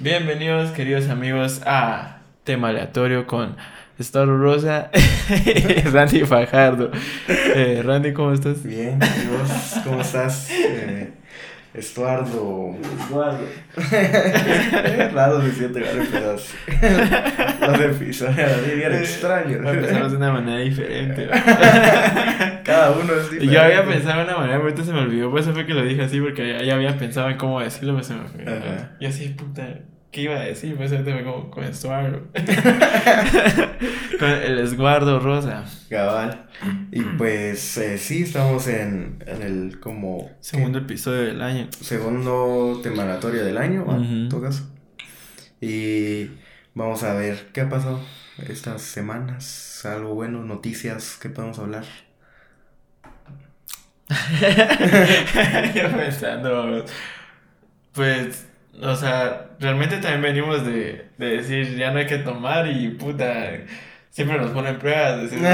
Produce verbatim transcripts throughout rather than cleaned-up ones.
Bienvenidos, queridos amigos, a Tema Aleatorio con Estuardo Rosa y Randy Fajardo. Eh, Randy, ¿cómo estás? Bien, ¿y vos cómo estás? Eh, Estuardo. Estuardo. Es raro decirte varios pedazos. Los episodios bien extraños. Empezamos de una manera diferente. Cada uno es diferente. Yo había pensado de una manera, pero ahorita se me olvidó. Por eso fue que lo dije así, porque ya, ya había pensado en cómo decirlo, pero se me fue. Ajá. Y así, puta, ¿qué iba a decir? Pues ahorita fue como con Estuardo. Con el Esguardo Rosa. Cabal. Y pues eh, sí, estamos en, en el como Segundo episodio del año. segundo temaratorio del año, ¿va? Ujú. En todo caso. Y vamos a ver qué ha pasado estas semanas. Algo bueno, noticias que podemos hablar. Yo pensando, pues, o sea, realmente también venimos de, de decir ya no hay que tomar y puta, siempre nos ponen pruebas. Decir,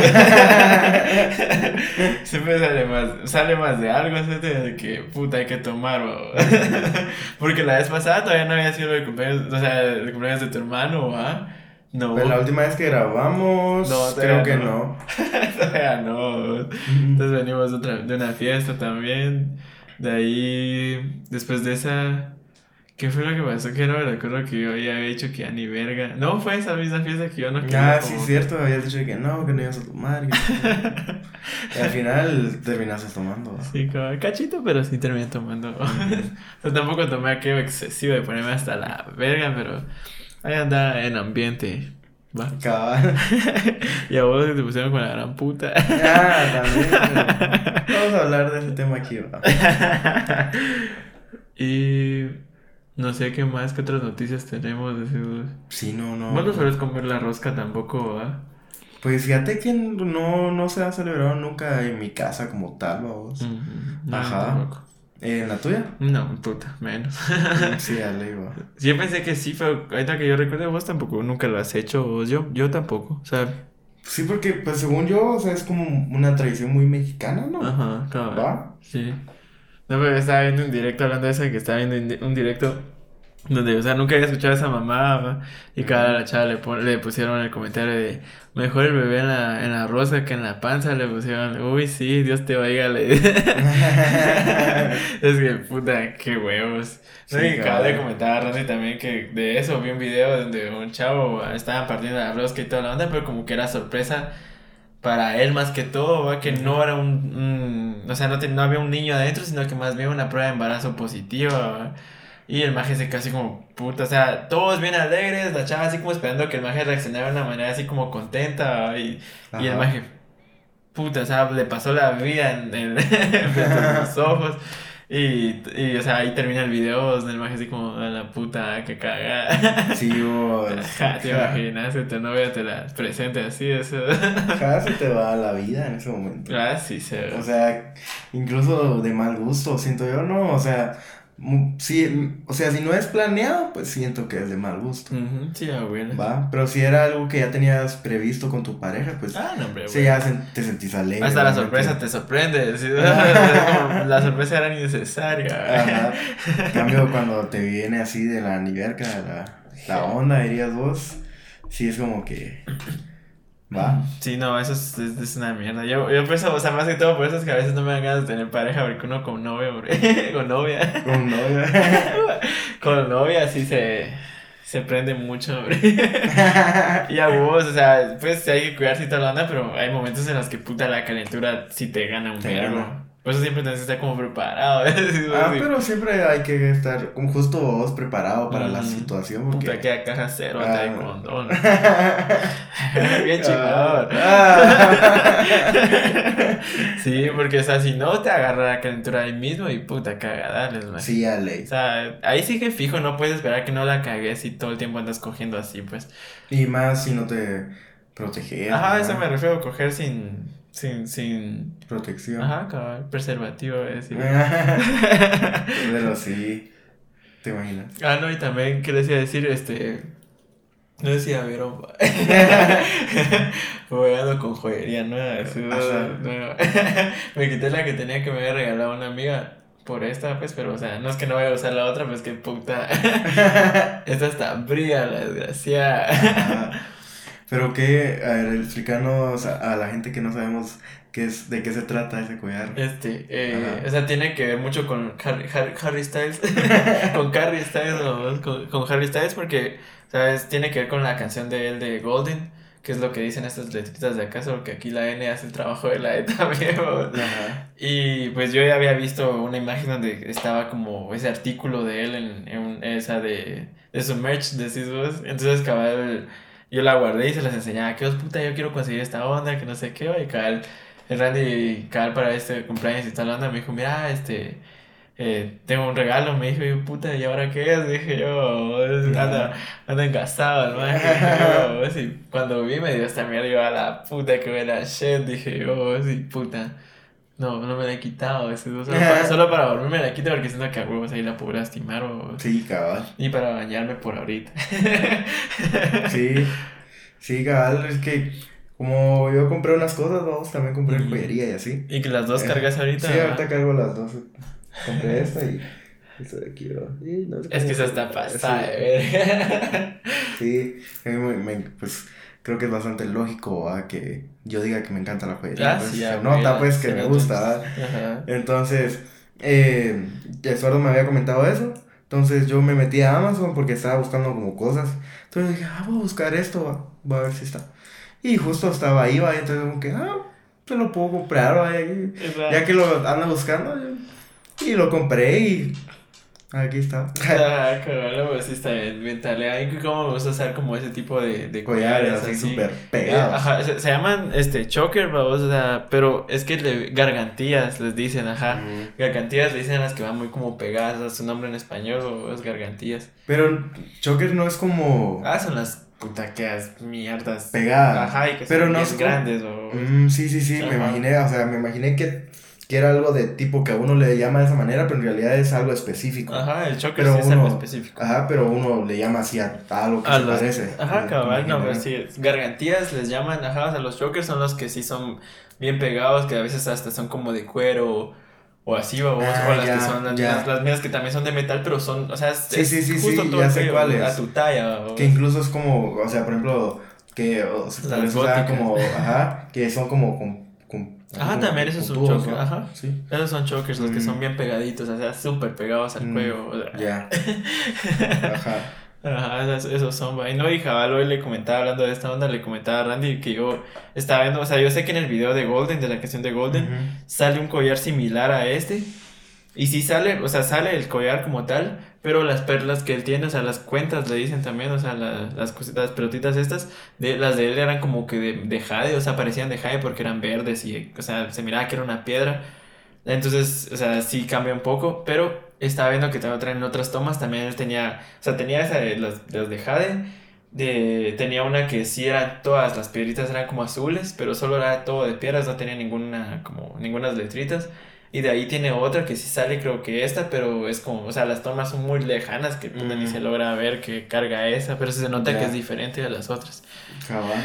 siempre sale más, sale más de algo, ¿sí? De que puta hay que tomar. ¿O? Porque la vez pasada todavía no había sido el cumpleaños, o sea, el cumpleaños de tu hermano, ¿ah? No. Pues la última vez que grabamos, No, creo que no. no. Todavía no. Entonces venimos de, otra, de una fiesta también. De ahí, después de esa, ¿qué fue lo que pasó? Que no me recuerdo que yo ya había dicho que ya ni verga. No, fue esa misma fiesta que yo no quería. Ah, sí, como- cierto, habías dicho que no, que no ibas a tomar. que- Y al final terminaste tomando. ¿Va? Sí, como cachito, pero sí terminé tomando. O sea, tampoco tomé aquello excesivo de ponerme hasta la verga, pero ahí andaba en ambiente. Va. Cabal. Y a vos te pusieron con la gran puta. Ah, también. pero Vamos a hablar de ese tema aquí, ¿va? Y no sé qué más, qué otras noticias tenemos. Así, vos. Sí, no, no. Vos no sueles comer la rosca tampoco, ¿va? Pues fíjate que no, no se ha celebrado nunca en mi casa como tal, vamos. Ujú, no, Ajá. tampoco. ¿En la tuya? No, puta, menos. Sí, dale, va. Yo pensé que sí, pero ahorita que yo recuerdo, vos tampoco, nunca lo has hecho, o yo, yo tampoco, o sea, Sí, porque, pues según yo, o sea, es como una tradición muy mexicana, ¿no? ajá, cabrón. ¿Va? Sí. No, pero estaba viendo un directo hablando de eso, que estaba viendo un di- un directo donde, o sea, nunca había escuchado a esa mamá, ¿va? Y cada la chava le, pon- le pusieron el comentario de mejor el bebé en la, en la rosca que en la panza, le pusieron, uy, sí, Dios te oiga, le Es que, puta, qué huevos. No, Sí, y acaba de cabrón. comentar a Randy también que de eso vi un video donde un chavo estaba partiendo la rosca y toda la onda, pero como que era sorpresa para él más que todo, ¿va? Que no era un, un- o sea, no, te- no había un niño adentro, sino que más bien una prueba de embarazo positiva, ¿va? Y el maje se casi como puta, o sea, todos bien alegres, la chava así como esperando que el maje reaccionara de una manera así como contenta, ¿va? y, y el Ajá. maje, puta, o sea, le pasó la vida en, en, frente a sus ojos. Y, y, o sea, ahí termina el video, donde el maje así como, a la puta, que caga. Sí, vos. Ja, te imaginas que tu novia te la presente así, eso. Cada se te va la vida en ese momento. Ah, sí, se O sea, incluso de mal gusto, siento yo, ¿no? O sea, mu- sí, o sea, si no es planeado, pues siento que es de mal gusto, Ujú, sí, abuela. ¿va? Pero si era algo que ya tenías previsto con tu pareja, pues Ah, no, hombre, sí, güey. ya sen- te sentís alegre. Hasta la obviamente. sorpresa te sorprende. ¿Sí? Como la sorpresa era innecesaria. Ajá. En cambio, cuando te viene así de la niverca, la, la onda, dirías vos, sí es como que, ¿va? Sí, no, eso es, es, es una mierda. Yo, yo por eso, o sea, más que todo por eso es que a veces no me dan ganas de tener pareja, porque uno con novia, hombre, con novia, Con novia. con novia sí se, se prende mucho, hombre. Y a vos, o sea, pues sí hay que cuidarse y toda la onda, pero hay momentos en los que puta la calentura sí te gana un Te vergo. gana. Por eso siempre tienes que estar como preparado. ¿Ves? Ah, Sí. pero siempre hay que estar como justo vos preparado para la Mm. situación, porque... Puta, queda caja cero, Ah. hasta de condón. Bien chingón. Ah. Sí, porque, o sea, si no te agarra la calentura ahí mismo y puta, cagadales, man. Sí, a ley. O sea, ahí sí que fijo, no puedes esperar que no la cagues y todo el tiempo andas cogiendo así, pues. Y más si no te proteges. Ajá, ¿no? eso me refiero a coger sin, sin, sin, Protección. ajá, cabal, preservativo, es decir. Pero sí, te imaginas. Ah, no, y también, ¿qué les iba a decir? Este, no decía, vieron, voy ando con joyería nueva, así, Ajá. nueva. Me quité la que tenía que me había regalado una amiga. por esta, pues, pero, o sea, no es que no vaya a usar la otra, pues, que puta. Esta está brilla, la desgraciada. Ajá. Pero que, a ver, explícanos a, a la gente que no sabemos qué es, de qué se trata ese collar. Este, eh, Ajá. o sea, tiene que ver mucho con Harry, Harry, Harry Styles. Con Harry Styles, o con, con Harry Styles, porque, ¿sabes? Tiene que ver con la canción de él de Golden, que es lo que dicen estas letritas de acá, solo que aquí la N hace el trabajo de la E también, ¿no? Ajá. Y pues yo ya había visto una imagen donde estaba como ese artículo de él en, en un- esa de, de su merch, decís vos. Entonces, cabal, yo la guardé y se las enseñaba. ¿Qué os puta? Yo quiero conseguir esta onda, que no sé qué. Y cabal, el Randy, cabal, para este cumpleaños y tal onda, me dijo, mira, este, eh, tengo un regalo. Me dijo, yo, puta, ¿y ahora qué es? Dije yo, "Es- anda, Ajá. anda engasado, el man. Dije yo, "Sí". Cuando vi me dio esta mierda, yo, a la puta que me la shit. Dije yo, sí, puta. No, no me la he quitado, ese, solo para, solo para dormir me la quito porque siento que a huevos ahí la puedo lastimar o... Sí, cabal. Y para bañarme por ahorita. Sí, sí, cabal. Es que como yo compré unas cosas, vamos, también compré Ujú. joyería y así. Y que las dos Eh, cargas ahorita. Sí, ¿verdad? ahorita cargo las dos. Compré esta y esta de aquí, ¿verdad? Y no sé Es que cómo- esa está pasada Sí. de ver. Sí, a mí me, me- pues creo que es bastante lógico, ¿va? Que yo diga que me encanta la joyería, Ah, pues sí, se ya, nota güey, pues se que me nota. gusta, ¿va? Ajá. Entonces, eh, Eduardo me había comentado eso, entonces yo me metí a Amazon porque estaba buscando como cosas, entonces dije, ah, voy a buscar esto, va, voy a ver si está, y justo estaba ahí, va, y entonces como que, ah, se lo puedo comprar, va, y- Esa- ya que lo ando buscando, yo- y lo compré y aquí está. Ah, cabrón, pues sí está bien, bien tale. A mí como me gusta usar como ese tipo de, de Collares collares así así. súper Eh, pegados. ajá, se, se llaman este choker, babos, o sea, pero es que le, gargantías les dicen, ajá. Mm. Gargantías le dicen a las que van muy como pegadas a su nombre en español, o es gargantías. Pero choker no es como Ah, son las putaqueas mierdas. pegadas. Ajá, y que Pero son no bien es como- grandes, o... Mm, sí, sí, sí, me Ajá. imaginé, o sea, me imaginé que, que era algo de tipo que a uno le llama de esa manera, pero en realidad es algo específico. Ajá, el choker Pero sí es algo uno, específico. ajá, pero uno le llama así a, a algo que A se los, parece. ajá, en- cabal, en no, pero general. sí, gargantías les llaman, ajá, o sea, los chokers son los que sí son bien pegados, que a veces hasta son como de cuero o así, o, Ah, o las ya, que son las ya. mías, las mías que también son de metal, pero son, o sea, es, Sí, es sí, sí, justo sí, todo ya el sé cuello, cuáles. a tu talla, o- Que incluso es como, o sea, por ejemplo, que o sea, tal Las vez usaban góticas. como, ajá, que son como con, con Ajá, como también esos son puntudos, chokers, ¿no? ajá. Sí. Esos son chokers, los que son Mm. bien pegaditos, o sea, súper pegados al Mm, cuello. O sea. Ya. Ajá. Ajá, esos, esos son, va. Y no, y Jabal hoy le comentaba, hablando de esta onda, le comentaba a Randy que yo estaba viendo, o sea, yo sé que en el video de Golden, de la canción de Golden, Ujú. sale un collar similar a este. Y sí sale, o sea, sale el collar como tal, pero las perlas que él tiene, o sea, las cuentas le dicen también, o sea, la- las cositas, las pelotitas estas, de, las de él eran como que de, de jade, o sea, parecían de jade porque eran verdes y, o sea, se miraba que era una piedra. Entonces, o sea, sí cambia un poco, pero estaba viendo que también traen otras tomas, también él tenía, o sea, tenía esa de las, de las de jade, de, tenía una que sí eran todas, las piedritas eran como azules, pero solo era todo de piedras, no tenía ninguna, como, ninguna letritas. Y de ahí tiene otra que sí sale, creo que esta, pero es como, o sea, las tomas son muy lejanas que puta, ni Mm. se logra ver que carga esa, pero sí se nota Ya. que es diferente de las otras. Cabal.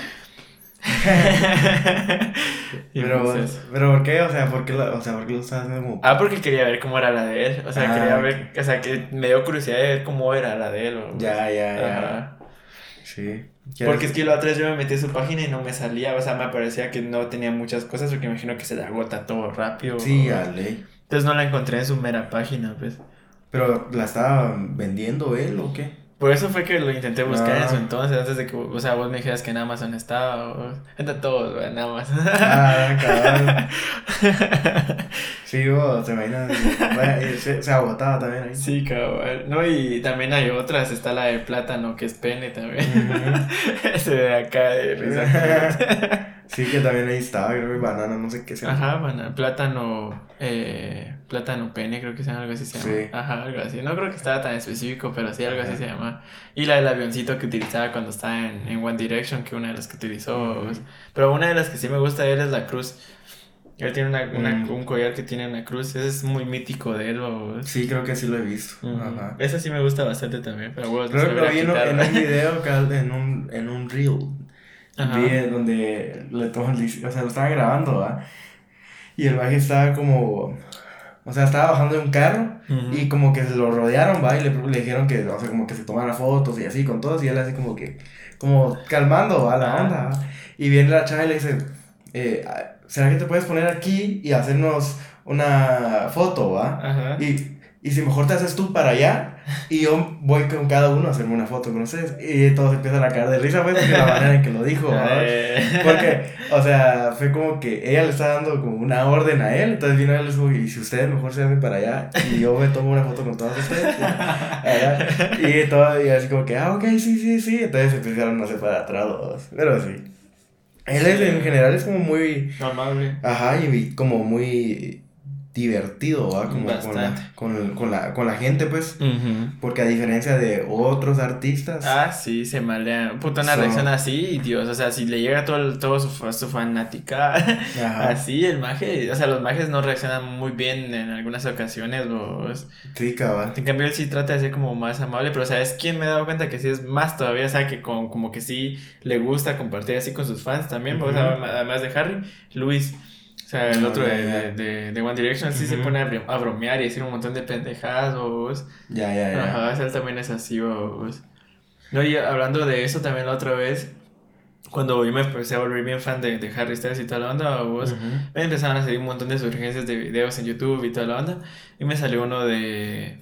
Y Pero, pues eso. pero ¿por qué? O sea, ¿por qué, la- o sea, ¿por qué lo estás haciendo como... Ah, porque quería ver cómo era la de él. O sea, Ah, quería ok. ver, o sea, que me dio curiosidad de ver cómo era la de él. o- Ya, ya, ya. Ajá. Sí. Porque es que la otra vez yo me metí a su página y no me salía, o sea, me parecía que no tenía muchas cosas porque imagino que se le agota todo rápido. Sí, o- a ley. Entonces no la encontré en su mera página, pues. Pero, ¿la estaba vendiendo él o qué? Por eso fue que lo intenté buscar en su Ah. entonces, antes de que, o sea, vos me dijeras que en Amazon estaba, o... Entre todos, güey, en Amazon. Ah, cabal. Sí, vos, te imaginas. Vaya, y se, se agotaba también ahí. Sí, cabal. No, y también hay otras, está la de plátano, que es pene también. Ujú. Ese de acá de risa. Sí, que también ahí estaba, creo que banana, no sé qué sea. Ajá, bueno, plátano, eh, plátano pene, creo que se llama, algo así se llama. Sí. Ajá, algo así. No creo que estaba tan específico, pero sí, algo así Ajá. se llama. Y la del avioncito que utilizaba cuando estaba en, en One Direction, que una de las que utilizó. Ujú. pues. Pero una de las que sí me gusta de él es la cruz. Él tiene una, una- Mm. un collar que tiene una cruz, ese es muy mítico de él. o- Sí, creo que sí lo he visto. Ujú. Ajá. Ese sí me gusta bastante también, pero bueno, Creo que lo vi en, un- en un video, cal- en un, en un reel. Ajá. Vi en donde le toman, o sea, lo estaba grabando, ¿va? Y el maje estaba como, O sea, estaba bajando de un carro Ujú. y como que se lo rodearon, va, y le, le dijeron que, o sea, como que se tomara fotos y así con todos, y él así como que, como calmando, va, la Ajá. onda, va. Y viene la chava y le dice, eh, ¿será que te puedes poner aquí y hacernos una foto, va? Ajá. Y, y si mejor te haces tú para allá y yo voy con cada uno a hacerme una foto con ustedes. Y todos empiezan a caer de risa, pues, porque la manera en que lo dijo, ¿va? Eh. Porque, o sea, fue como que ella le está dando como una orden a él, entonces vino él y dijo, y si ustedes mejor se hacen para allá, y yo me tomo una foto con todos ustedes, ¿verdad? Y todo, y así como que, ah, ok, sí, sí, sí, entonces empezaron a separar todos, pero sí. Él es, en general es como muy, Normal, güey. ajá, y como muy divertido, ¿va? Como con Bastante. la, con, con la, con la gente, pues, Ujú. porque a diferencia de otros artistas, Ah, sí, se malea. Puta, una son- reacción así, y Dios, o sea, si le llega todo, el- todo su, fa- su fanática, ajá, así, el maje, o sea, los majes no reaccionan muy bien en algunas ocasiones, vos. sí, cabal, En cambio, él sí trata de ser como más amable, pero ¿sabes quién me he dado cuenta que sí es más todavía? O sea, que como, como que sí le gusta compartir así con sus fans también, vos, Ujú. además de Harry, Luis. O sea, el Ah, otro ya, de, ya. de, de, de One Direction sí se Ujú. pone a, bro- a bromear y decir un montón de pendejadas, vos. Ya, ya, ya. Ajá, o sea, él también es así, vos. No, y hablando de eso también la otra vez, cuando yo me empecé a volver bien fan de, de Harry Styles y toda la onda, vos, Ujú. me empezaron a salir un montón de sugerencias de videos en YouTube y toda la onda, y me salió uno de,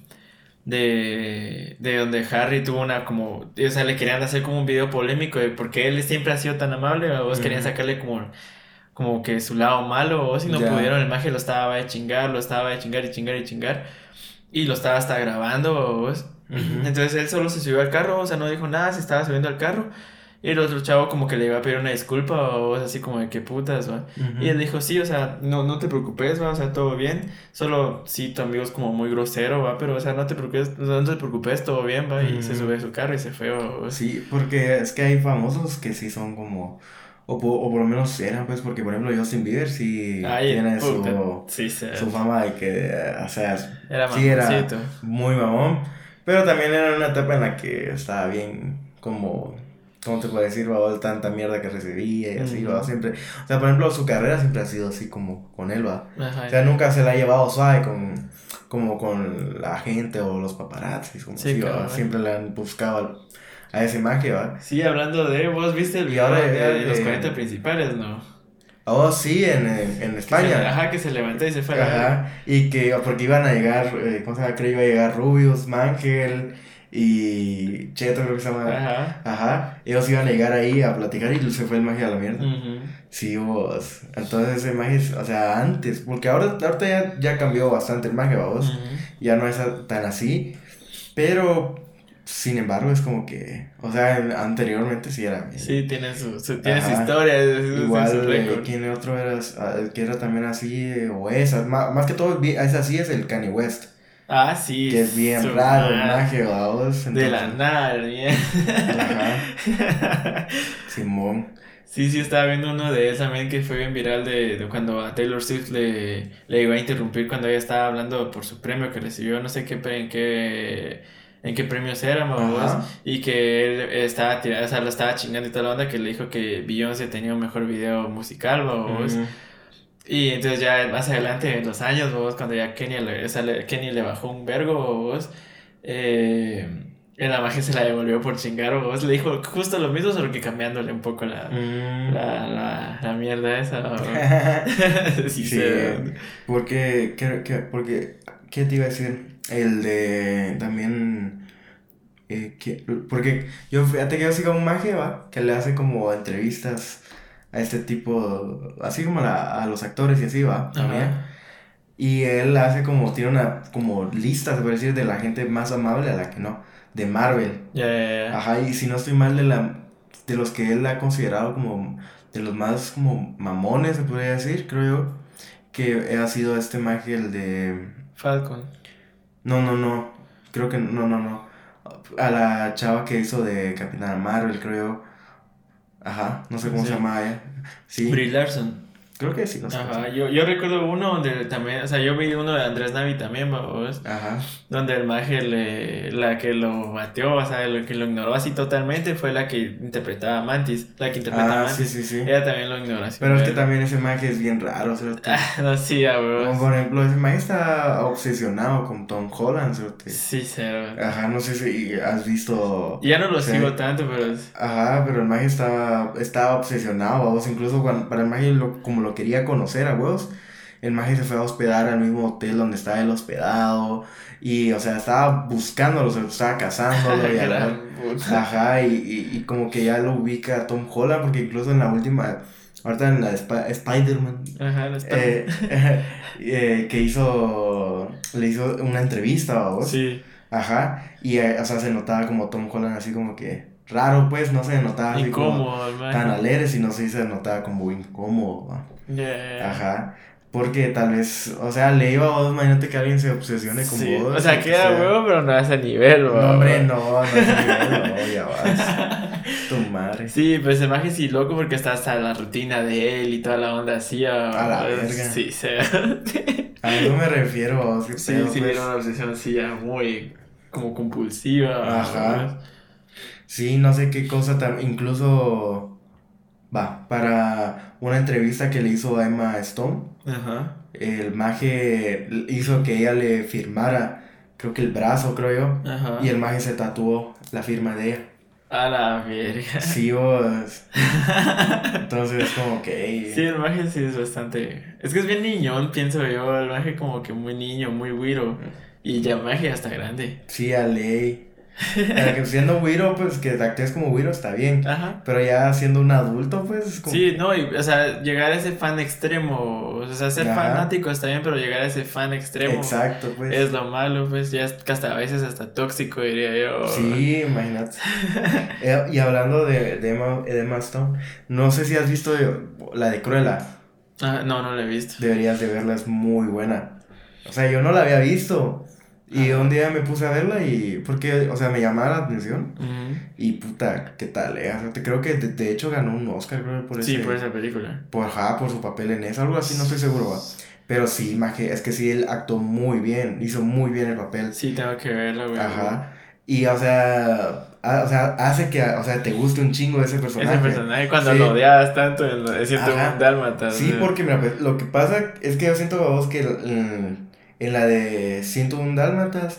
de, de donde Harry tuvo una como, o sea, le querían hacer como un video polémico de porque él siempre ha sido tan amable, a vos querían Ujú. sacarle como, como que su lado malo, o si no Ya. pudieron, el magia lo estaba de chingar, lo estaba de chingar y chingar y chingar, y lo estaba hasta grabando, vos. Ujú. Entonces él solo se subió al carro, o sea, no dijo nada, se estaba subiendo al carro. Y el otro chavo como que le iba a pedir una disculpa, o así como de qué putas, ¿va? Ujú. Y él dijo, sí, o sea, no, no te preocupes, va, o sea, todo bien. Solo, sí, tu amigo es como muy grosero, va, pero, o sea, no te preocupes, o sea, no te preocupes, todo bien, va. Y se Ujú. sube a su carro y se fue, va. Sí, porque es que hay famosos que sí son como, o, po- o por lo menos eran, pues, porque por ejemplo Justin Bieber sí Ay, tiene puta, su, sí, se... su fama de que, eh, o sea, Era sí era mamoncito. muy mamón, pero también era una etapa en la que estaba bien, como, ¿cómo te puedo decir? Va, tanta mierda que recibía y así, va, Ujú. siempre, o sea, por ejemplo, su carrera siempre ha sido así como con él, va, Ajá. o sea, nunca se la ha llevado suave con, como con la gente o los paparazzis, como Sí, así, va, cabrón. siempre le han buscado a ese magia, va. Sí, hablando de, vos viste el Y video ahora, de, de eh, los eh, cuarenta principales, ¿no? Oh, sí, en, en, en Que se, España. ajá, que se levantó y se fue a la verga. Ajá, y que, porque iban a llegar, eh, ¿cómo se llama? Creo que iba a llegar Rubius, Mangel y Cheto, creo que se llama. Ajá. Ajá, ellos iban a llegar ahí a platicar y se fue el magia a la mierda. Ujú. Sí, vos. Entonces ese magia, es- o sea, antes, porque ahora, ahorita ya, ya cambió bastante el magia, vos. Ujú. Ya no es a- tan así, pero sin embargo es como que, o sea, anteriormente sí era. Sí, tiene su, su, tiene su Ajá. historia, su, su- su Igual, eh, récord. ¿quién otro era? Ah, que era también así, eh, o esa, más, más que todo, bi- es así, es el Kanye West, Ah, sí. que es bien su raro el madre. magia, vamos, De la entonces, nada, bien. ajá, Simón, Sí, sí, estaba viendo uno de él también que fue bien viral de, de cuando a Taylor Swift le, le iba a interrumpir cuando ella estaba hablando por su premio que recibió, no sé qué, pre- en qué, en qué premios era, vamos, ajá, y que él estaba tirando, o sea, lo estaba chingando y toda la onda, que le dijo que Beyoncé tenía un mejor video musical, vamos, mm, y entonces ya más adelante en los años, vos, cuando ya Kenia le, o sea, le- Kenny le bajó un vergo, vos, eh, en la magia se la devolvió por chingar, vos, le dijo justo lo mismo, solo que cambiándole un poco la, mm. la, la, la mierda esa, vos. Sí, Sí, se... porque, ¿qué, qué, porque, ¿qué te iba a decir? El de, también, eh, que- porque yo, fíjate que yo sigo a un magia, ¿va? Que le hace como entrevistas a este tipo, así como a, la- a los actores y así, ¿va? También. Ajá. Y él hace como, tiene una como lista, se puede decir, de la gente más amable a la que no, de Marvel. Ya, ya, ya. Ajá, y si no estoy mal, de la, de los que él ha considerado como, de los más como mamones, se podría decir, creo yo, que ha sido este magia, el de, Falcon. no, no, no, creo que, no, no, no, a la chava que hizo de Capitana Marvel, creo yo, ajá, no sé cómo se Sí. llama ella, sí. Brie Larson. Creo que sí, no sé. Ajá, yo, yo recuerdo uno donde también, o sea, yo vi uno de Andrés Navi también, vamos, Ajá. donde el maje, le, la que lo bateó, o sea, lo que lo ignoró así totalmente fue la que interpretaba a Mantis, la que interpreta a Ah, sí, Mantis, sí, sí. ella también lo ignoró así. Pero es que verga. también ese maje es bien raro, ¿cierto? Ah, no, sí, a Como huevos. por ejemplo, ese maje está obsesionado con Tom Holland, ¿cierto? Sí, cero. Ajá, no sé si has visto... Ya no lo Sí. sigo tanto, pero es- Ajá, pero el maje estaba, estaba obsesionado, vos, incluso cuando, para el maje, lo- como lo quería conocer a vos, el maje se fue a hospedar al mismo hotel donde estaba él hospedado, y, o sea, estaba buscándolo, o sea, estaba cazándolo, y a la- Gran puta. ajá, y, y, y como que ya lo ubica a Tom Holland, porque incluso en la última, ahorita en la de Sp- Spider-Man, Ajá, no está. eh, eh, que hizo, le hizo una entrevista, vos. Sí, Ajá, y eh, o sea, se notaba como Tom Holland así como que raro, pues, no se notaba así como incómodo, el maje. tan alegre, sino sí se notaba como incómodo, ¿va? Ya, ya, ya. Ajá, porque tal vez, o sea, le iba a vos, imagínate que alguien se obsesione con Sí, vos. o sea, que queda sea- huevo, pero no a ese nivel, No, huevón. hombre, no, no es nivel, no, ya vas, tu madre. Sí, pues el maje sí loco porque está hasta la rutina de él y toda la onda así. A la pues, verga. Sí, sí. A eso me refiero, vos, qué Sí, pedo, sí, pues. era una obsesión así ya muy como compulsiva. Ajá. Sí, no sé qué cosa tan, incluso, va, para una entrevista que le hizo a Emma Stone. Ajá. El maje hizo que ella le firmara, creo que el brazo, creo yo, Ajá. y el maje se tatuó la firma de ella. A la verga. Sí, vos. Entonces, como que. Sí, el maje sí es bastante. Es que es bien niñón, pienso yo. El maje como que muy niño, muy güiro. Y ya el maje hasta grande. Sí, a ley. Para que siendo güiro, pues que te actúes como güiro está bien. Ajá. Pero ya siendo un adulto, pues. Es como... Sí, no, y, o sea, llegar a ese fan extremo. O sea, ser Ajá. fanático está bien, pero llegar a ese fan extremo. Exacto, pues. Es lo malo, pues ya es que hasta a veces hasta tóxico, diría yo. Sí, imagínate. Eh, y hablando de, de, Emma, de Emma Stone, no sé si has visto de- la de Cruella. Ah, no, no lo he visto. Deberías de verla, es muy buena. O sea, yo no la había visto. Y Ajá. un día me puse a verla y... Porque, o sea, me llamaba la atención. Ujú. Y puta, ¿qué tal? eh? O sea, te- creo que de, de hecho ganó un Oscar, creo, por Sí, ese... por esa película. Por, ajá, por su papel en eso, algo así, no estoy seguro, va. Pero sí, maje, es que sí, él actuó muy bien, hizo muy bien el papel. Sí, tengo que verla, güey. Ajá. Y, o sea, ha- o sea, hace que, o sea, te guste un chingo ese personaje. Ese personaje cuando Sí. lo odiabas tanto en lo- siento Ajá. un dálmata. Sí, porque mira, pues, lo que pasa es que yo siento a vos que en, en la de ciento uno Dálmatas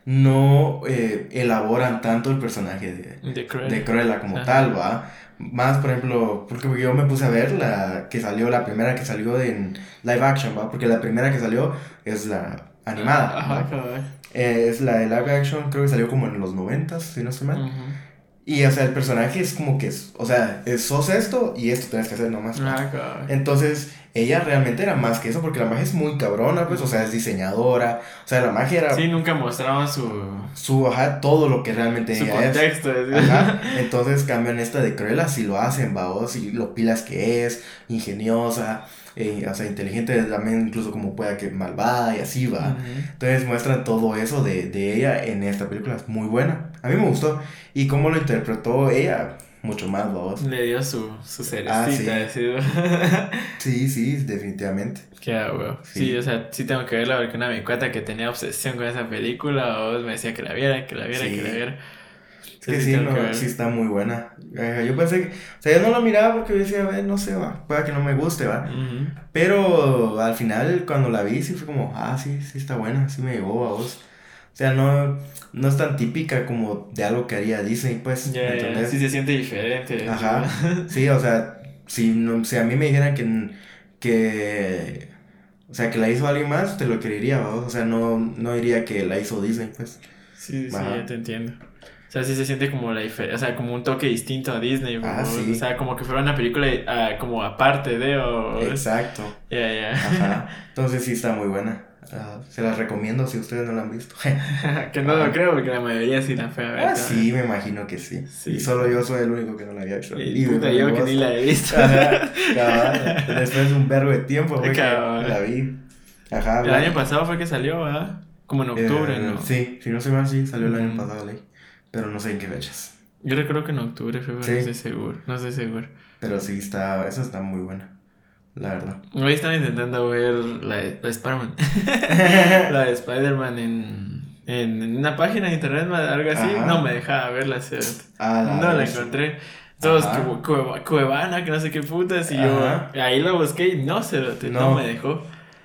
no eh, elaboran tanto el personaje de, De Cruella. de Cruella como Ajá. tal, ¿va? Más, por ejemplo, porque yo me puse a ver la que salió, la primera que salió en live action, ¿va? Porque la primera que salió es la animada, ¿va? Ajá, cabal. Eh, es la de live action, creo que salió como en los noventas, si no estoy mal. Ujú. Y, o sea, el personaje es como que, es, o sea, es, sos esto y esto tienes que hacer nomás. Ah, cabal. Entonces, ella realmente era más que eso, porque la magia es muy cabrona, pues, o sea, es diseñadora, o sea, la magia era Sí, nunca mostraban su, su, ajá, todo lo que realmente su ella contexto. es. es- Ajá, entonces cambian esta de Cruella, si lo hacen, vaos, y lo pilas que es, ingeniosa, eh, o sea, inteligente también, incluso como pueda que malvada y así va. Ujú. Entonces muestran todo eso de, de ella en esta película, es muy buena, a mí me gustó, y cómo lo interpretó ella, mucho más, vaos. Le dio su, su Ah, sí. cerecita. así. Sí, sí, definitivamente. Qué huevo. Sí. Sí. o sea, sí tengo que verla porque una de mi cuata que tenía obsesión con esa película, o me decía que la viera, que la viera, Sí. que la viera. Es que Sí, sí, tengo no, que ver. sí está muy buena. Eh, yo pensé que, o sea, yo no la miraba porque yo decía, "Ve, no sé, va, pueda que no me guste, va. Ujú. Pero al final, cuando la vi, sí fue como, ah, sí, sí está buena, sí me llegó a vos. O sea, no, no es tan típica como de algo que haría Disney, pues, Ya, ¿me ya, entendés? sí se siente diferente. Ajá, sí, o sea, si, no, si a mí me dijeran que, que, o sea, que la hizo alguien más, te lo creería, vamos. O sea, no, no diría que la hizo Disney, pues. Sí, sí, Ajá. ya te entiendo. O sea, sí se siente como la diferencia, o sea, como un toque distinto a Disney. Ah, como- sí. O sea, como que fuera una película ah, como aparte de o... Exacto. Ya, ya. Ajá. Entonces sí está muy buena. Ah, se las recomiendo si ustedes no la han visto. Que no Ajá. lo creo porque la mayoría sí la fue a ver. Ah, ¿sabes? sí, me imagino que sí. Sí. Y solo yo soy el único que no la había visto. Y de puta, yo que verdad. ni la he visto. Ajá, cabal. Después de un verbo de tiempo fue que Cabal. la vi. Ajá. El la- año pasado fue que salió, ¿verdad? Como en octubre, eh, ¿no? Sí, si no se mal, sí, salió el año Ujú. pasado ley. Pero no sé en qué fechas. Yo recuerdo que en octubre fue, pero Sí. no estoy seguro. No estoy seguro. Pero sí está, esa está muy buena. la verdad. Hoy estaba intentando ver la de, la de Spider-Man. La de Spider-Man en, en, en una página de internet, algo así. Ajá. No me dejaba verla, ¿sí? Ah, la No la vez. encontré. Todos Ajá. Cue- Cueva- Cuevana, que no sé qué putas. Y Ajá. yo ahí la busqué y no, cerote, no. No. me dejó.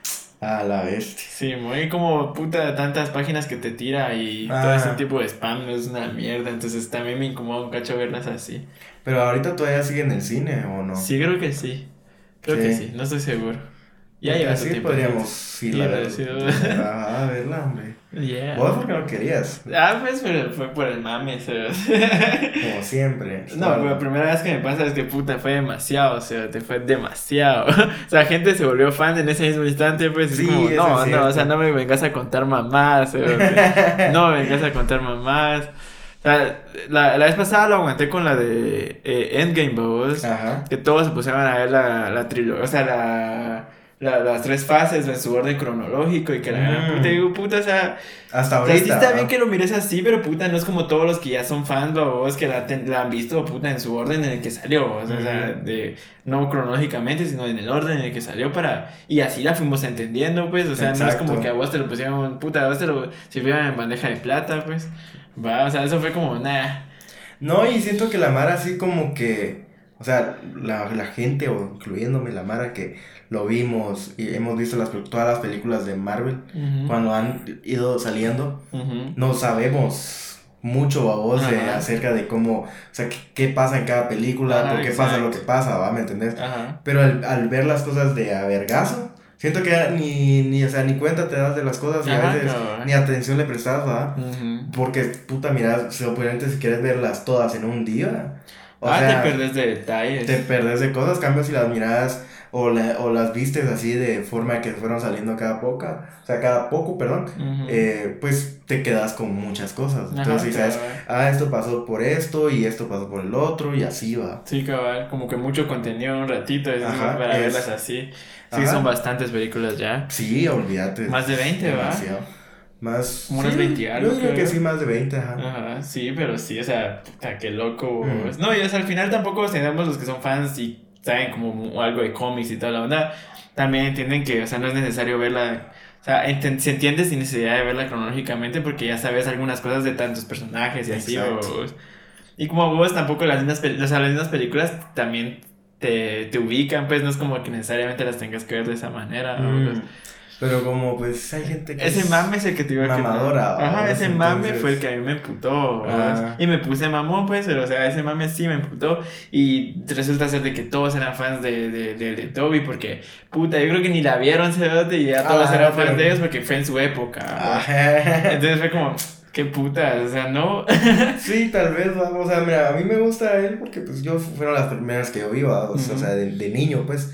A la bestia. Sí, muy como puta tantas páginas que te tira y Ah. todo ese tipo de spam es una mierda. Entonces también me incomoda un cacho verlas así. Pero ahorita todavía sigue en el cine, ¿o no? Sí, creo que sí. Creo Sí. que sí, no estoy seguro. Ya Porque lleva su así tiempo. podríamos ir a Sí, ver. sí. Ajá, a verla, hombre. Yeah. Vos porque no querías, Ah, pues pero fue por el mame, ¿sabes? como siempre. No, pero la primera vez que me pasa es que puta fue demasiado, o sea, te fue demasiado. O sea, gente se volvió fan en ese mismo instante, pues, Sí, es como, eso no, es no, cierto. o sea, no me vengas a contar mamás, o sea, no me vengas a contar mamás. O sea, la, la vez pasada lo aguanté con la de eh, Endgame, vos, Ajá. que todos se pusieron a ver la, la trilogía, o sea, la, la, las tres fases en su orden cronológico y que la gran Mm. puta, digo, puta, o sea... Hasta O sea, sí ahorita. está bien ¿no? que lo mires así, pero puta, no es como todos los que ya son fans o es que la, ten- la han visto puta en su orden en el que salió. O sea, o sea, Ujú. de, no cronológicamente, sino en el orden en el que salió para... Y así la fuimos entendiendo, pues. O sea, no es Exacto. como que a vos te lo pusieron, puta, a vos te lo sirvieron en bandeja de plata, pues. Va, o sea, eso fue como, nah. No, y siento que la Mara así como que, o sea, la, la gente, o incluyéndome la Mara, que lo vimos y hemos visto las, pel- todas las películas de Marvel, Ujú, cuando han ido saliendo, ujú. no sabemos mucho, babos, de, Ajá. acerca de cómo, o sea, qué, qué pasa en cada película, Ajá, por qué pasa lo exacto. que pasa, ¿va? ¿Me entendés? Ajá. Pero al, al ver las cosas de a vergazo, siento que ni, ni, o sea, ni cuenta te das de las cosas y a Ajá, veces cabal. ni atención le prestas, ¿va? Ujú. Porque, puta, mira, seguramente si quieres verlas todas en un día, o Ah, sea, te perdés de detalles. te perdes de cosas, cambio si las miras o, la- o las vistes así de forma que fueron saliendo cada poca, o sea, cada poco, perdón, Ujú. eh, pues te quedas con muchas cosas. Ajá, Entonces, si sabes, cabal. ah, esto pasó por esto y esto pasó por el otro y así va. Sí, cabal, como que mucho contenido en un ratito, es Ajá, para es- verlas así. Sí, Ajá. son bastantes películas ya. Sí, olvídate. Más de veinte, ¿va? Demasiado. Más. Como unas sí, veinte y algo, Yo diría creo. que sí, más de veinte, ajá. Ajá, sí, pero sí, o sea, puta, qué loco. Mm. No, y o sea, al final tampoco tenemos los que son fans y saben como algo de cómics y toda la onda. También entienden que, o sea, no es necesario verla. O sea, enten- se entiende sin necesidad de verla cronológicamente porque ya sabes algunas cosas de tantos personajes y así. Exacto. O, y como vos tampoco las mismas, pel- o sea, las mismas películas también te, te ubican, pues no es como que necesariamente las tengas que ver de esa manera. ¿no? Mm, Pues, Pero como pues hay gente que ese es mame es el que te iba a que mamadora, Ajá, ¿va? ese mame Entonces- fue el que a mí me emputó. ¿va? Ah. Y me puse mamón, pues, pero o sea, ese mame sí me emputó. Y resulta ser de que todos eran fans de, de, de, de Toby, porque, puta, yo creo que ni la vieron, cerote, y ya todos Ah, eran pero- fans de ellos porque fue en su época. ¿va? Ajá. Entonces fue como, qué puta, o sea, no. Sí, tal vez, vamos, o sea, mira, a mí me gusta él porque pues yo fueron las primeras que yo vi, ¿va? O sea, Ujú. o sea, de, de niño, pues.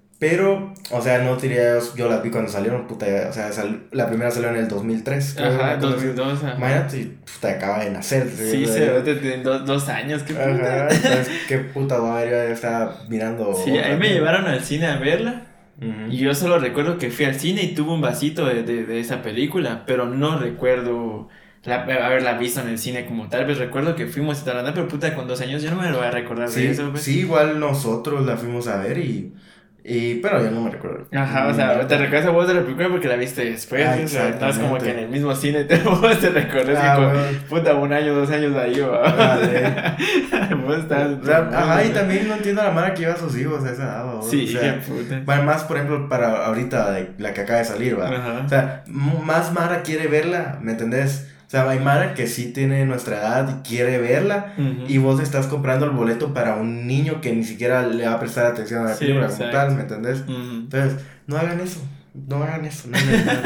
Pero, o sea, no diría yo, yo las vi cuando salieron, puta, o sea, sal- la primera salió en el dos mil tres. creo, Ajá, una cosa dos así. mil dos, ajá. Imagínate, y, puta, acaba de nacer. Sí, ¿sí? cerote, tienen dos, dos años, qué puta. Ajá, entonces, qué puta va a ver, yo ya estaba mirando. Sí, a mí me llevaron al cine a verla. Ujú. Y yo solo recuerdo que fui al cine y tuve un vasito de, de, de esa película, pero no recuerdo la, haberla visto en el cine como tal. Pues recuerdo que fuimos a Taranda, pero puta, con dos años yo no me lo voy a recordar Sí, de eso. Pues. sí, igual nosotros la fuimos a ver y. y pero yo no me recuerdo. Ajá, o sea, te recuerdas a vos de la película porque la viste después. Ah, o sea, no es como exactamente. que en el mismo cine te, vos te recuerdas Ah, y como, bueno. puta, un año, dos años ahí, va. Vale. Vos estás. O sea, ajá, y también no entiendo a la Mara que lleva a sus hijos a esa edad, ¿va? Sí, o sea, qué puta. bueno, más por ejemplo para ahorita de la que acaba de salir, ¿va? Ajá. O sea, m- más Mara quiere verla, ¿me entendés? O sea, hay Mara que sí tiene nuestra edad y quiere verla Ujú. y vos estás comprando el boleto para un niño que ni siquiera le va a prestar atención a la Sí, película como exacto. tal, ¿me entendés? Ujú. Entonces, no hagan eso. No hagan eso. No hagan eso.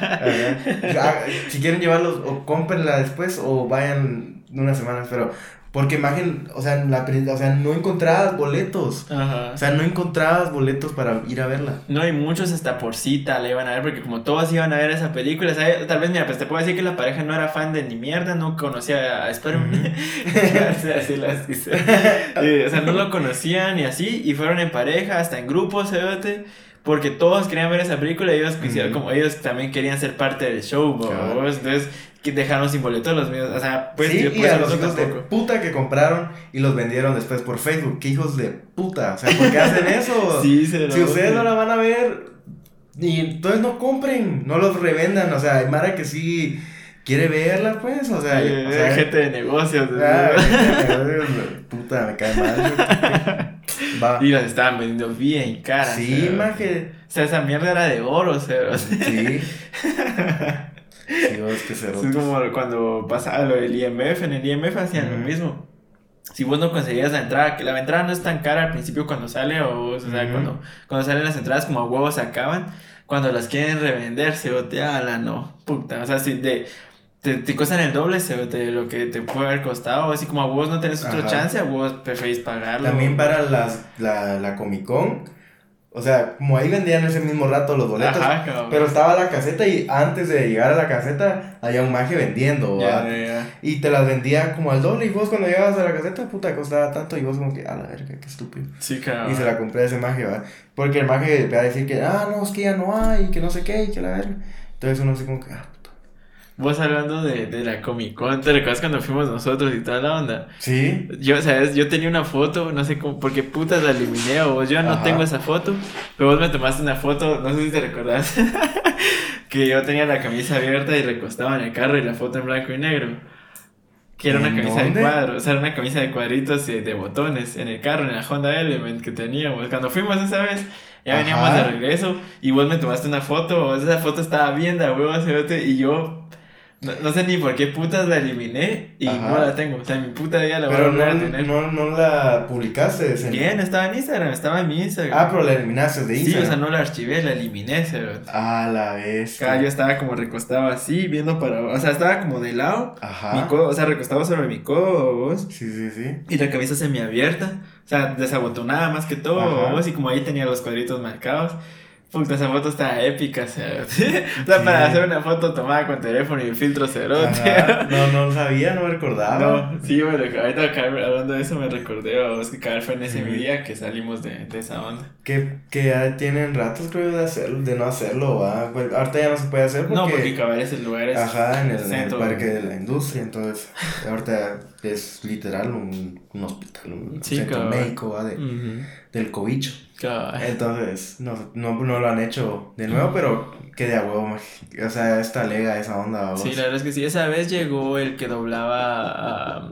Ajá. Si quieren llevarlos, o cómprenla después o vayan unas semanas, pero porque imagen, o sea, la, pri- o sea, no encontrabas boletos. Ajá. O sea, no encontrabas boletos para ir a verla. No, hay muchos hasta por cita la iban a ver, porque como todos iban a ver esa película, ¿sabes? Tal vez, mira, pues te puedo decir que la pareja no era fan de ni mierda, no conocía a Spider-Man. Así las hice. Y, o sea, no lo conocían y así, y fueron en pareja, hasta en grupos, ¿sabes? porque todos querían ver esa película y ellos quisieron, Ujú. como ellos también querían ser parte del show, ¿vos? Claro. Entonces que dejaron sin boleto los míos, o sea, pues sí, yo, y pues, a los nosotros hijos de tampoco. puta que compraron y los vendieron después por Facebook. ¿Qué hijos de puta? O sea, ¿por qué hacen eso? Sí, se Si ustedes no la van a ver, y entonces no compren, no los revendan. O sea, hay Mara que sí quiere verla, pues. O sea, Eh, o sea gente de negocios. ah, puta, me cae mal. Va. Y las estaban vendiendo bien caras. Sí, ¿sabes? maje. O sea, esa mierda era de oro, ¿sabes? Sí. Sí, vos que se Es como cuando pasaba lo del I M F, en el I M F hacían Ujú. lo mismo. Si vos no conseguías la entrada, que la entrada no es tan cara al principio cuando sale, o, o sea, Ujú. cuando, cuando salen las entradas como a huevos se acaban, cuando las quieren revender, se botea la no, puta, o sea, si de, te, te cuestan el doble se de lo que te puede haber costado, así como a vos no tenés otra Ajá. chance, a vos preferís pagarlo. También para las, la, la Comic Con, o sea, como ahí vendían ese mismo rato los boletos, Ajá, cabrón. pero estaba la caseta y antes de llegar a la caseta había un maje vendiendo, Ya, ¿va? ya, ya. Y te las vendía como al doble y vos cuando llegabas a la caseta, puta, costaba tanto y vos como que, a la verga, qué estúpido. Sí, cabrón. Y se la compré a ese maje, ¿va? Porque el maje te va a decir que, ah, no, es que ya no hay, que no sé qué, y que la verga. Entonces uno así como que, ah, puta. Vos hablando de, de la Comic Con, ¿te recuerdas cuando fuimos nosotros y toda la onda? Sí, Yo, ¿sabes? Yo tenía una foto, no sé cómo, porque putas la eliminé o yo no Ajá. tengo esa foto, pero vos me tomaste una foto, no sé si te recordás, que yo tenía la camisa abierta y recostaba en el carro y la foto en blanco y negro. Que era una ¿En camisa dónde? de cuadros, o sea, era una camisa de cuadritos y de botones en el carro, en la Honda Element que teníamos. Cuando fuimos esa vez, ya veníamos Ajá. de regreso y vos me tomaste una foto, o esa foto estaba bien de huevo, cerote, y yo no, no sé ni por qué putas la eliminé y Ajá. no la tengo. O sea, mi puta vida la voy a pero volver no, a tener. no, no la publicaste. en- Bien, estaba en Instagram, estaba en mi Instagram. Ah, pero la eliminaste de sí, Instagram. o sea, no la archivé, la eliminé, cerote. Ah, la vez. Cada yo estaba como recostado así, viendo para... O sea, estaba como de lado, Ajá. mi codo, o sea, recostado sobre mi codo, vos. Sí, sí, sí. Y la camisa semiabierta, o sea, desabotonada más que todo, Ajá. vos, y como ahí tenía los cuadritos marcados. Puta, esa foto está épica, cerote. O sea, Sí. para hacer una foto tomada con teléfono y filtro cerote. Ajá. No, no lo sabía, no me recordaba. No, sí, bueno, ahorita Carl, hablando de eso me recordé a vos que Carl fue en ese Ujú. mi día que salimos de, de esa onda. Que, que ya tienen ratos, creo, de hacerlo, de no hacerlo, ¿va? Pues, ahorita ya no se puede hacer porque... No, porque cabal ese lugar es Ajá, en el, en el centro. parque de la industria, entonces ahorita es literal un, un hospital, un Sí, centro cabal. médico, ¿va? De, Ujú. del cobicho. Cabal. Entonces, no, no, no lo han hecho de nuevo, pero que de a huevo, ma- o sea, esta lega, esa onda, vos. Sí, la verdad es que sí. Esa vez llegó el que doblaba a...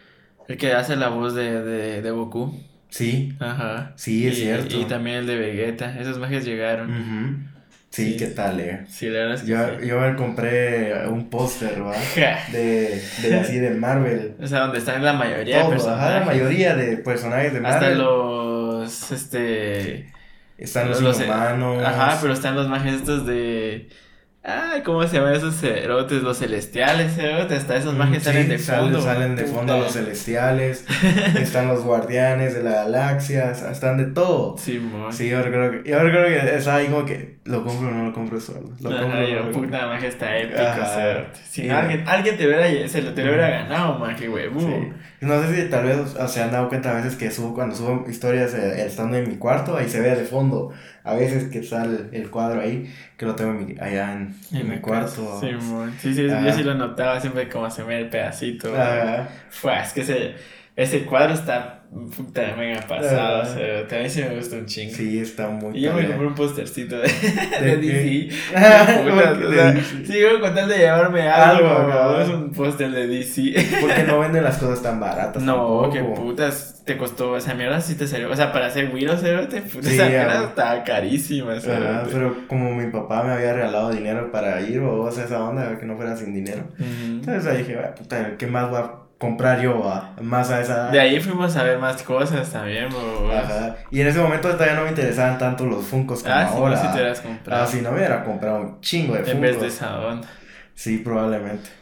el que hace la voz de, de, de Goku. Sí, Ajá. sí, es Y- cierto. Y también el de Vegeta. Esos mages llegaron. Ujú. Sí, Sí. qué tal, eh. Sí, la verdad es que Yo, sí. yo me compré un póster, ¿va? Ja. De, de así de Marvel. O sea, donde están la mayoría de Todo, personajes. ajá, la mayoría de personajes de Hasta Marvel. los... este... Están los, los- inhumanos. Ajá, pero están los mages estos de... Ay, ¿cómo se llaman esos cerotes? Los celestiales, cerotes. Hasta esos mages Mm, salen sí, de salen- fondo. Salen de fondo Puta. los celestiales. Están los guardianes de la galaxia. Están de todo. Sí, mo. Sí, yo creo que, yo creo que está ahí como que lo compro o no lo compro solo. Lo Ajá, compro o no yo, lo compro. puta magia está épico, Ajá. cerote. Si Sí. no, alguien, alguien te hubiera, se lo te lo hubiera ganado, maje, huevo. Sí. No sé si tal vez o se han dado cuenta a veces que subo, cuando subo historias eh, estando en mi cuarto, ahí se ve de fondo. A veces que sale el cuadro ahí, que lo tengo en mi- allá en, en mi la cuarto. casa. Sí, mo. sí, sí, Ajá. yo sí lo notaba siempre como se ve el pedacito. Ajá. Fue, es que ese, ese cuadro está puta mega pasado, Ajá. cerote. A mí sí me gusta un chingo. Sí, está muy Y yo me tarea. compré un postercito de, ¿De de qué? D C. Ah, Puta, ¿cómo que o de sea, D C? sigo con tal de llevarme algo, Algo, cabrón. cabrón. Es un póster de D C. Porque no venden las cosas tan baratas. No, tampoco. qué putas te costó esa mierda, sí te salió. O sea, para hacer Wiro, cerote, puta, Sí, esa ya. mierda estaba carísima, Ajá, cerote. pero como mi papá me había regalado dinero para ir o sea, esa onda, que no fuera sin dinero. Ujú. Entonces ahí dije, "Ah, puta, ¿qué más voy a comprar yo a, más a esa edad?" De ahí fuimos a ver más cosas también, bro. Ajá. Y en ese momento todavía no me interesaban tanto los Funkos como Ah, sí, ahora. vos sí te hubieras comprado. Ah, si no me hubiera comprado un chingo de Funkos. En vez de esa onda. Sí, probablemente.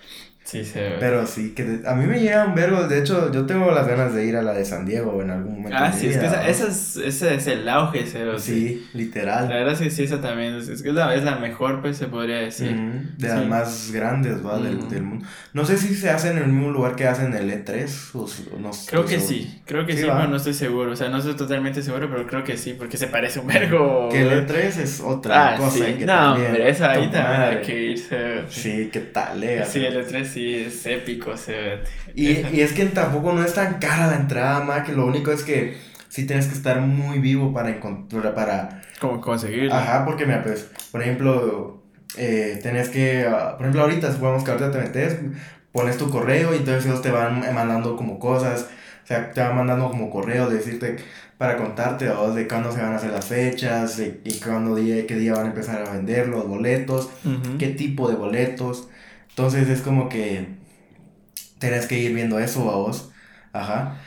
Sí, se ve. Pero sí, que de- a mí me llegan vergos. De hecho, yo tengo las ganas de ir a la de San Diego en algún momento Ah, de mi sí, es que vida, esa, ¿va? esa es, ese es el auge, cerote. Sí, La literal. verdad es que sí, esa también es, es que es la, es la mejor, pues se podría decir. Ujú, de las Sí. más grandes, ¿va? Del, Ujú. del mundo. No sé si se hace en el mismo lugar que hacen el E tres, o, si- o no Creo estoy que seguro. sí, creo que Sí, sí, ¿va? pero no estoy seguro. O sea, no estoy totalmente seguro, pero creo que sí, porque se parece un vergo. Que el E tres es otra Ah, cosa sí, que no, también. hombre, esa ahí tu también hay madre. que irse. Sí, qué tal, eh, Sí, el E tres sí es épico, se Y, y es que tampoco no es tan cara la entrada, más que lo único es que sí tienes que estar muy vivo para encontrar, para... ¿Cómo conseguirlo? Ajá, porque mira, pues, por ejemplo, eh, tenés que, ah, por ejemplo, ahorita supongamos que ahorita te metes, pones tu correo y entonces ellos te van mandando como cosas, o sea, te van mandando como correo de decirte para contarte o de cuándo se van a hacer las fechas, de, y cuándo día, qué día van a empezar a vender los boletos, Ujú. qué tipo de boletos. Entonces es como que tenés que ir viendo eso a vos. Ajá.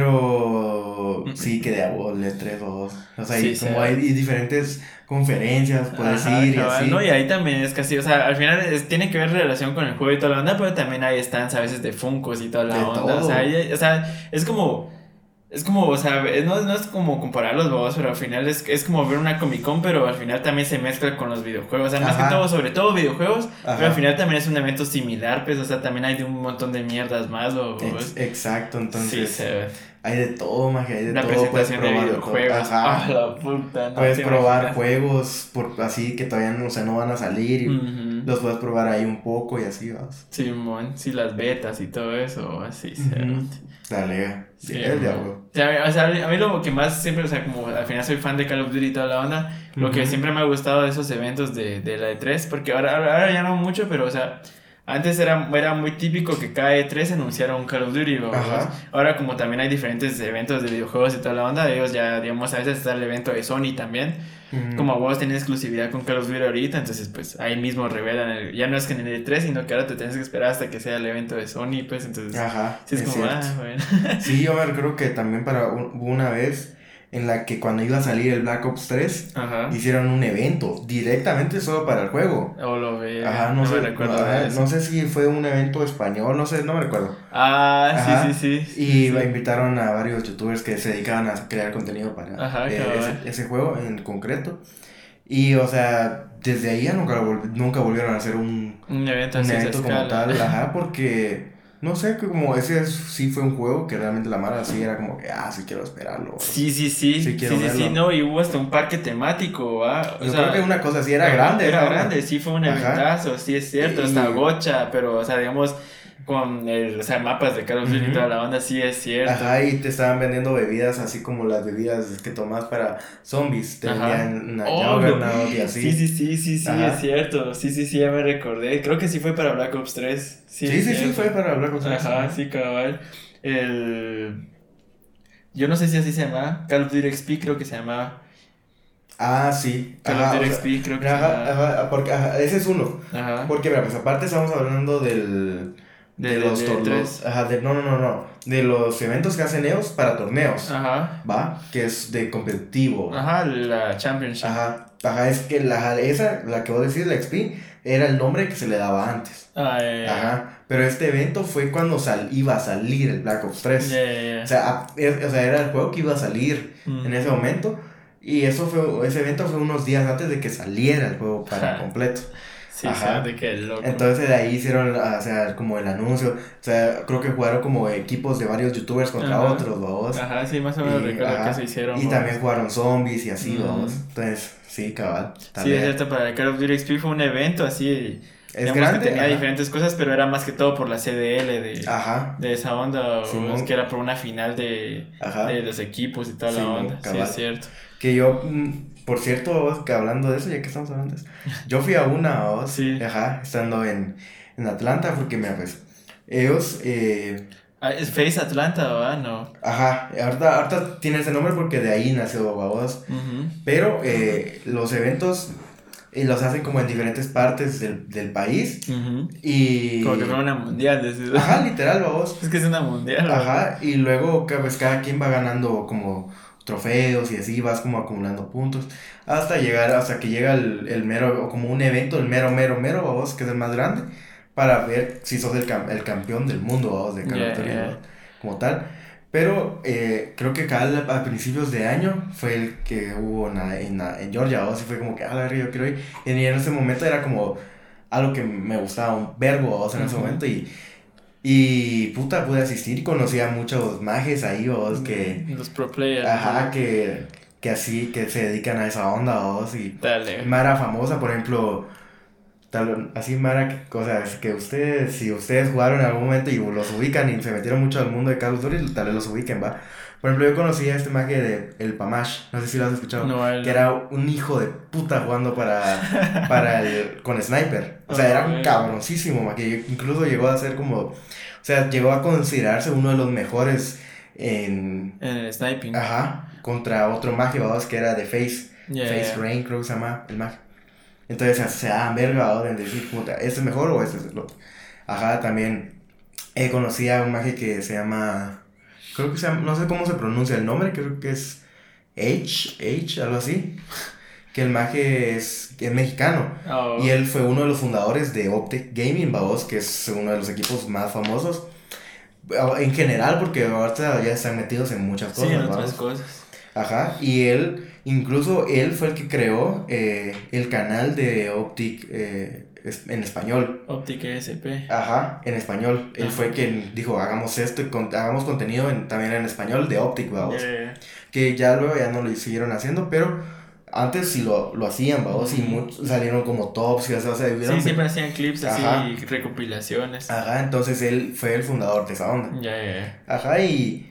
Pero sí que de a vos, le tres vos. O sea, Sí, y se como hay y diferentes conferencias, puedes Ajá, ir y cabal, no, así. y ahí también es casi, o sea, al final es- tiene que ver relación con el juego y toda la onda, pero también hay stands a veces de Funkos y toda la De onda, o sea, todo. ahí- o sea, es como, es como, o sea, es- no, no es como comparar los juegos, pero al final es, es como ver una Comic Con, pero al final también se mezcla con los videojuegos, o sea, más que Ajá. todo, sobre todo videojuegos, pero al Ajá. final también es un evento similar, pues, o sea, también hay de un montón de mierdas más, o, Ex- exacto, sí, entonces se ve. hay de todo, más que hay de La todo. Puedes presentación de probar de todo. videojuegos, Ajá. ah, la puta, no Puedes te probar imaginas. juegos por así que todavía no, o sea, no van a salir y Ujú. los puedes probar ahí un poco y así vas. Simón, sí, las betas y todo eso, así se Ujú. Dale, Sí, sí, es de man. algo. O sea, o sea, a mí lo que más siempre, o sea, como al final soy fan de Call of Duty y toda la onda, lo que Ujú. siempre me ha gustado de esos eventos de, de la E tres, porque ahora, ahora, ahora ya no mucho, pero o sea, antes era, era muy típico que cada E tres anunciara un Call of Duty, ¿no? Ajá. Ahora como también hay diferentes eventos de videojuegos y toda la onda, ellos ya, digamos, a veces está el evento de Sony también, Ujú. como vos tenés exclusividad con Call of Duty ahorita, entonces pues ahí mismo revelan, el- ya no es que en el E tres, sino que ahora te tienes que esperar hasta que sea el evento de Sony, pues entonces... Ajá, Sí, es, es como, cierto. ah, bueno. Sí, yo me recuerdo que también para un- hubo una vez en la que cuando iba a salir el Black Ops tres, Ajá. hicieron un evento directamente solo para el juego. O lo ve. Ajá, no, no sé, me recuerdo ajá, de eso. no sé si fue un evento español, no sé, no me recuerdo. Ah, Ajá, sí, sí, sí. y sí, sí. invitaron a varios youtubers que se dedicaban a crear contenido para Ajá, eh, cabal. ese, ese juego en concreto. Y, o sea, desde ahí ya nunca, vol- nunca volvieron a hacer un, Un evento un así de evento como escala. tal, ajá, porque no sé, que como ese es- sí fue un juego que realmente la Mara sí era como que, ah, sí quiero esperarlo. Sí, sí, sí. Sí Sí, quiero sí, sí, verlo. no, y hubo hasta un parque temático, ¿va? O Yo sea, creo que una cosa así era grande. Era esa onda. grande, sí, fue un Ajá. eventazo, sí, es cierto. Y- Hasta gocha, pero, o sea, digamos, con el, o sea, mapas de Call of Duty y Ujú. toda la banda, sí, es cierto. Ajá, y te estaban vendiendo bebidas así como las bebidas que tomas para zombies. Te Ajá. vendían una Oh, lo- Juggernaut y así. Sí, sí, sí, sí, sí, Ajá. es cierto. Sí, sí, sí, ya me recordé. Creo que sí fue para Black Ops tres. Sí, Sí, es sí, sí, cierto. fue para hablar con Ajá, sí, cabal. El... Yo no sé si así se llamaba. Call of Duty X P creo que se llamaba. Ah, sí. Call Ajá, of o Duty sea, X P creo que se ajá, llamaba. ajá, porque ajá, ese es uno. Ajá. Porque, mira, pues aparte estamos hablando del. De, De- de- los de torneos. tres. Ajá, de, no, no, no, no. De los eventos que hacen ellos para torneos. Ajá. ¿Va? Que es de competitivo. Ajá, la Championship. Ajá, ajá, es que la, esa, la que vos decís, la X P, era el nombre que se le daba antes. Ah, ya, ya, ya. Ajá, pero este evento fue cuando sal, iba a salir el Black Ops tres. Ya, ya, ya. O sea, a- es- o sea, era el juego que iba a salir Mm. en ese momento. Y eso fue, ese evento fue unos días antes de que saliera el juego para Ajá. completo. Sí, Ajá. de que loco. Entonces de ahí hicieron, o sea, como el anuncio. O sea, creo que jugaron como equipos de varios youtubers contra Ajá. otros, vamos. Ajá, sí, más o menos Y, recuerdo ajá, que se hicieron. y ¿no? también jugaron zombies y así, Mm. vamos. Entonces, sí, cabal. Sí, es también. cierto, para el Call of Duty X P fue un evento así. Es digamos grande. que tenía ajá. diferentes cosas, pero era más que todo por la C D L de, Ajá, de esa onda. O Simón. es que era por una final de, ajá. de los equipos y toda la Simón, onda. Sí, cabal. es cierto. Que yo, mm, por cierto, vos, que hablando de eso, ya que estamos hablando de eso, yo fui a una, vos, Sí. ajá, estando en, en Atlanta, porque mira, pues, ellos, eh, Ah, ¿es Face Atlanta, ¿verdad? No. ajá, ahorita, ahorita tiene ese nombre porque de ahí nació vos, Ujú. pero eh, los eventos eh, los hacen como en diferentes partes del, del país Ujú. y... Como que fue una mundial. decís. Ajá, literal, vos. Es que es una mundial. ¿verdad? Ajá, y luego ca- pues, cada quien va ganando como trofeos y así vas como acumulando puntos hasta llegar, hasta que llega el, el mero, o como un evento, el mero, mero, mero, vamos, que es el más grande, para ver si sos el, cam- el campeón del mundo, vamos, de Call of Duty, Yeah. ¿no? Como tal. Pero eh, creo que Cal a principios de año fue el que hubo en, en, en Georgia, o así fue como que, a ver, yo quiero ir. Y en ese momento era como algo que me gustaba un verbo, o sea, en ese Ujú. momento. Y, y puta, pude asistir y conocí a muchos mages ahí, o que, Los pro players. ajá, ¿no? que, que así, que se dedican a esa onda, o y Dale. Mara famosa, por ejemplo. Tal, así, Mara, que cosas que ustedes, si ustedes jugaron en algún momento y los ubican y se metieron mucho al mundo de Call of Duty, tal vez los ubiquen, va. Por ejemplo, yo conocí a este mague de El Pamash, no sé si lo has escuchado, No, él que no. era un hijo de puta jugando para, para el, con Sniper. O sea, era un Ok. cabroncísimo, ma, que incluso llegó a ser como, o sea, llegó a considerarse uno de los mejores en, En el sniping. ajá, contra otro mague, vamos, que era de Face, Yeah, Face yeah. Rain, creo que se llama el mague. Entonces se se daban verga ahora en decir, puta, ¿este es mejor o este es el otro? Ajá, también eh, conocí a un maje que se llama, creo que se llama, no sé cómo se pronuncia el nombre, creo que es H, H, algo así. Que el maje es, es mexicano. Oh. Y él fue uno de los fundadores de Optic Gaming, babos, que es uno de los equipos más famosos. En general, porque ahorita ya están metidos en muchas Sí, cosas, en otras babos. cosas. Ajá, y él, incluso él fue el que creó eh, el canal de Optic eh, es- en español. Optic S P. Ajá, en español. Él Ajá. fue quien dijo, hagamos esto y con- hagamos contenido en- también en español de Optic, vamos. Yeah. Que ya luego ya no lo siguieron haciendo, pero antes sí lo, lo hacían, vamos, y Ujú. muchos salieron como tops y o sea, se vieron. Sí, siempre hacían clips así, Ajá. recopilaciones. Ajá, entonces él fue el fundador de esa onda. Ya, ya, ya. Ajá, y...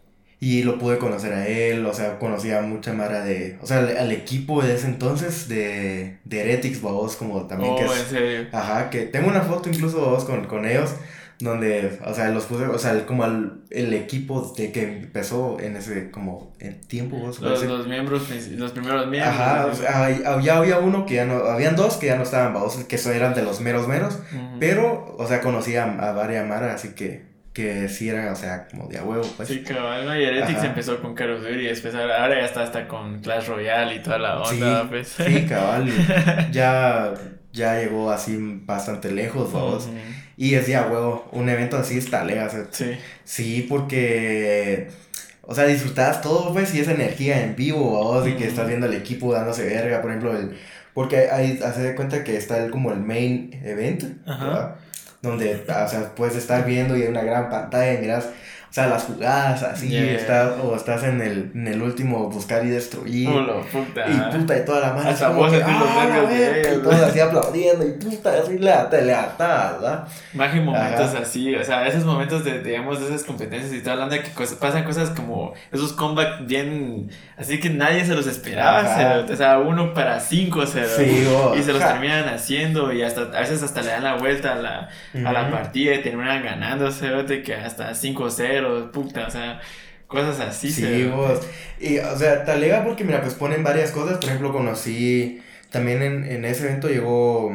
Y lo pude conocer a él, o sea, conocía a mucha mara de... O sea, al, al equipo de ese entonces de, de Heretics, vos, como también Oh, que en es... serio. Ajá, que tengo una foto incluso vos con, con ellos, donde, o sea, los puse, o sea, el- como el, el equipo de que empezó en ese, como, en tiempo, vos, Los, parece. los miembros, princi- los primeros miembros. Ajá, o ¿no? sea, hay- ya había uno que ya no... Habían dos que ya no estaban, vos, que eso eran de los meros meros, Ujú. pero, o sea, conocía a, a varias maras, así que... Que sí eran, o sea, como de a huevo, pues. Sí, cabal, ¿no? Y Heretics Ajá. empezó con Call of Duty y después ahora, ahora ya está hasta con Clash Royale y toda la onda, Sí, pues. sí, cabal. y Ya, ya llegó así bastante lejos, vamos. Ujú. Y decía, huevo, un evento así está lejos. Sí. Sí, porque, o sea, disfrutabas todo, pues, y esa energía en vivo, vamos, y que Ujú. estás viendo el equipo dándose verga, por ejemplo, el, porque ahí hace de cuenta que está el, como el main event, Ajá. ¿verdad? Donde, o sea, puedes estar viendo y hay una gran pantalla y miras, o sea, las jugadas así, Yeah. estás, o estás en el, en el último buscar y destruir. Hola, puta. Y puta, y toda la mano Hasta así como vos que, sentís los ¡ah, la nervios de verga! ellos, Y todos así aplaudiendo, y puta, así la te le atas, ¿verdad? Más que momentos Ajá. así, o sea, esos momentos de, digamos, de esas competencias y toda la onda que cos- pasan cosas como esos comebacks bien, así que nadie se los esperaba, Ajá. cerote, o sea, uno para cinco, cerote, Sí, vos. y se los Ja. terminan haciendo y hasta, a veces hasta le dan la vuelta a la, a la Ujú. partida y terminan ganando, cerote, que hasta cinco cero, puta, o sea, cosas así, Sí, cerote. vos. Y, o sea, te alega porque, mira, pues ponen varias cosas. Por ejemplo, conocí, también en, en ese evento llegó,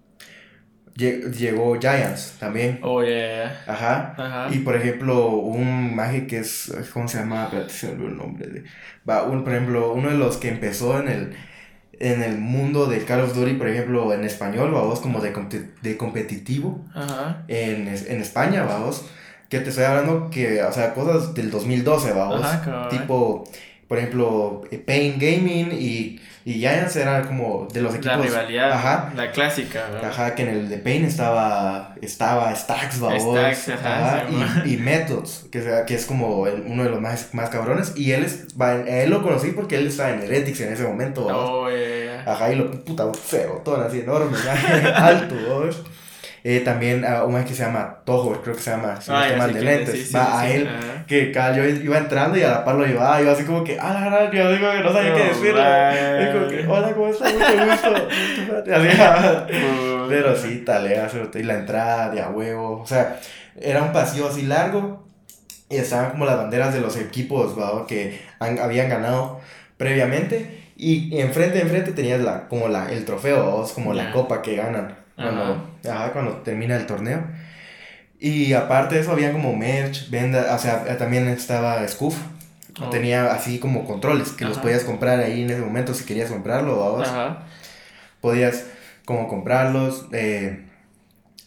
lle- llegó Giants también. Oh, yeah, Ajá. ajá, Y por ejemplo, un maje que es, ¿cómo se llama? Espérate, se me olvidó el nombre. De, va, un, por ejemplo, uno de los que empezó en el, en el mundo de Call of Duty, por ejemplo, en español, vamos, como de, competi- de competitivo, ajá, en, es- en España, vamos, que te estoy hablando que, o sea, cosas del dos mil doce, vamos, Ajá, cabal. tipo, por ejemplo, eh, Pain Gaming y, y Giants eran como de los la equipos, rivalidad, ajá, la clásica, ¿verdad? ajá, que en el de Pain estaba, estaba Stacks, vamos, Stacks, ajá, sí, man. y, y Methods, que, sea- que es como el- uno de los más, más cabrones, y él, es, va, él lo conocí porque él estaba en Heretics en ese momento, vamos. Oh, yeah, yeah. Ajá, y lo puta, un ferotón así enorme, ¿verdad? Alto, ¿vos? Eh, también a un man que se llama Toho, creo que se llama, si no Ah, estoy ya mal, sé de quién es, lentes. sí, sí, Va sí, a sí, él, ajá. que cada yo iba entrando y a la par lo llevaba, yo así como que, ah, la gran, yo digo que no sabía qué Oh, decirle. man. Y como que, hola, ¿cómo estás? Mucho gusto. Así, ajá. Pero sí, talea, y la entrada de a huevo, o sea, era un pasillo así largo y estaban como las banderas de los equipos, ¿va? Que han- habían ganado previamente. Y enfrente, enfrente tenías la, como la, el trofeo, ¿va? Como la Ya. copa que ganan cuando, ajá, cuando termina el torneo. Y aparte de eso, había como merch, venda, o sea, también estaba Scoof. Oh. Tenía así como controles que los Ajá. podías comprar ahí en ese momento si querías comprarlo, ¿va? Ajá. Podías como comprarlos. eh,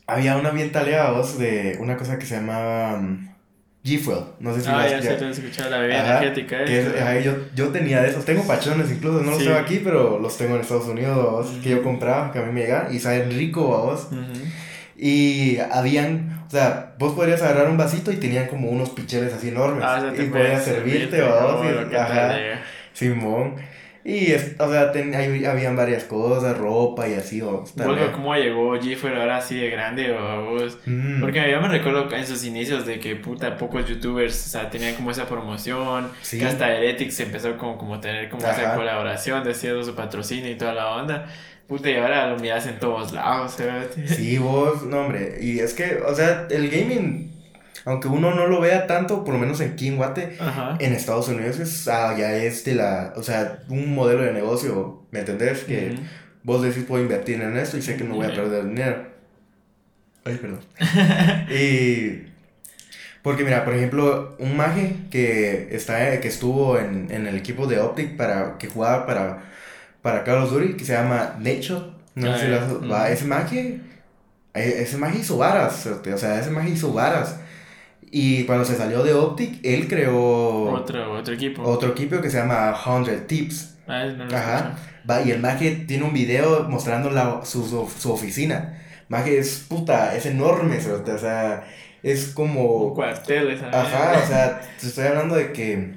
había una bien taleada, vos, de una cosa que se llamaba um, G Fuel. No sé si Ah, la has ya sé, escuchado. te he escuchado la bebida Ajá, energética que es, esa. ajá, yo, yo tenía de esos. Tengo pachones incluso, no los Sí. tengo aquí, pero los tengo en Estados Unidos, vos, que yo Ujú. compraba, que a mí me llegaban y saben rico, vos. Ujú. Y habían, o sea, vos podrías agarrar un vasito y tenían como unos picheles así enormes. Ah, o sea, te Y puedes podías servirte, servirte, vos, oh, lo y, que tal, ajá, eh. Simón. Y, es, o sea, ten, ahí habían varias cosas, ropa y así, vos, ¿Vos también. cómo llegó G-Fuel ahora así de grande o vos? Mm, Porque yo me recuerdo en sus inicios de que puta pocos youtubers, o sea, tenían como esa promoción, que sí, hasta Heretics empezó como, como tener como esa ajá. colaboración, decidiendo su patrocinio y toda la onda. Puta, y ahora lo miras en todos lados, ¿sabes? Sí, vos, no, hombre. Y es que, o sea, el gaming, aunque uno no lo vea tanto, por lo menos aquí en Guate, Ajá. en Estados Unidos es, ah, ya es de la, o sea, un modelo de negocio, ¿me entendés? Que Ujú. vos decís, puedo invertir en esto y sé que no voy a Yeah. perder dinero. Ay, perdón. Y, porque mira, por ejemplo, un maje que, está, que estuvo en, en el equipo de Optic para, que jugaba para, para Call of Duty, que se llama Nacho, no sé Ah, si lo has, ya. va, Ujú. ese maje, eh, ese maje hizo varas, o sea, ese maje hizo varas. Y cuando se salió de Optic, él creó Otro, otro equipo. otro equipo que se llama cien Tips. Ah, no lo he Ajá. escuchado. Va, y el maje tiene un video mostrando la, su, su, su oficina. Maje es puta, es enorme, cerote, o sea, es Un como. cuartel esa Ajá, o mierda. sea, te estoy hablando de que.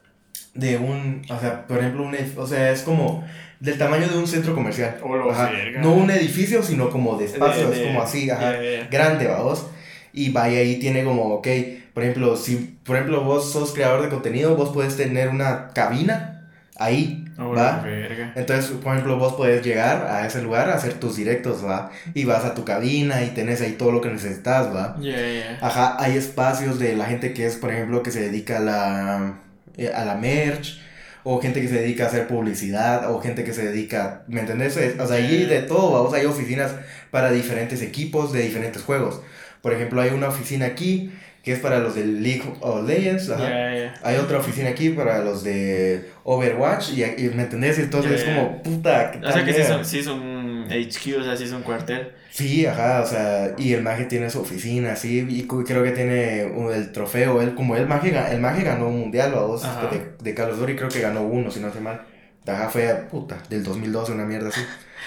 De un. O sea, por ejemplo, un. ed- O sea, es como. Del tamaño de un centro comercial. O lo Ajá. No verga. un edificio, sino como de De, espacio, es como de, así, ajá. ya, ya. Grande, vamos. Y vaya ahí tiene como, ok. Por ejemplo, si por ejemplo vos sos creador de contenido, vos puedes tener una cabina ahí, O lo ¿va? verga. Entonces, por ejemplo, vos puedes llegar a ese lugar a hacer tus directos, ¿va? Y vas a tu cabina y tenés ahí todo lo que necesitas, ¿va? Ya, ya. Ajá, hay espacios de la gente que es, por ejemplo, que se dedica a la, eh, a la merch, o gente que se dedica a hacer publicidad, o gente que se dedica, ¿me entendés? Es- O sea, Ya, allí de ya. todo, vamos, hay oficinas para diferentes equipos de diferentes juegos. Por ejemplo, hay una oficina aquí que es para los de League of Legends, ajá. Ya, ya. Hay otra oficina aquí para los de Overwatch, y, y ¿me entendés? Entonces Ya, es ya. como, puta, ¿qué O sea tal? que sí Verga? son, sí son H Q, o sea, sí son cuartel. Sí, ajá, o sea, y el maje tiene su oficina, sí, y cu- creo que tiene un- el trofeo, él, como el maje, ga- el maje ganó un mundial, o dos, Ajá. de, de Call of Duty, creo que ganó uno, si no estoy mal, ajá, fue, puta, del dos mil doce, una mierda así,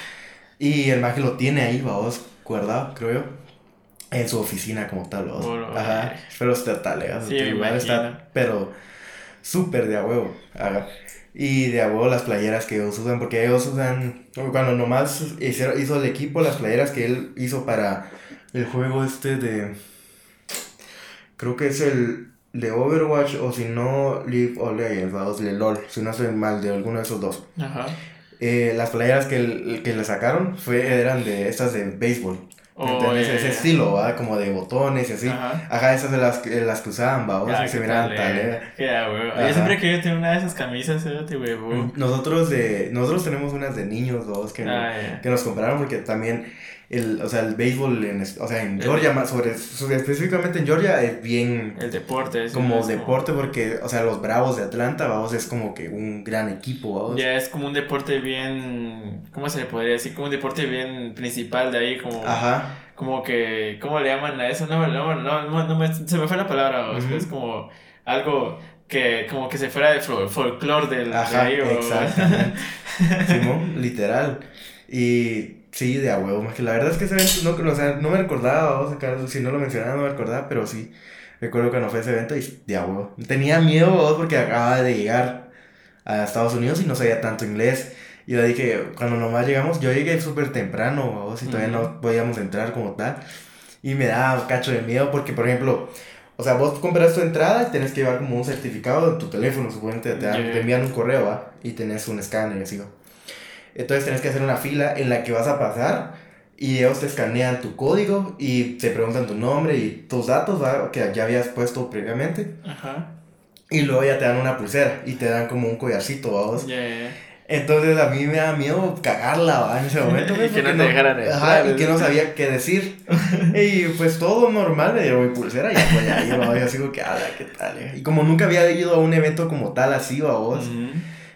y el maje lo tiene ahí, vamos, guardado, creo yo, en su oficina como tal, vamos, O lo ajá, verga. pero está tal, eh, o sea, Sí, me el lugar imagino. está, pero súper de a huevo, ajá. Y de a huevo las playeras que ellos usan, porque ellos usan, cuando nomás hicieron, hizo el equipo, las playeras que él hizo para el juego este de, creo que es el de Overwatch, o si no, League of Legends, o de LOL, si no estoy mal, de alguno de esos dos. Ajá. Eh, las playeras que, el- que le sacaron fue, eran de estas de béisbol. ¿Me O, entiendes? Ese eh, estilo, ¿va? Como de botones y así. ajá. Ajá, esas de las, que- las que usaban, ¿va? O Ya, sea, se qué tal, miraban tal, eh. eh. Qué da, huevo. Yo siempre he Ajá. querido tener una de esas camisas, fíjate, huevo. Nosotros de, nosotros tenemos unas de niños, dos, que, no- Ah, ya. que nos compraron porque también el, o sea, el béisbol en, es- o sea, en El- Georgia, más sobre, sobre- específicamente en Georgia es bien El deporte, es como es deporte porque, o sea, los Bravos de Atlanta, vamos, es como que un gran equipo, vamos. Ya es como un deporte bien, ¿cómo se le podría decir? Como un deporte bien principal de ahí, como, Ajá. como que, ¿cómo le llaman a eso? No, no, no, no, no me- se me fue la palabra, o sea, es Ujú. como algo que, como que se fuera de fol- folclore del, de ahí, Ajá, o... exactamente. Simón, literal. Y sí, de a huevo, más que la verdad es que ese evento, no, o sea, no me recordaba, vamos a sacar, si no lo mencionaba no me recordaba, pero sí, recuerdo cuando fue ese evento y de a huevo. Tenía miedo, vos, porque acababa de llegar a Estados Unidos y no sabía tanto inglés. Y yo dije, cuando nomás llegamos, yo llegué súper temprano, vos, y todavía Ujú. no podíamos entrar como tal. Y me daba un cacho de miedo porque, por ejemplo, o sea, vos compras tu entrada y tenés que llevar como un certificado en tu teléfono, suponete, te, dan- te Yeah. envían un correo, ¿va? Y tenés un escáner y así, ¿va? Entonces tenés que hacer una fila en la que vas a pasar y ellos te escanean tu código y te preguntan tu nombre y tus datos, ¿va? Que ya habías puesto previamente. Ajá. Y luego ya te dan una pulsera y te dan como un collarcito, vamos. Yeah. Entonces a mí me da miedo cagarla, ¿va? En ese momento, Y pues, que no porque te dejaran ajá, entrar. y que no sabía qué decir. Y pues todo normal, me dieron mi pulsera y pues ya iba, y así como que, ala, ¿qué tal? eh?". Y como nunca había ido a un evento como tal así, ¿va vos? Ujú.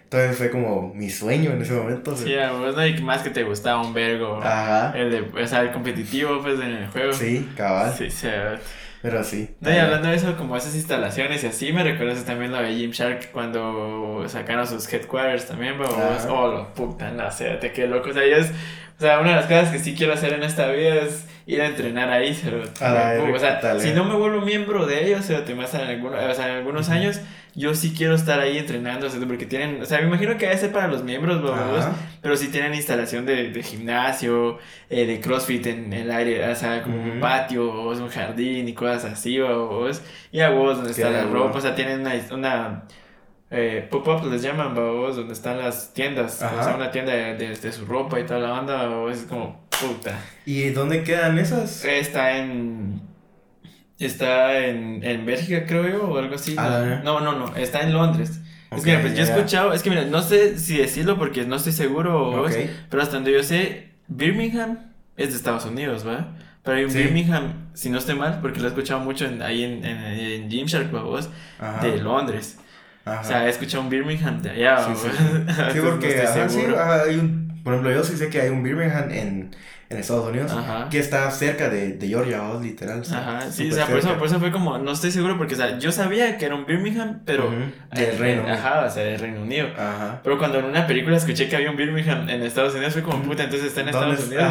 Entonces fue como mi sueño en ese momento. Sí, a vos no hay más que te gustaba un vergo. Ajá. El de, o sea, el competitivo, pues, en el juego. Sí, cabal. Sí, sí. Pero sí. No, y hablando de eso, como esas instalaciones y así, me recuerdas también la de Gymshark cuando sacaron sus headquarters también, vamos. Oh, lo puta, no sé, te quedé loco. O sea, ellos, o sea, una de las cosas que sí quiero hacer en esta vida es ir a entrenar ahí, pero, Ay, o sea, dale. si no me vuelvo miembro de ellos, pero te más en algunos, o sea, en algunos uh-huh. años, yo sí quiero estar ahí entrenando, o sea, porque tienen, o sea, me imagino que debe ser para los miembros, vamos, pero sí tienen instalación de, de gimnasio, eh, de CrossFit en el aire, o sea, como uh-huh. un patio, o un jardín y cosas así, vos, y a vos donde está la ropa, o sea, tienen una, una eh, pop-up les llaman, vos, donde están las tiendas, ajá. O sea, una tienda de, de, de su ropa y toda la banda, vos, es como, puta. ¿Y dónde quedan esas? Está en... Está en, en Bélgica, creo yo, o algo así. Ah, no, no, no, está en Londres. Okay, es que, mira, pues yo he escuchado, es que mira, no sé si decirlo porque no estoy seguro, okay. Pero hasta donde yo sé, Birmingham es de Estados Unidos, ¿va? Pero hay un sí. Birmingham, si no estoy mal, porque lo he escuchado mucho en, ahí en, en, en Gymshark, vos, de Londres. Ajá. O sea, he escuchado un Birmingham de allá, sí, sí. Sí, porque, no ajá, sí, hay un, por ejemplo, yo sí sé que hay un Birmingham en... en Estados Unidos, ajá. Que está cerca de, de Georgia, ¿no? Literal. Ajá, sí, o sea, por eso, por eso fue como, no estoy seguro, porque, o sea, yo sabía que era un Birmingham, pero... Uh-huh. Del eh, Reino Unido. Ajá, o sea, del Reino Unido. Ajá. Pero cuando en una película escuché que había un Birmingham en Estados Unidos, fue como, puta, entonces está en Estados Unidos.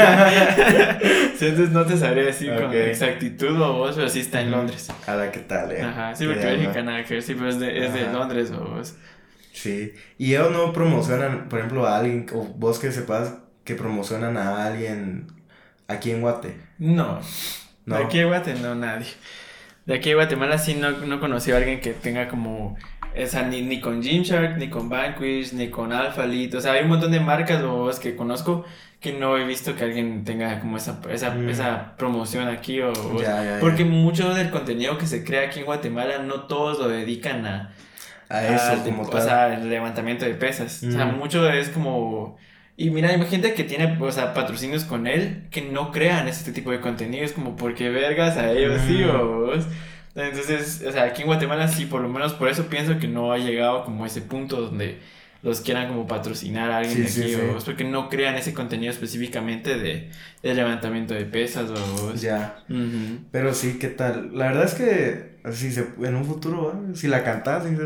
Sí, entonces no te sabría decir okay. con exactitud o vos, pero sí está en Londres. A la que tal, eh. Ajá, sí, porque Bélgica nada que ver, sí, pero es de, es de Londres o vos. Sí, y ellos no promocionan, por ejemplo, a alguien, o vos que sepas... que promocionan a alguien aquí en Guate. No, no. De aquí en Guate no, nadie. De aquí en Guatemala sí no, no conocí a alguien que tenga como... O sea, ni, ni con Gymshark, ni con Vanquish, ni con Alpha Elite. O sea, hay un montón de marcas o que conozco que no he visto que alguien tenga como esa, esa, mm. esa promoción aquí. O, o ya, ya, porque ya. Mucho del contenido que se crea aquí en Guatemala no todos lo dedican a... A eso, a, como O tal. sea, el levantamiento de pesas. Mm. O sea, mucho es como... Y mira, hay gente que tiene, o sea, patrocinios con él que no crean este tipo de contenidos, como porque vergas a ellos, mm. sí, o vos. Entonces, o sea, aquí en Guatemala sí, por lo menos por eso pienso que no ha llegado como a ese punto donde los quieran como patrocinar a alguien sí, de aquí, sí, o vos, sí. Porque no crean ese contenido específicamente de, de levantamiento de pesas, o vos. Ya. Uh-huh. Pero sí, ¿qué tal? La verdad es que si se, en un futuro, ¿eh? Si la cantas, si se,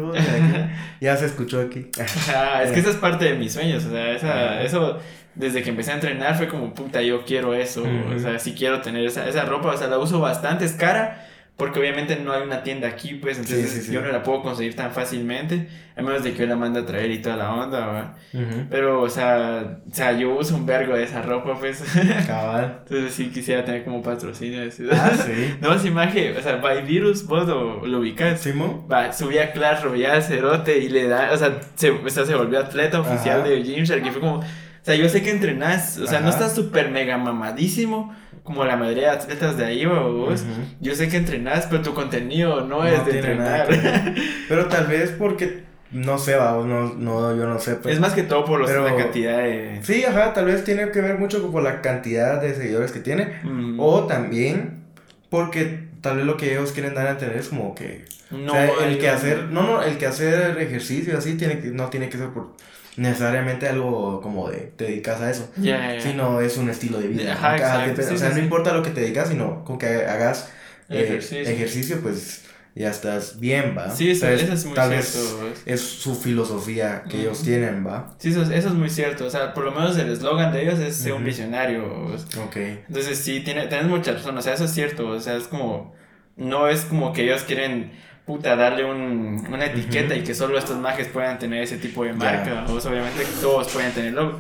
ya se escuchó aquí. Ah, es que esa es parte de mis sueños, o sea, esa, uh-huh. eso desde que empecé a entrenar fue como, puta, yo quiero eso, uh-huh. O sea, sí quiero tener esa, esa ropa, o sea, la uso bastante, es cara, porque obviamente no hay una tienda aquí, pues, entonces sí, sí, sí. Yo no la puedo conseguir tan fácilmente, a menos de que yo la mande a traer y toda la onda, ¿verdad? Uh-huh. Pero, o sea, o sea, yo uso un vergo de esa ropa, pues. Cabal. Entonces sí quisiera tener como patrocinio. Ah, sí. No, esa imagen, o sea, by Virus, vos lo, lo ubicas. ¿Sí, mo? Va, subí a Clash Royale, cerote, y le da, o sea, se, o sea, se volvió atleta oficial Ajá. de Gymshark, y fue como, o sea, yo sé que entrenás, o sea, Ajá. no estás súper mega mamadísimo, como la mayoría de atletas de ahí, vos. Uh-huh. Yo sé que entrenás, pero tu contenido no, no es de entrenar. Pero tal vez porque, no sé, va, no, no, yo no sé. Pero, es más que todo por los, pero, la cantidad de... Sí, ajá, tal vez tiene que ver mucho con la cantidad de seguidores que tiene. Uh-huh. O también porque tal vez lo que ellos quieren dar a entender es como que... No, o sea, el que hacer... No, no, el que hacer ejercicio así tiene que, no tiene que ser por... necesariamente algo como de te dedicas a eso, yeah, yeah. Sino es un estilo de vida. Ajá, exacto, sí, o sea, sí, no sí. importa lo que te dedicas, sino con que hagas eh, ejercicio. ejercicio, pues ya estás bien, ¿va? Sí, eso, Entonces, eso es muy tal cierto. Vez es su filosofía que uh-huh. ellos tienen, ¿va? Sí, eso, eso es muy cierto. O sea, por lo menos el eslogan de ellos es ser uh-huh. un visionario. Ok. Entonces, sí, tiene, tienes mucha razón. O sea, eso es cierto. O sea, es como... No es como que ellos quieren... puta, darle un, una etiqueta uh-huh. y que solo estos mages puedan tener ese tipo de marca, yeah. O sea, obviamente que todos pueden tenerlo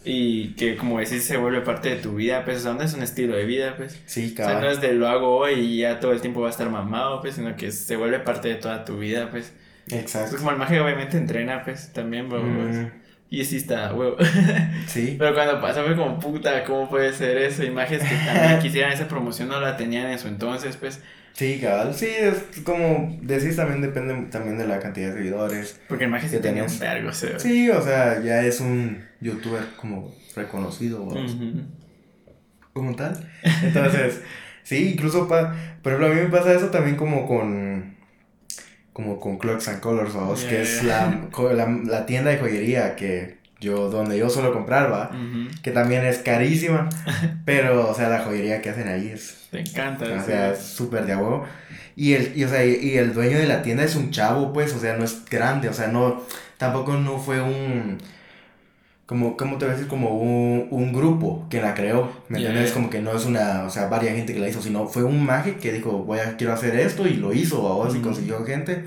y que como decís se vuelve parte de tu vida, pues, o sea, no es un estilo de vida, pues, sí, claro. O sea, no es de lo hago hoy y ya todo el tiempo va a estar mamado, pues, sino que se vuelve parte de toda tu vida, pues. Exacto. Entonces, como el mago obviamente entrena, pues, también, pues, mm. y sí está, huevo. Sí. Pero cuando pasó fue como, puta, ¿cómo puede ser eso? Imágenes que también quisieran esa promoción no la tenían en su entonces, pues. Sí, cabal, sí, es como decís, también depende también de la cantidad de seguidores. Porque el mago sí tenía un vergo, o sea. Sí, o sea, ya es un youtuber como reconocido, uh-huh. como tal. Entonces, sí, incluso, pa, por ejemplo, a mí me pasa eso también como con... como con Clocks and Colors, vamos, Yeah. que es la, la, la tienda de joyería que yo, donde yo suelo comprar, va, Uh-huh. que también es carísima, pero, o sea, la joyería que hacen ahí es, Te encanta. o sí. sea, es súper de a huevo. Y el, y, o sea, y, y el dueño de la tienda es un chavo, pues, o sea, no es grande, o sea, no, tampoco no fue un, como, ¿cómo te voy a decir? Como un, un grupo que la creó, ¿me Yeah. entiendes? Como que no es una, o sea, varias gente que la hizo, sino fue un maje que dijo, voy a, quiero hacer esto, y lo hizo, vamos, y Ujú. consiguió gente,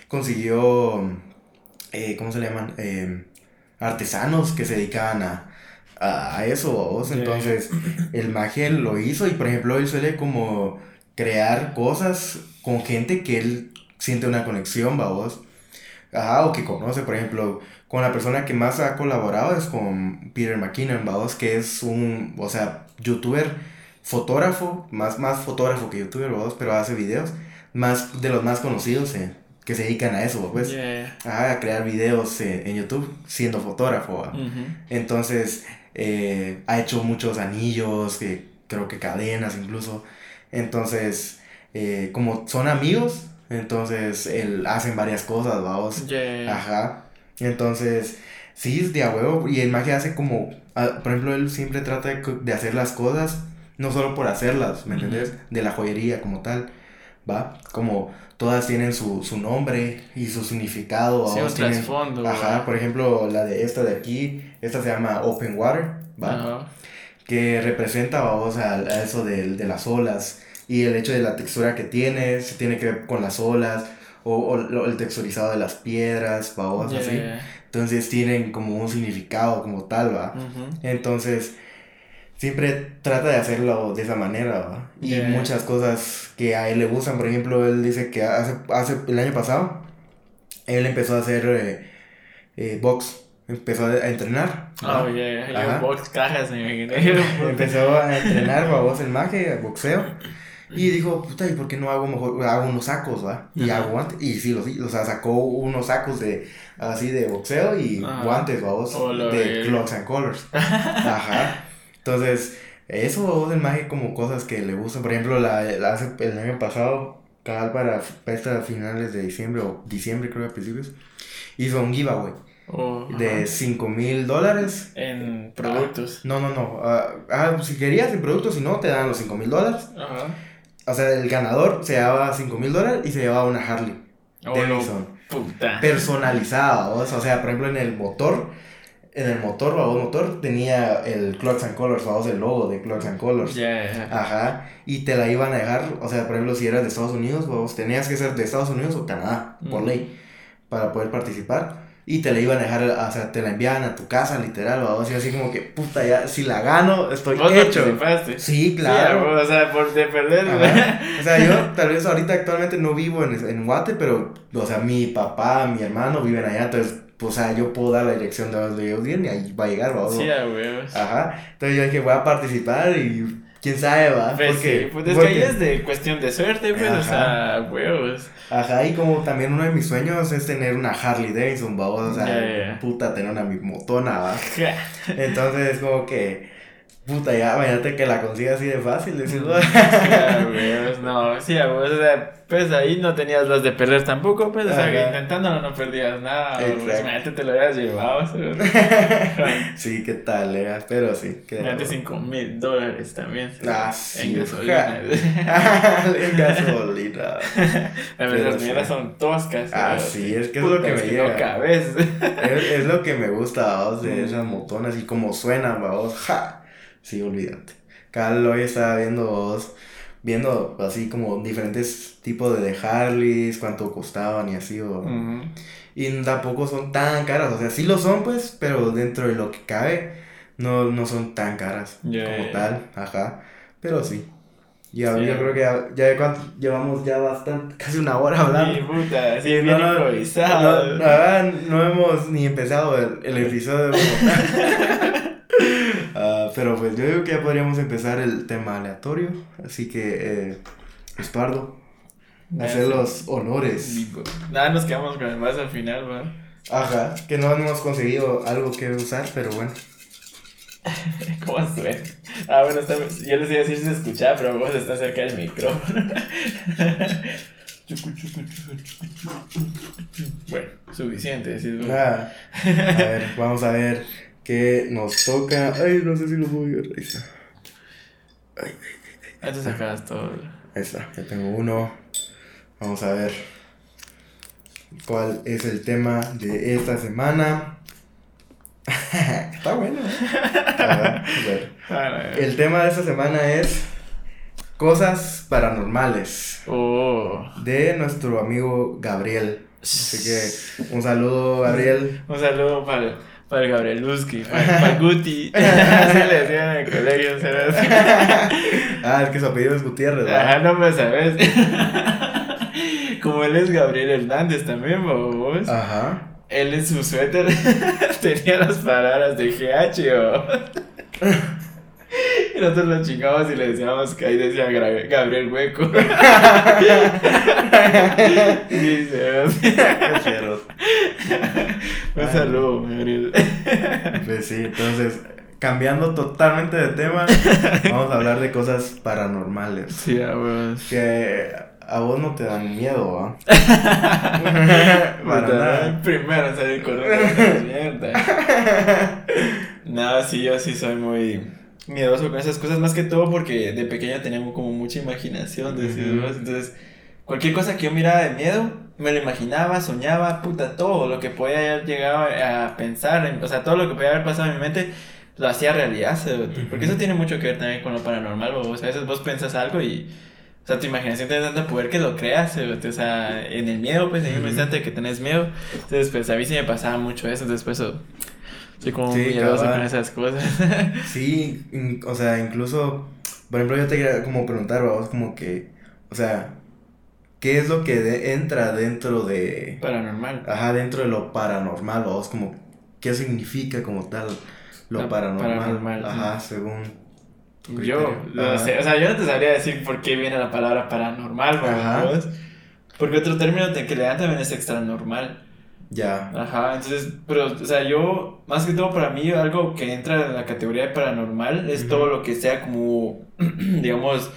consiguió, eh, ¿cómo se le llaman? Eh, artesanos que se dedicaban a, a, a eso, vos. Yeah. Entonces, el maje lo hizo, y por ejemplo, él suele como crear cosas con gente que él siente una conexión, vos. Ajá, o que conoce, por ejemplo, con la persona que más ha colaborado es con Peter McKinnon, vamos, que es un, o sea, youtuber, fotógrafo, más, más fotógrafo que youtuber, vamos, pero hace videos, más de los más conocidos, eh, que se dedican a eso, pues, Yeah. ajá, a crear videos eh, en YouTube siendo fotógrafo, ¿va? Uh-huh. Entonces, eh, ha hecho muchos anillos, que creo que cadenas incluso, entonces, eh, como son amigos, entonces él hacen varias cosas, vamos. Yeah. Ajá. Entonces, sí, es de a huevo. Y el magia hace como, ah, por ejemplo, él siempre trata de, co- de hacer las cosas, no solo por hacerlas, ¿me Ujú. entendés? De la joyería como tal, ¿va? Como todas tienen su, su nombre y su significado, Sí, vamos, un tienen- trasfondo. Ajá, por ejemplo, la de esta de aquí, esta se llama Open Water, ¿va? Ajá. Que representa, vamos, a, a eso de, de las olas y el hecho de la textura que tiene, se tiene que ver con las olas o, o lo- el texturizado de las piedras, vamos, así. Yeah. Entonces tienen como un significado como tal, va. Ujú. Entonces siempre trata de hacerlo de esa manera, va. Y Yeah. muchas cosas que a él le gustan, por ejemplo, él dice que hace, hace el año pasado, él empezó a hacer eh, eh, box, empezó a, a entrenar, ¿va? Oh, yeah. Yo Ajá. box cajas me imaginé. Empezó a entrenar, babos, el maje, boxeo. Y dijo, puta, ¿y por qué no hago mejor? Hago unos sacos, ¿va? Y Ajá. hago guantes. Y sí, los, o sea, sacó unos sacos de, así de boxeo y Ajá. guantes, babos, Oh, lo de verga. Clocks and Colors. Ajá. Entonces, eso, babos, el maje, como cosas que le gustan. Por ejemplo, la, la hace el año pasado, cabal para, para estas finales de diciembre, o diciembre, creo, a principios, hizo un giveaway Oh, de ajá. cinco mil dólares. En productos. No, no, no. ah, ah, si querías el producto, si no, te dan los cinco mil dólares. Ajá. O sea, el ganador se llevaba cinco mil dólares y se llevaba una Harley Oh, lo Davidson puta. personalizada, ¿vos? O sea, por ejemplo, en el motor, en el motor, babos, motor tenía el Clocks and Colors, babos, el logo de Clocks and Colors. Yeah. Ajá, y te la iban a dejar, o sea, por ejemplo, si eras de Estados Unidos, babos, tenías que ser de Estados Unidos o Canadá, por Mm. ley, para poder participar. Y te la iban a dejar, o sea, te la enviaban a tu casa, literal, babos, y así como que, puta, ya, si la gano, estoy ¿Vos hecho. participaste? Sí, claro. Sí, o sea, por de perder. Ajá. O sea, yo tal vez ahorita actualmente no vivo en, en Guate, pero, o sea, mi papá, mi hermano viven allá, entonces, pues, o sea, yo puedo dar la dirección de donde ellos viven y ahí va a llegar, ¿va? Sí, a huevos. Ajá. Entonces yo dije, voy a participar y quién sabe, va. Pues Porque, sí, pues es porque- que ahí es de cuestión de suerte, pues, o sea, huevos. Ajá, y como también uno de mis sueños es tener una Harley Davidson, va, o sea, Ya, ya, ya. puta, tener una motona, va. Entonces, como que, puta, ya, imagínate que la consiga así de fácil, decir, Sí, a huevos, no, sí, a huevos, o sea, pues ahí no tenías las de perder tampoco, pues, o sea, que Ajá. intentándolo no perdías nada, Exacto. pues, imagínate te lo habías llevado, ¿sabes? sí, qué tal, eh, pero sí. Que Imagínate cinco mil dólares también, ¿sabes? Ah, sí, en gasolina. en gasolina. Las Pero nuestras sí. mierdas son toscas, Ah, ¿sabes? sí, es que es Puta, lo que me no llega. cabes. Es, es lo que me gusta, vamos, de esas motonas y como suenan, vamos, ja. Sí, olvídate. Cal hoy estaba viendo, vos, viendo así como diferentes tipos de, de Harleys, cuánto costaban y así, o, Ujú. y tampoco son tan caras, o sea, sí lo son, pues, pero dentro de lo que cabe, no, no son tan caras Ya, como ya. tal, ajá, pero sí. Ya, Sí. yo creo que ya, ya cuánto- llevamos ya bastante, casi una hora hablando. Sí, puta, así Sí, bien no, no, improvisado. No, ah, no hemos ni empezado el, el episodio como tal. Ah, pero pues yo digo que ya podríamos empezar el tema aleatorio. Así que, eh, Estuardo, hacer los honores. Nada, nos quedamos con el más al final, man. Ajá, que no hemos conseguido algo que usar, pero bueno. ¿Cómo suena? Ah, bueno, está, yo les iba a decir si se escuchaba, pero vos estás cerca del micrófono. Bueno, suficiente decir. Ah, a ver, vamos a ver qué nos toca. Ay, no sé si lo voy a ver. Ahí está. Ay, Ya te sacas todo. ahí está, ya tengo uno. Vamos a ver cuál es el tema de esta semana. Está bueno, ¿eh? A ver, a ver. El tema de esta semana es cosas paranormales. Oh. De nuestro amigo Gabriel. Así que un saludo, Gabriel. Un saludo para, para el Gabrieluski, para, para el Guti. Así le decían en el colegio. ¿Sabes? Ah, es que su apellido es Gutiérrez, ¿verdad? Ajá, no me sabes. Como él es Gabriel Hernández también, vos. Ajá. Él en su suéter tenía las palabras de G H o. Y nosotros lo chingamos y le decíamos que ahí decía Gra- Gabriel Hueco. Dice, un saludo, Gabriel. Pues sí, entonces, cambiando totalmente de tema, vamos a hablar de cosas paranormales. Sí, a vos. Que a vos no te dan miedo, ¿ah? Para nada. Primero salir corriendo de la mierda. No, sí, yo sí soy muy miedoso con esas cosas, más que todo porque de pequeño teníamos como mucha imaginación, decimos. Uh-huh. Entonces, cualquier cosa que yo miraba de miedo, me lo imaginaba, soñaba, puta, todo lo que podía haber llegado a pensar, o sea, todo lo que podía haber pasado en mi mente, lo hacía realidad, porque eso tiene mucho que ver también con lo paranormal, vos, a veces vos pensás algo y, o sea, tu imaginación tiene tanto poder que lo creas, o sea, en el miedo, pues, en un instante que tenés miedo, entonces, pues, a mí sí me pasaba mucho eso, entonces, pues, eso, soy como sí, miedoso cabal. Con esas cosas. Sí, in, o sea, incluso, por ejemplo, yo te quería como preguntar, vos, como que, o sea, ¿qué es lo que de, entra dentro de... Paranormal. Ajá, dentro de lo paranormal, vos, como, ¿qué significa como tal lo La, paranormal? paranormal? Ajá, sí. Según... Yo, no sé, o sea, yo no te sabría decir por qué viene la palabra paranormal, vos, porque otro término que le dan también es extranormal. Ya. Ajá, entonces, pero, o sea, yo, más que todo para mí, algo que entra en la categoría de paranormal es uh-huh. todo lo que sea como, digamos,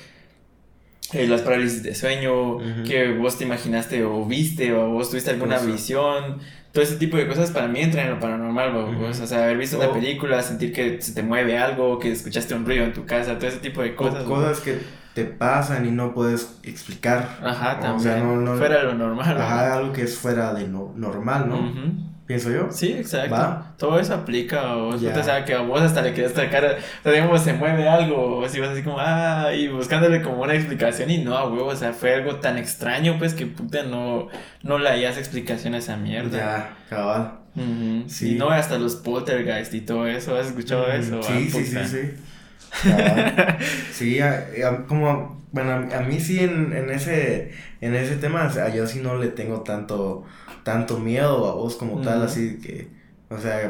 eh, las parálisis de sueño, uh-huh. que vos te imaginaste o viste, o vos tuviste alguna Eso. visión, todo ese tipo de cosas para mí entran en lo paranormal, uh-huh. vos, o sea, haber visto oh. una película, sentir que se te mueve algo, que escuchaste un ruido en tu casa, todo ese tipo de cosas. O cosas que te pasan y no puedes explicar. Ajá, también. O sea, no, no, fuera de lo normal. Ajá, ¿no? Algo que es fuera de lo normal, ¿no? Uh-huh. ¿Pienso yo? Sí, exacto. ¿Va? Todo eso aplica, o yeah. o sea, que a vos hasta le quedas sacar, o sea, digamos, se mueve algo, o si vas así como, ah, y buscándole como una explicación, y no, a huevo, o sea, fue algo tan extraño, pues, que puta, no, no le hayas explicación a esa mierda. Ya, cabal. Uh-huh. Sí. Y no, hasta los poltergeist y todo eso, ¿has escuchado uh-huh. eso? Sí, ah, sí, sí, sí. Cabal. Sí, a, a, como, bueno, a, a mí sí en, en ese, en ese tema, o sea, yo sí no le tengo tanto... tanto miedo a vos como mm. tal, así que, o sea,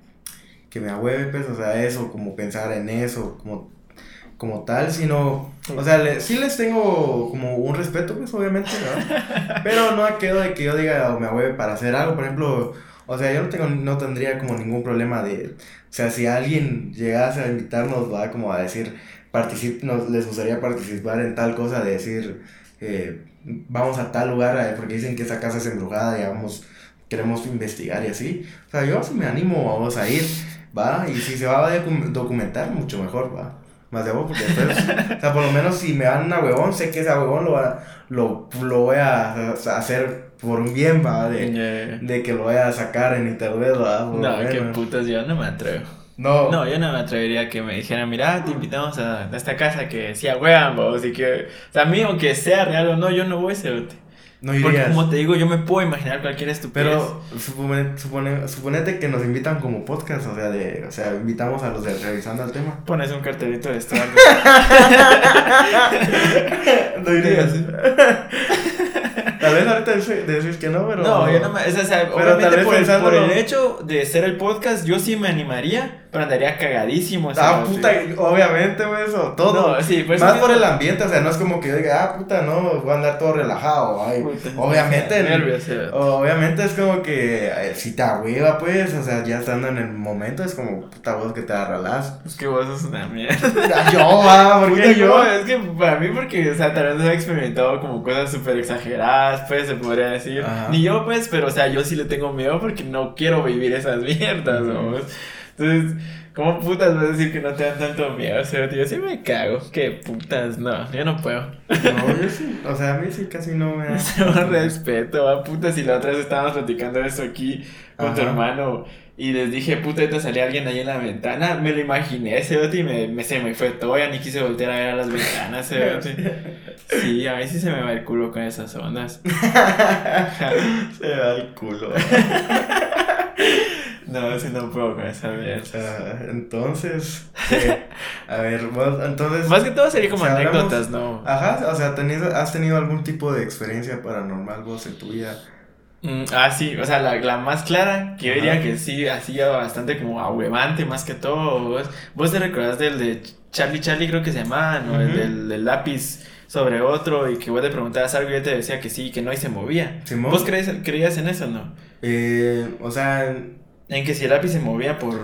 que me ahueve, pues, o sea, eso, como pensar en eso, como, como tal, sino, o sea, le, sí les tengo como un respeto, pues, obviamente, ¿no? Pero no quedo de que yo diga o me ahueve para hacer algo, por ejemplo, o sea, yo no tengo, no tendría como ningún problema de, o sea, si alguien llegase a invitarnos, va como a decir, particip, nos, les gustaría participar en tal cosa, de decir, eh, vamos a tal lugar porque dicen que esa casa es embrujada y vamos, queremos investigar y así, o sea, yo sí me animo vamos a ir, va, y si se va a documentar mucho mejor, va, más de vos, porque después, o sea, por lo menos si me dan a huevón, sé que ese huevón lo, va, lo, lo voy a hacer por un bien, va, de, yeah. de que lo voy a sacar en internet, va, no, qué putas, yo no me atrevo. No. No, yo no me atrevería a que me dijeran, mira, te invitamos a, a esta casa que sea huevan, vos, y que, o sea, a mí, aunque sea real o no, yo no voy a ser. No irías. Porque como te digo, yo me puedo imaginar cualquier estupidez. Pero supone, supone, suponete que nos invitan como podcast, o sea, de, o sea, invitamos a los de Revisando el Tema. Pones un cartelito de esto. No irías. Tal vez ahorita decir, decir que no, pero... No, yo no me... O sea, o sea pero obviamente por, pensándolo... por el hecho de ser el podcast, yo sí me animaría, pero andaría cagadísimo. Ah, puta, sí. Obviamente, güey, eso, todo. No, sí, pues más sí, por no. el ambiente, o sea, no es como que yo diga, ah, puta, no, voy a andar todo relajado, ay. Puta, obviamente, nervios, el, obviamente es como que, ay, si te ahueva, pues, o sea, ya estando en el momento, es como, puta, vos que te arralás. Es que vos sos una mierda. Yo, va, ¿por qué yo? Es que para mí, porque, o sea, tal vez he experimentado como cosas súper exageradas, pues, se podría decir. Ajá. Ni yo, pues, pero, o sea, yo sí le tengo miedo porque no quiero vivir esas mierdas, ¿no? Uh-huh. Entonces, ¿cómo putas vas a decir que no te dan tanto miedo? O sea, tío, sí me cago. ¿Qué putas? No, yo no puedo. No, yo sí, o sea, a mí sí casi no me da. No respeto, va, putas. Si la otra vez estábamos platicando esto aquí con Ajá. tu hermano y les dije, puta, ahorita salía alguien ahí en la ventana, me lo imaginé ese bote y me, me, se me fue todo, ya ni quise voltear a ver a las ventanas ese bote. Sí, a mí sí se me va el culo con esas ondas. Se me va el culo. No, si no puedo con esa mierda. Uh, entonces, eh, a ver, vos, entonces... Más que todo sería como o sea, anécdotas, hablamos, ¿no? Ajá, o sea, ¿tenés, ¿has tenido algún tipo de experiencia paranormal vos en tu vida? Mm, ah, sí, o sea, la, la más clara, que yo diría que sí, así bastante como ahuevante más que todo. Vos, vos te recordás del de Charlie Charlie, creo que se llamaba, ¿no? Uh-huh. El del, del lápiz sobre otro y que vos te preguntabas algo y yo te decía que sí, que no y se movía. ¿Simón? ¿Vos crees, creías en eso, no? Eh, o sea... En que si el lápiz se movía por...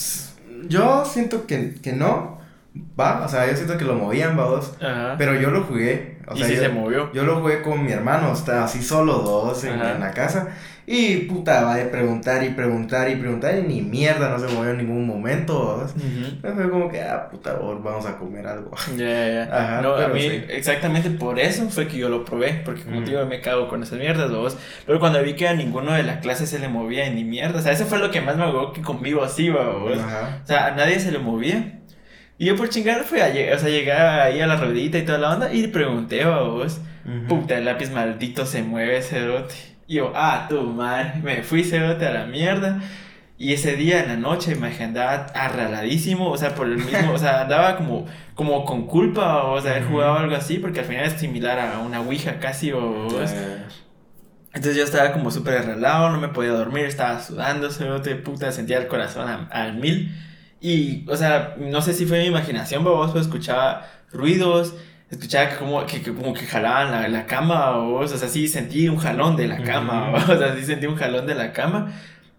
Yo siento que, que no, va, o sea, yo siento que lo movían, vamos, Ajá. pero yo lo jugué. O ¿Y sea, si yo, se movió? Yo lo jugué con mi hermano, está así solo dos en, en la casa. Y puta, va a preguntar y preguntar y preguntar y ni mierda, no se movió en ningún momento. Uh-huh. Fue como que, ah, puta, vamos a comer algo. Ya, yeah, ya. Yeah. No, a mí sí. Exactamente por eso fue que yo lo probé. Porque como uh-huh. te digo, me cago con esas mierdas, vos. Pero cuando vi que a ninguno de la clase se le movía ni mierda. O sea, eso fue lo que más me agregó que conmigo así, vos. Uh-huh. O sea, a nadie se le movía. Y yo por chingar fui a llegar, o sea, llegué ahí a la ruedita y toda la onda y pregunté a vos, uh-huh. puta, el lápiz maldito se mueve ese dote. Y yo, ah, tu madre, me fui ese dote a la mierda. Y ese día en la noche me andaba arraladísimo, o sea, por el mismo, o sea, andaba como, como con culpa, o sea, haber uh-huh. jugado algo así, porque al final es similar a una ouija casi, o vos. Uh-huh. Entonces yo estaba como súper arralado, no me podía dormir, estaba sudando ese dote, puta, sentía el corazón a, al mil. Y, o sea, no sé si fue mi imaginación, pero vos escuchaba ruidos, escuchaba que como que, que, como que jalaban la, la cama, o, o sea, sí sentí un jalón de la cama, uh-huh. o sea, sí sentí un jalón de la cama.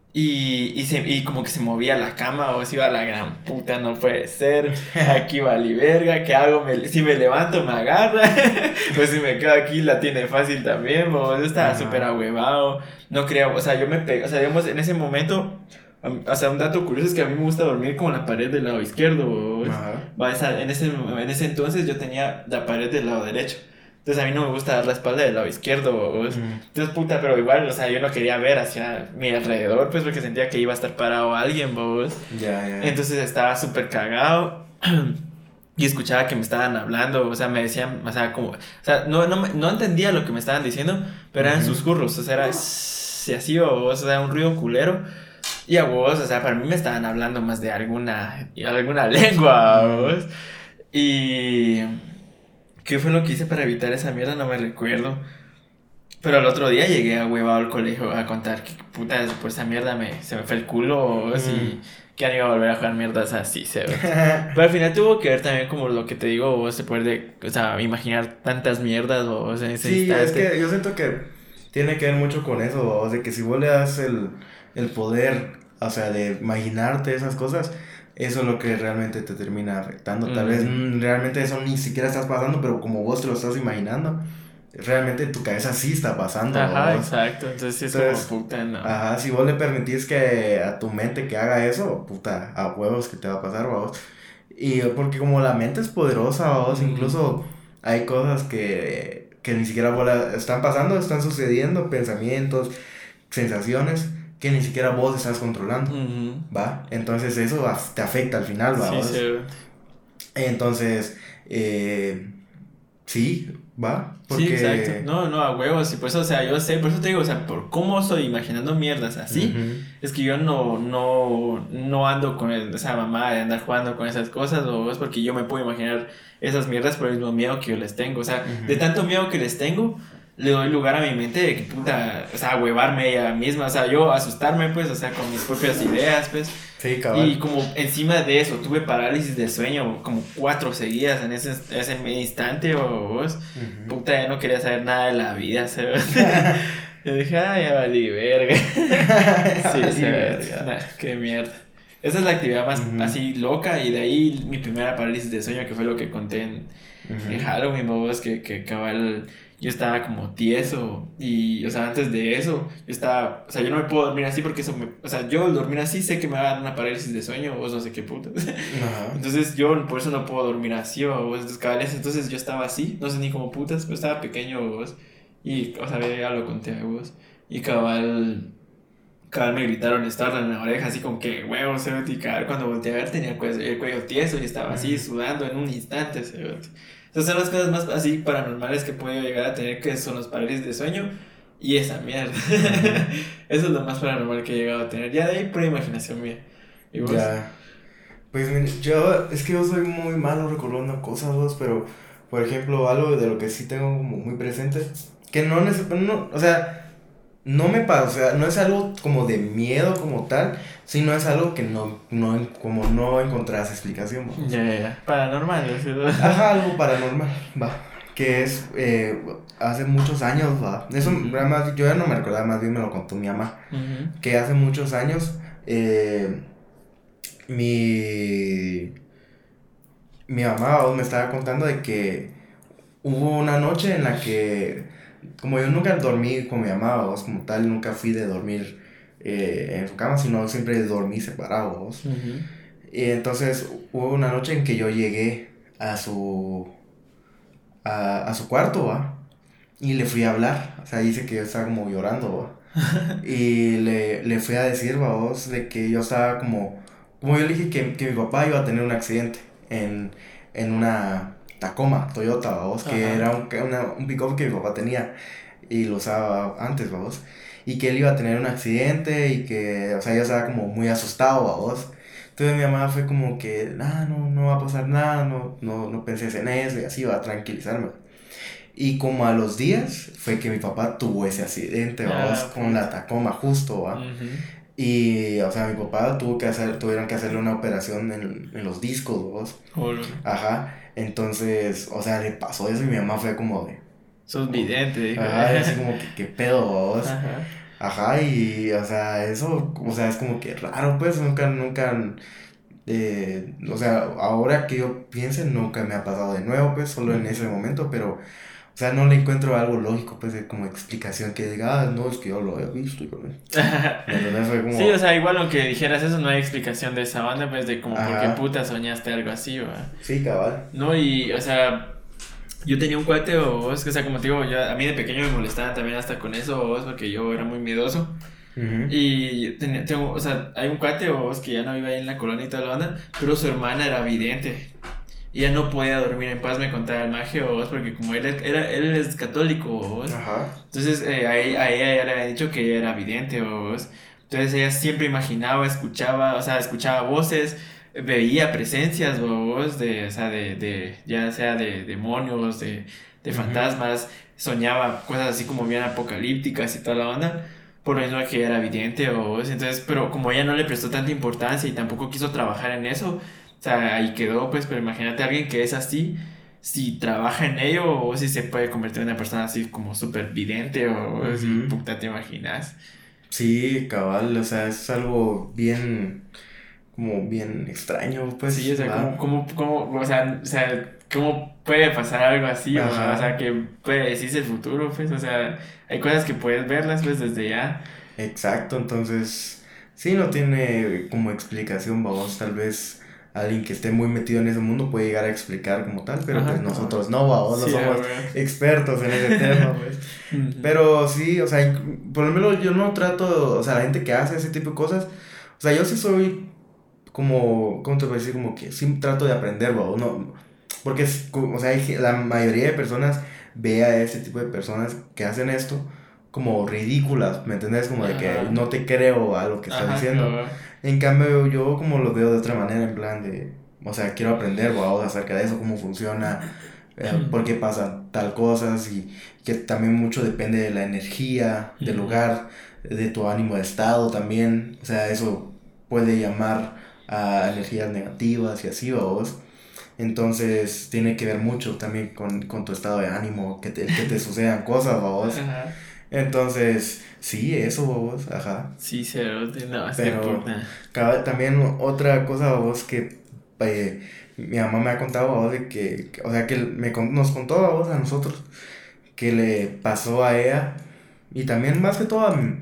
Y, y, se, y como que se movía la cama, o se iba a la gran puta, no puede ser, aquí vale verga, ¿qué hago? Me, si me levanto me agarra, pues si me quedo aquí la tiene fácil también, yo estaba uh-huh. súper ahuevado, no creía, o sea, yo me pegué, o sea, digamos, en ese momento... O sea, un dato curioso es que a mí me gusta dormir con la pared del lado izquierdo. Va, esa, en, ese, en ese entonces yo tenía la pared del lado derecho. Entonces a mí no me gusta dar la espalda del lado izquierdo. Uh-huh. Entonces, puta, pero igual, o sea, yo no quería ver hacia mi alrededor, pues, porque sentía que iba a estar parado alguien, vos. Yeah, yeah. Entonces estaba súper cagado. Y escuchaba que me estaban hablando, o sea, me decían, o sea, como... O sea, no, no, no entendía lo que me estaban diciendo, pero eran uh-huh. susurros, o sea, era... Si así, o, o sea, un ruido culero. Y a vos, o sea, para mí me estaban hablando más de alguna, alguna lengua, vos. Y... ¿qué fue lo que hice para evitar esa mierda? No me recuerdo. Pero el otro día llegué a huevado al colegio a contar que puta, por esa mierda me, se me fue el culo, vos, mm. y que han ido a volver a jugar mierdas así, se ve. Pero al final tuvo que ver también como lo que te digo, vos, de poder de, o sea, imaginar tantas mierdas, vos, en ese sí, instante. Es que yo siento que tiene que ver mucho con eso, vos, de que si vos le das el... el poder, o sea, de imaginarte esas cosas, eso es lo que realmente te termina afectando. Tal mm. vez mm, realmente eso ni siquiera estás pasando, pero como vos te lo estás imaginando, realmente en tu cabeza sí está pasando. Ajá, vos. Exacto. Entonces sí es Entonces, como puta, no. Ajá, si vos le permitís que a tu mente que haga eso, puta, a huevos que te va a pasar, vos. Y porque como la mente es poderosa, vos, mm. incluso hay cosas que, que ni siquiera vos la, están pasando, están sucediendo, pensamientos, sensaciones que ni siquiera vos estás controlando, uh-huh. ¿va? Entonces eso te afecta al final, ¿va? Sí, sí. Entonces, eh, sí, ¿va? Porque... Sí, exacto. No, no, a huevos, y por eso, o sea, yo sé, por eso te digo, o sea, por cómo estoy imaginando mierdas así, uh-huh. es que yo no, no, no ando con el, esa mamá de andar jugando con esas cosas, o es porque yo me puedo imaginar esas mierdas por el mismo miedo que yo les tengo, o sea, uh-huh. de tanto miedo que les tengo, le doy lugar a mi mente de que puta, o sea, huevarme ella misma, o sea, yo asustarme, pues, o sea, con mis propias ideas, pues. Sí, cabal. Y como encima de eso, tuve parálisis de sueño, como cuatro seguidas en ese, ese instante, o vos, uh-huh. Puta, ya no quería saber nada de la vida, ¿sabes? Yo dije, ay, ya valí verga. Sí, sí, verga. Nah, qué mierda. Esa es la actividad más uh-huh. así loca, y de ahí mi primera parálisis de sueño, que fue lo que conté en, uh-huh. en Halloween, vos, que, que cabal, yo estaba como tieso, y, o sea, antes de eso, yo estaba, o sea, yo no me puedo dormir así porque eso me, o sea, yo al dormir así sé que me va a dar una parálisis de sueño, vos no sé qué putas. Uh-huh. Entonces yo por eso no puedo dormir así, o vos, entonces, cabal, entonces yo estaba así, no sé ni cómo putas, pero estaba pequeño, vos, y, o sea, ya lo conté a vos, y cabal... Cabal me gritaron estar en la oreja, así como que huevos, se y cabal cuando volteé a ver tenía el cuello, el cuello tieso y estaba así sudando en un instante. Se Esas son las cosas más así paranormales que puedo llegar a tener, que son los parálisis de sueño y esa mierda. Eso es lo más paranormal que he llegado a tener. Ya de ahí, por imaginación mía. ¿Y vos? Ya. Pues mira, yo, es que yo soy muy malo recordando cosas, vos, pero por ejemplo, algo de lo que sí tengo como muy presente, que no necesariamente, no, o sea, no me pasa, o sea, no es algo como de miedo como tal, sino es algo que no, no como no encontrás explicación. Ya, ya, ya, paranormal, ¿sí? Ajá, algo paranormal, va, que es, eh, hace muchos años, va, eso, uh-huh. Más, yo ya no me recordaba, más bien me lo contó mi mamá, uh-huh. Que hace muchos años, eh, mi, mi mamá me estaba contando de que hubo una noche en la que, como yo nunca dormí con mi mamá, vos, como tal, nunca fui de dormir eh, en su cama, sino siempre dormí separado, vos. Uh-huh. Y entonces hubo una noche en que yo llegué a su a, a su cuarto, va, y le fui a hablar, o sea, dice que yo estaba como llorando, va, y le, le fui a decir, va, vos, de que yo estaba como, como yo le dije que, que mi papá iba a tener un accidente en, en una Tacoma, Toyota, vamos, que uh-huh. Era un, una, un pick-up que mi papá tenía y lo usaba antes, vamos, y que él iba a tener un accidente y que, o sea, yo estaba como muy asustado, vamos. Entonces mi mamá fue como que, ah, no, no va a pasar nada, no, no, no penses en eso y así, va a tranquilizarme. Y como a los días fue que mi papá tuvo ese accidente, vamos, ah, con la Tacoma justo, va. Uh-huh. Y, o sea, mi papá tuvo que hacer, tuvieron que hacerle una operación en, en los discos, vos. Oh, no. Ajá. Entonces, o sea, le pasó eso y mi mamá fue como de... Sos vidente, dijo. Ajá, así como que, ¿qué pedo, vos? Ajá. Ajá, y, o sea, eso, o sea, es como que raro, pues, nunca, nunca... Eh, o sea, ahora que yo piense, nunca me ha pasado de nuevo, pues, solo en ese momento, pero... O sea, no le encuentro algo lógico, pues, de como explicación que diga, ah, no, es que yo lo he visto. Y como... Sí, o sea, igual aunque dijeras eso, no hay explicación de esa banda, pues, de como, ¿por qué puta soñaste algo así, va? Sí, cabal. No, y, o sea, yo tenía un cuate, o vos, que, o sea, como te digo, yo, a mí de pequeño me molestaban también hasta con eso, vos, porque yo era muy miedoso. Uh-huh. Y tenía, tengo, o sea, hay un cuate, o vos, que ya no vive ahí en la colonia y toda la banda, pero su hermana era vidente. Y ella no podía dormir en paz, me contaba el magio, vos, porque como él, era, él es católico, vos. Ajá. Entonces eh, a, ella, a ella ya le había dicho que ella era vidente, vos. Entonces ella siempre imaginaba, escuchaba, o sea, escuchaba voces, veía presencias, vos, de, o sea, de, de ya sea de demonios, de, de uh-huh. fantasmas, soñaba cosas así como bien apocalípticas y toda la onda. Por lo mismo que ella era vidente, vos. Entonces, pero como ella no le prestó tanta importancia y tampoco quiso trabajar en eso, o sea, ahí quedó, pues, pero imagínate a alguien que es así, si trabaja en ello, o si se puede convertir en una persona así como súper vidente, o uh-huh. si puta te imaginas. Sí, cabal, o sea, es algo bien, como bien extraño, pues. Sí, o sea, como, como, como, o sea, o sea, ¿cómo puede pasar algo así? O, o sea, que puede decirse el futuro, pues, o sea, hay cosas que puedes verlas, pues, desde ya. Exacto, entonces, sí, no tiene como explicación, vamos, tal vez... Alguien que esté muy metido en ese mundo puede llegar a explicar como tal, pero ajá, pues nosotros no, vamos, sí, no somos expertos en ese tema, pues. Uh-huh. Pero sí, o sea, por lo menos yo no trato, o sea, la gente que hace ese tipo de cosas, o sea, yo sí soy como, ¿cómo te voy a decir? Como que sí trato de aprender, vamos, no, porque, o sea, la mayoría de personas ve a ese tipo de personas que hacen esto como ridículas, ¿me entiendes? Como de que ajá. No te creo a lo que estás diciendo. Claro. En cambio, yo como lo veo de otra manera, en plan de... O sea, quiero aprender, wow, acerca de eso, cómo funciona eh, por qué pasan tal cosas y que también mucho depende de la energía, del Ujú. lugar, de tu ánimo de estado también, o sea, eso puede llamar a energías negativas y así, vos. Entonces tiene que ver mucho también con, con tu estado de ánimo, que te, que te sucedan cosas, vos. Ajá. Entonces, sí, eso, vos, ajá. Sí, cero, no, es que Pero puta. cabe- también otra cosa, vos, que eh, mi mamá me ha contado, vos, de que, que- o sea, que me, con- nos contó a vos, a nosotros, que le pasó a ella, y también más que todo a, mi-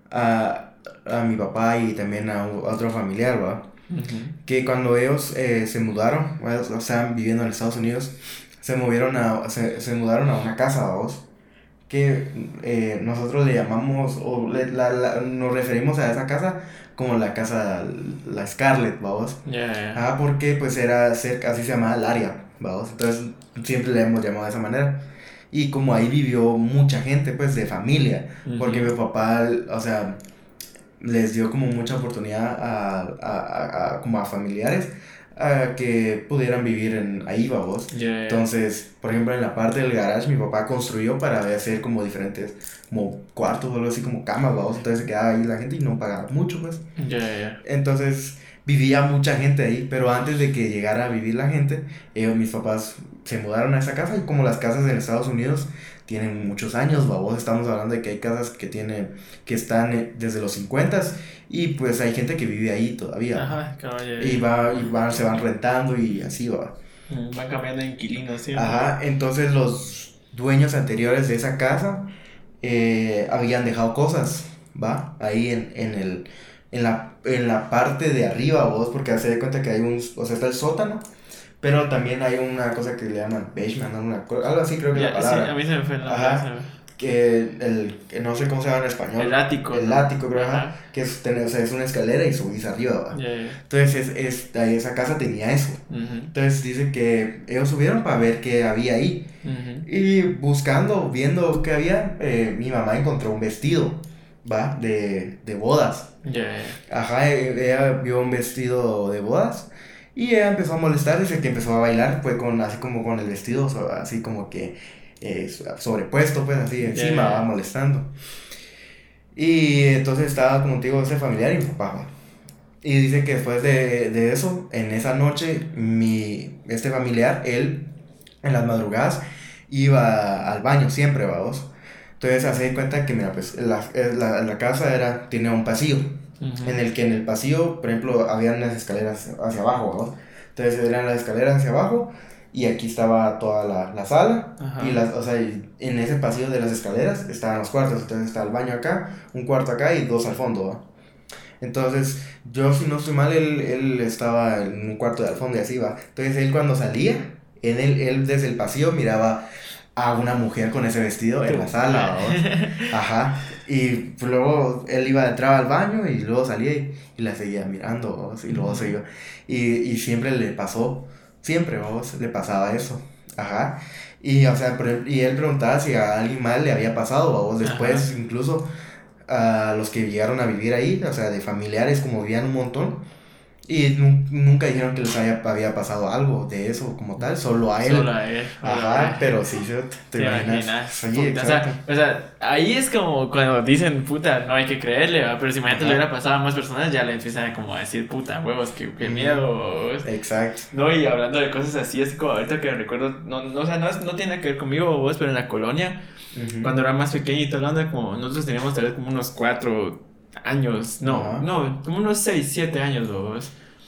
a, a mi papá y también a, u- a otro familiar, va, Ujú. que cuando ellos eh, se mudaron, o sea, viviendo en Estados Unidos, se movieron a, se, se mudaron a una casa, vos, que eh, nosotros le llamamos, o le- la- la- nos referimos a esa casa como la casa, la Scarlett, vamos. Ya, ya. Ah, porque pues era cerca, así se llamaba el área, vamos. Entonces siempre le hemos llamado de esa manera. Y como ahí vivió mucha gente, pues de familia, porque Ujú. mi papá, o sea, les dio como mucha oportunidad a, a, a- a- como a familiares a que pudieran vivir en ahí, vamos. Ya, ya. Entonces, por ejemplo, en la parte del garage mi papá construyó para hacer como diferentes, como cuartos o algo así, como camas, vamos. Entonces se quedaba ahí la gente y no pagaba mucho, pues. Ya, ya. Entonces vivía mucha gente ahí, pero antes de que llegara a vivir la gente, ellos, mis papás, se mudaron a esa casa y como las casas en Estados Unidos tienen muchos años, babos, estamos hablando de que hay casas que tienen, que están eh, desde los cincuenta y pues hay gente que vive ahí todavía. Ajá, caballo. Y va, y van, se van rentando y así va. Van cambiando de inquilinos, ¿sí? Ajá, entonces los dueños anteriores de esa casa eh, habían dejado cosas, ¿va? Ahí en, en el, en la, en la parte de arriba, vos, porque se da cuenta que hay un, o sea, está el sótano, pero también hay una cosa que le llaman basement, ¿no? Una co- algo así creo que es la Ya, sí, palabra. a mí se me fue el nombre. Ajá. se me- Que el, que no sé cómo se llama en español. El ático, El ¿no? ático, creo, ajá. Ajá. Que es, tener, o sea, es una escalera y subís arriba, ¿va? Ya, ya. Entonces es, es, ahí esa casa tenía eso. Ujú. Entonces dice que ellos subieron para ver qué había ahí. Ujú. Y buscando, viendo qué había, eh, mi mamá encontró un vestido, ¿va? De, de bodas. Ya, ya. Ajá, e- ella vio un vestido de bodas y ella empezó a molestar, dice que empezó a bailar, fue con, así como con el vestido, so- así como que eh, sobrepuesto, pues así encima, Ya, ya. va molestando. Y entonces estaba, como te digo, ese familiar y mi papá, ¿va? Y dice que después de, de eso, en esa noche, mi, este familiar, él, en las madrugadas, iba al baño siempre, vamos. Entonces, hace de cuenta que, mira, pues, la, la, la casa era, tiene un pasillo, Ujú. en el que en el pasillo, por ejemplo, había unas escaleras hacia abajo, ¿vamos? Entonces, eran las escaleras hacia abajo, y aquí estaba toda la, la sala, Ajá. y las, o sea, y en ese pasillo de las escaleras estaban los cuartos, entonces está el baño acá, un cuarto acá y dos al fondo, ¿va? Entonces, yo si no estoy mal, él, él estaba en un cuarto de al fondo y así va. Entonces, él cuando salía, en él, él desde el pasillo miraba a una mujer con ese vestido en la sala, ¿no? Ajá. Y luego él iba, entraba al baño y luego salía y, y la seguía mirando, ¿no? Y luego se iba. Y, y siempre le pasó, siempre, ¿no? Le pasaba eso. Ajá. Y, o sea, por ejemplo, y él preguntaba si a alguien más le había pasado, ¿no? Después, Ajá. incluso a los que llegaron a vivir ahí, o sea, de familiares, como vivían un montón, y nu- nunca dijeron que les haya, había pasado algo de eso como tal, solo a él. Solo a él. Ajá, pero sí, ¿sí? ¿Te, ¿Te imaginas? imaginas? Sí, Puta, o exacto. sea, o sea, ahí es como cuando dicen, puta, no hay que creerle, ¿va? Pero si imagínate Ajá. le hubiera pasado a más personas, ya le empiezan como a decir, puta, huevos, qué, qué Ujú. miedo. Exacto. No, y hablando de cosas así, es como ahorita que recuerdo, no, no, o sea, no, es- no tiene nada que ver conmigo vos, pero en la colonia, Ujú. cuando era más pequeño y toda la onda, como nosotros teníamos tal vez como unos cuatro años, no, Ajá. no, como unos seis, siete años vos.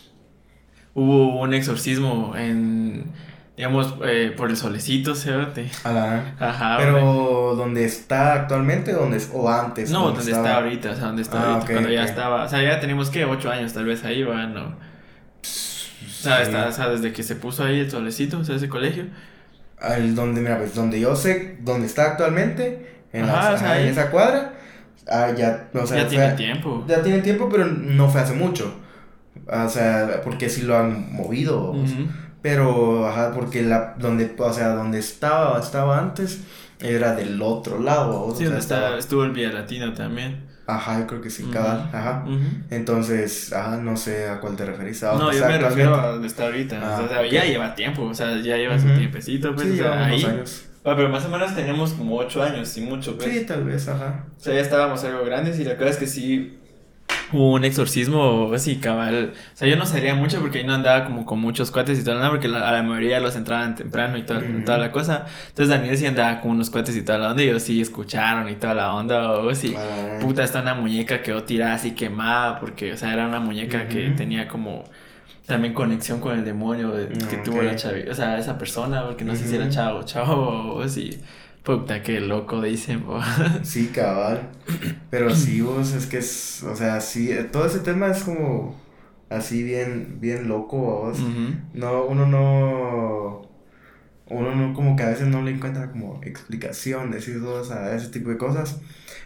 Hubo un exorcismo en, digamos, eh, por el solecito, ¿cierto? A la- Ajá. Pero, ¿dónde está actualmente dónde es, o antes? No, ¿dónde donde estaba? está ahorita, o sea, donde está Ah, ahorita, ok, cuando ya ok. estaba, o sea, ya tenemos que ocho años tal vez ahí, bueno, o sea, Sí. está, o sea, desde que se puso ahí el solecito, o sea, ese colegio, Al donde, mira, pues donde yo sé, donde está actualmente, en, Ajá, las- o sea, ajá, en ahí- esa cuadra, ah, ya, o sea, ya fue- tiene tiempo. ya tiene tiempo, pero no fue hace mucho. O sea, porque sí lo han movido. Ujú. Pero, ajá, porque la, donde, o sea, donde estaba, estaba antes, era del otro lado. Sí, o sea, donde estaba, estaba... estuvo el Vía Latino también. Ajá, yo creo que sí, uh-huh. cabal, ajá. Uh-huh. Entonces, ah, no sé a cuál te referís. A no, yo me refiero a donde está ahorita. Ah, o sea, okay. Ya lleva tiempo, o sea, ya lleva uh-huh. su tiempecito, pues, sí, o sea, ahí. Años. Bueno, pero más o menos teníamos como ocho años, y mucho, pues. Sí, tal vez, ajá. O sea, ya estábamos algo grandes y la cosa es que sí hubo un exorcismo así, cabal. O sea, yo no salía mucho porque ahí no andaba como con muchos cuates y toda la onda, porque la, a la mayoría los entraban temprano y toda, mm-hmm. toda la cosa. Entonces Daniel sí andaba con unos cuates y toda la onda y ellos sí escucharon y toda la onda. O así, ah. puta, está una muñeca quedó tirada así quemada porque, o sea, era una muñeca mm-hmm. que tenía como... también conexión con el demonio de, que okay. tuvo la chava, o sea, esa persona, porque no uh-huh. sé si era chavo, chavo, o así, puta, qué loco dicen, bo. Sí, cabal, pero sí, vos, es que es, o sea, sí, todo ese tema es como, así bien, bien loco, vos, uh-huh. no, uno no, uno no, como que a veces no le encuentra como explicación, decir vos, a ese tipo de cosas,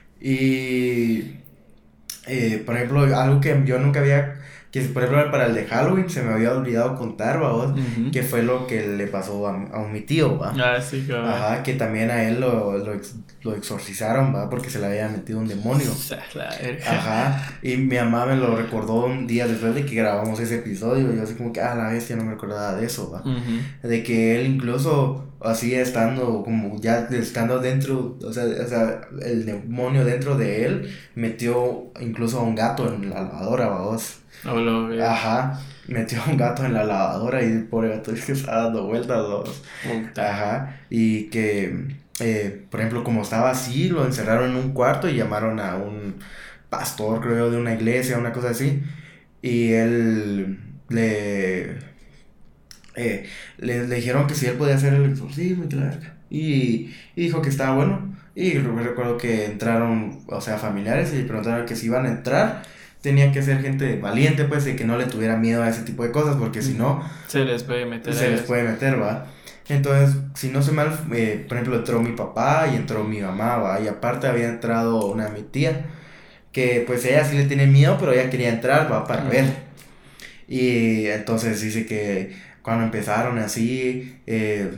y, eh, por ejemplo, algo que yo nunca había... que por ejemplo para el de Halloween se me había olvidado contar, ¿va? Uh-huh. Que fue lo que le pasó a, a un mi tío, ¿va? Ah, sí, claro. Ajá, que también a él lo, lo, ex, lo exorcizaron, ¿va? Porque se le había metido un demonio. Ajá, y mi mamá me lo recordó un día después de que grabamos ese episodio, y yo así como que, ah, la bestia, no me acordaba de eso, ¿va? Uh-huh. De que él incluso, así estando, como ya estando dentro, o sea, o sea, el demonio dentro de él, metió incluso a un gato en la lavadora, ¿va? Vos. Oh, lo ajá, metió un gato en la lavadora y el pobre gato es que estaba dando vueltas dos. Ajá, y que, eh, por ejemplo, como estaba así, lo encerraron en un cuarto y llamaron a un pastor, creo, de una iglesia, una cosa así, y él le, eh, le, le dijeron que si él podía hacer el exorcismo y que la verga, y, y dijo que estaba bueno, y recuerdo que entraron, o sea, familiares, y preguntaron que si iban a entrar. Tenía que ser gente valiente, pues, y que no le tuviera miedo a ese tipo de cosas, porque si no... Se les puede meter. Se les puede meter, ¿va? Entonces, si no se mal, eh, por ejemplo, entró mi papá y entró mi mamá, ¿va? Y aparte había entrado una mi tía, que pues ella sí le tiene miedo, pero ella quería entrar, ¿va? Para uh-huh. ver. Y entonces dice que cuando empezaron así... Eh,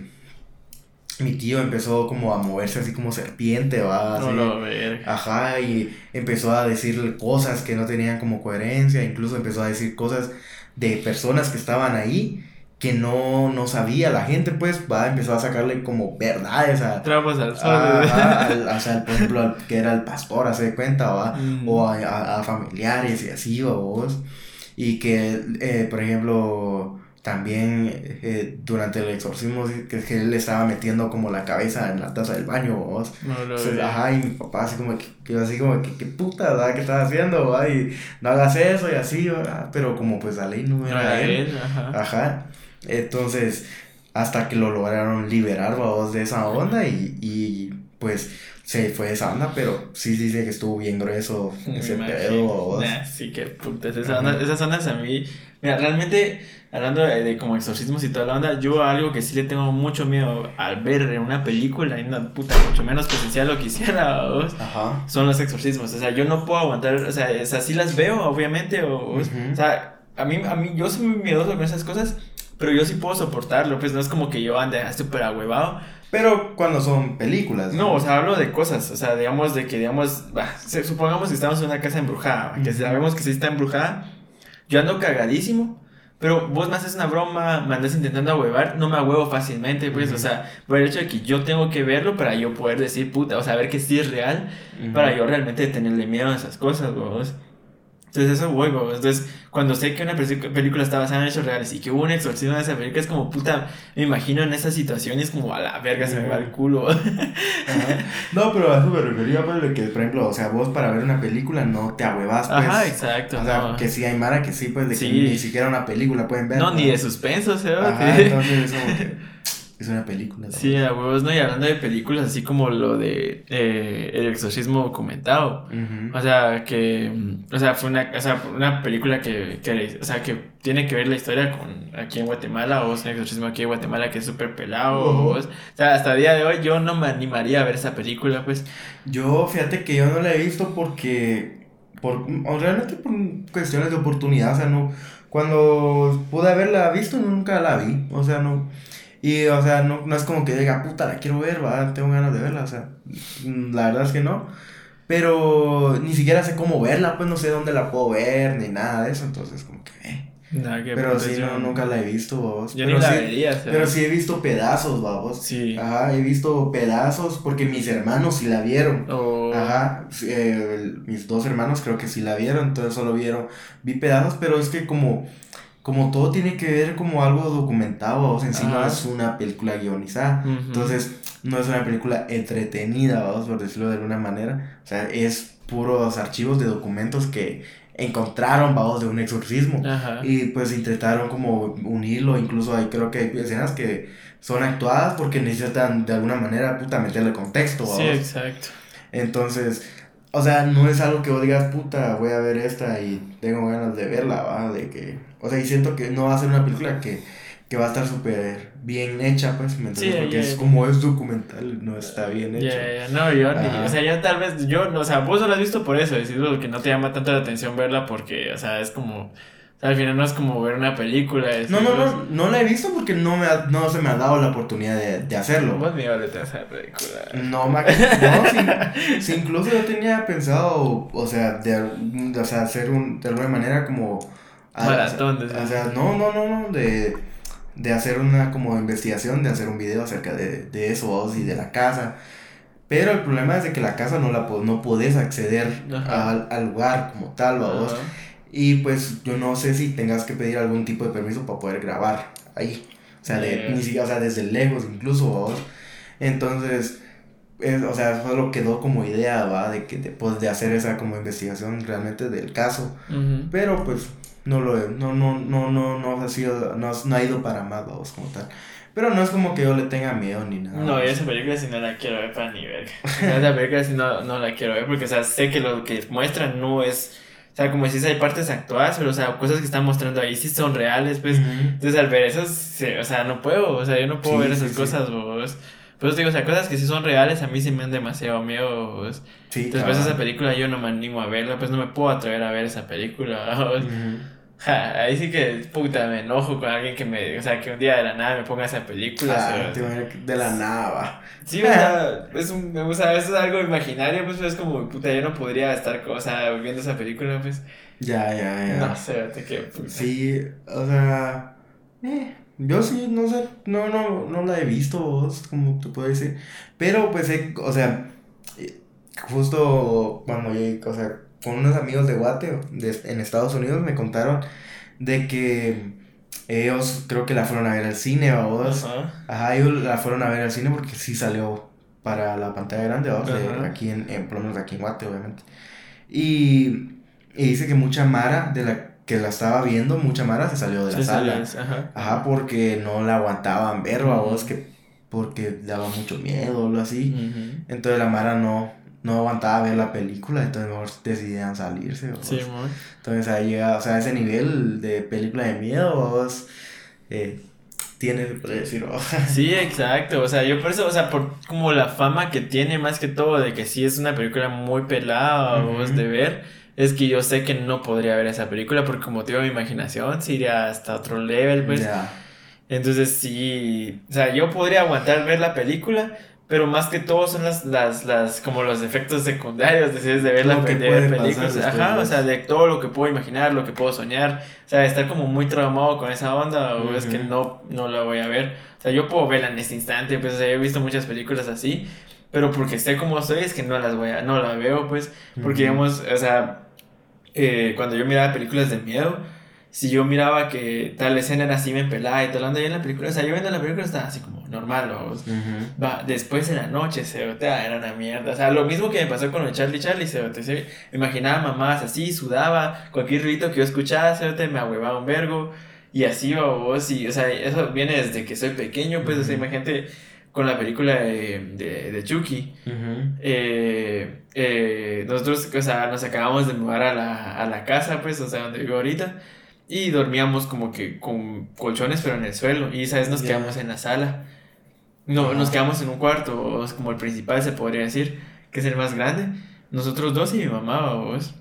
mi tío empezó como a moverse así como serpiente, va, así, no, no, ver. Ajá, y empezó a decirle cosas que no tenían como coherencia, incluso empezó a decir cosas de personas que estaban ahí que no, no sabía la gente, pues, va, empezó a sacarle como verdades a... Trapos al sol. Ajá, al, o sea, por ejemplo, al, que era el pastor, hace de cuenta, va, mm. o a, a, a familiares y así, va, vos, y que, eh, por ejemplo... También eh, durante el exorcismo que, que él le estaba metiendo como la cabeza en la taza del baño, vos. No lo Entonces, ajá, y mi papá así como que, que así como que, qué puta, ¿verdad? ¿Qué estás haciendo? ¿Va? Y no hagas eso y así, ¿verdad? Pero como pues la ley no era no, él. él ajá. Ajá. Entonces, hasta que lo lograron liberar, vos, de esa onda y, y pues se fue esa onda, pero sí dice que estuvo bien grueso ese pedo, vos. Nah, sí, que putas, esa onda, esas ondas a mí, mira, realmente... Hablando de, de como exorcismos y toda la onda, yo algo que sí le tengo mucho miedo al ver en una película, y una puta, mucho menos presencial lo quisiera, ¿vos? Ajá. Son los exorcismos. O sea, yo no puedo aguantar, o sea, o sea sí las veo, obviamente, o, uh-huh. o sea, a mí, a mí, yo soy muy miedoso con esas cosas, pero yo sí puedo soportarlo, pues no es como que yo ande súper ahuevado. Pero cuando son películas, ¿no? No, o sea, hablo de cosas, o sea, digamos de que, digamos, bah, supongamos que estamos en una casa embrujada, uh-huh. que sabemos que sí está embrujada, yo ando cagadísimo. Pero vos me haces una broma, me andas intentando ahuevar, no me ahuevo fácilmente, pues, uh-huh. o sea, por el hecho de que yo tengo que verlo para yo poder decir, puta, o sea, ver que sí es real, uh-huh. para yo realmente tenerle miedo a esas cosas, vos. Entonces eso voy, vos. Entonces, cuando sé que una película está basada en hechos reales y que hubo un exorcismo de esa película, es como, puta, me imagino en esas situaciones como, a la verga, uh-huh. se me va el culo. Ajá. No, pero a eso me refería, pues, de que, por ejemplo, o sea, vos para ver una película no te ahuevas, pues. Ajá, exacto. O sea, no. que sí hay mara que sí, pues, de sí. que ni siquiera una película pueden ver. No, ¿no? ni de suspenso, o sea. Ajá, entonces es como que... Es una película. ¿No? Sí, a huevos, ¿no? Y hablando de películas, así como lo de eh, El exorcismo documentado. Uh-huh. O sea, que... O sea, fue una, o sea, una película que, que... O sea, que tiene que ver la historia con... Aquí en Guatemala, o es un exorcismo aquí en Guatemala que es súper pelado. Uh-huh. O, o sea, hasta el día de hoy yo no me animaría a ver esa película, pues. Yo, fíjate que yo no la he visto porque... Por, realmente por cuestiones de oportunidad, o sea, no... Cuando pude haberla visto, nunca la vi. O sea, no... Y, o sea, no, no es como que diga, puta, la quiero ver, va, tengo ganas de verla, o sea, la verdad es que no. Pero ni siquiera sé cómo verla, pues no sé dónde la puedo ver, ni nada de eso, entonces como que... Eh. Nah, qué Pero putas, sí, yo- no, nunca la he visto, vos. Yo Pero ni la sí, vería, ¿sabes? pero sí he visto pedazos, vos. Sí. Ajá, he visto pedazos porque mis hermanos sí la vieron. O... Ajá, sí, eh, el- mis dos hermanos creo que sí la vieron, entonces solo vieron, vi pedazos, pero es que como, como todo tiene que ver como algo documentado, o sea, en sí no Ajá. es una película guionizada, Ujú. entonces no es una película entretenida, vamos, por decirlo de alguna manera, o sea, es puros archivos de documentos que encontraron, vamos, de un exorcismo, Ajá. y pues intentaron como unirlo, incluso hay creo que hay escenas que son actuadas porque necesitan de alguna manera, puta, meterle contexto, Sí, vamos. exacto. Entonces, o sea, no es algo que vos digas, puta, voy a ver esta y tengo ganas de verla, ¿va? De que, o sea, y siento que no va a ser una película que, que va a estar súper bien hecha, pues, ¿me entiendes? Sí, Porque ya, es ya. como es documental, no está bien hecho. Ya, ya, no, yo ni, Ajá. o sea, yo tal vez, yo, no, o sea, vos no la has visto por eso, decís que no te llama tanto la atención verla porque, o sea, es como, o sea, al final no es como ver una película. No, no, decís, no, no la he visto porque no, me ha- no se me ha dado la oportunidad de, de hacerlo. Vos ni vale esa película. No, ma- no, sí, sí, incluso yo tenía pensado, o sea, de, o sea, hacer un, de alguna manera como... a- Maratón, o sea, decís. o sea, no, no, no, no, de, de hacer una como investigación, de hacer un video acerca de, de eso, vos, y de la casa. Pero el problema es de que la casa no la po- no podés acceder Ajá. al, al lugar como tal, vos. Ajá. Y pues yo no sé si tengas que pedir algún tipo de permiso para poder grabar ahí. O sea, de, Yeah. ni siquiera, o sea, desde lejos incluso, vos. Entonces, es, o sea, solo quedó como idea, va, de que de, pues, de hacer esa como investigación realmente del caso. Ujú. Pero pues no lo he, no, no, no, no, no ha sido, no, no ha ido para más, vamos, como tal. Pero no es como que yo le tenga miedo ni nada. No, yo esa película sí no la quiero ver para ni verga. O sea, esa película sí no, no la quiero ver porque, o sea, sé que lo que muestran no es... O sea, como decís, hay partes actuadas, pero, o sea, cosas que están mostrando ahí sí son reales, pues. Ujú. Entonces, al ver eso, se- o sea, no puedo, o sea, yo no puedo Sí, ver sí, esas sí. cosas, vos. Por eso te digo, o sea, cosas que sí son reales a mí sí me dan demasiado miedo, vos. Sí, Entonces, pues, esa cabal. película yo no me animo a verla, pues no me puedo atrever a ver esa película, vos. Ujú. Ja, ahí sí que, puta, me enojo con alguien que me, o sea, que un día de la nada me ponga esa película, Ah, o te sea, imaginas que de la nada, va. sí, o sea, es un, o sea, eso es algo imaginario, pues es como, puta, yo no podría estar, o sea, viendo esa película, pues, Ya, ya, ya. no sé, te que, puta. Sí, o sea, eh, yo sí, no sé, no, no, no la he visto, vos, como te puedo decir, pero pues, he- o sea, eh, justo cuando llegué, o sea, con unos amigos de Guate, de- en Estados Unidos, me contaron de que ellos creo que la fueron a ver al cine, vos, Ajá. ajá, ellos la fueron a ver al cine porque sí salió para la pantalla grande, vamos, de Ajá. aquí en, en, por lo menos aquí en Guate, obviamente. Y, y dice que mucha Mara de la que la estaba viendo, mucha Mara se salió de la Sí, sala. sí, ajá. Ajá, porque no la aguantaban ver, Ujú. vos, que porque daba mucho miedo o algo así. Ujú. Entonces la Mara no, no aguantaba ver la película, entonces mejor decidían salirse, vos. Sí, muy. Entonces ahí llega, o sea, ese nivel de película de miedo, vos, eh, tiene, se puede decir, vos. Sí, exacto, o sea, yo por eso, o sea, por como la fama que tiene más que todo de que sí es una película muy pelada, Ujú. vos, de ver, es que yo sé que no podría ver esa película porque como tengo mi imaginación, sí iría hasta otro level, pues. Ya. Entonces sí, o sea, yo podría aguantar ver la película, pero más que todo son las, las, las, como los efectos secundarios, decides de ver Lo la que pe- de puede ver pasar películas, después, ajá, o ¿ves? sea, de todo lo que puedo imaginar, lo que puedo soñar, o sea, estar como muy traumado con esa onda, o es que Ujú. no, no la voy a ver, o sea, yo puedo verla en este instante, pues, o sea, he visto muchas películas así, pero porque sé cómo soy, es que no las voy a, no la veo, pues, porque Ujú. digamos, o sea, eh, cuando yo miraba películas de miedo, si yo miraba que tal escena era así, me pelaba y tal, anda yo en la película, o sea, yo viendo la película estaba así como normal, vamos. Ujú. Va, después en la noche, se botea, era una mierda. O sea, lo mismo que me pasó con lo de Charlie Charlie, se botea, se- me imaginaba mamás así, sudaba, cualquier ruido que yo escuchaba, se botea, me ahuevaba un vergo, y así va vos, y, o sea, eso viene desde que soy pequeño, pues, o sea, Ujú. imagínate con la película de, de, de Chucky. Ujú. Eh, eh, nosotros, o sea, nos acabamos de mudar a la, a la casa, pues, o sea, donde vivo ahorita. Y dormíamos como que con colchones, pero en el suelo. Y esa vez nos Ya. quedamos en la sala. No, Ajá. nos quedamos en un cuarto, o es como el principal se podría decir, que es el más grande. Nosotros dos y mi mamá, vos.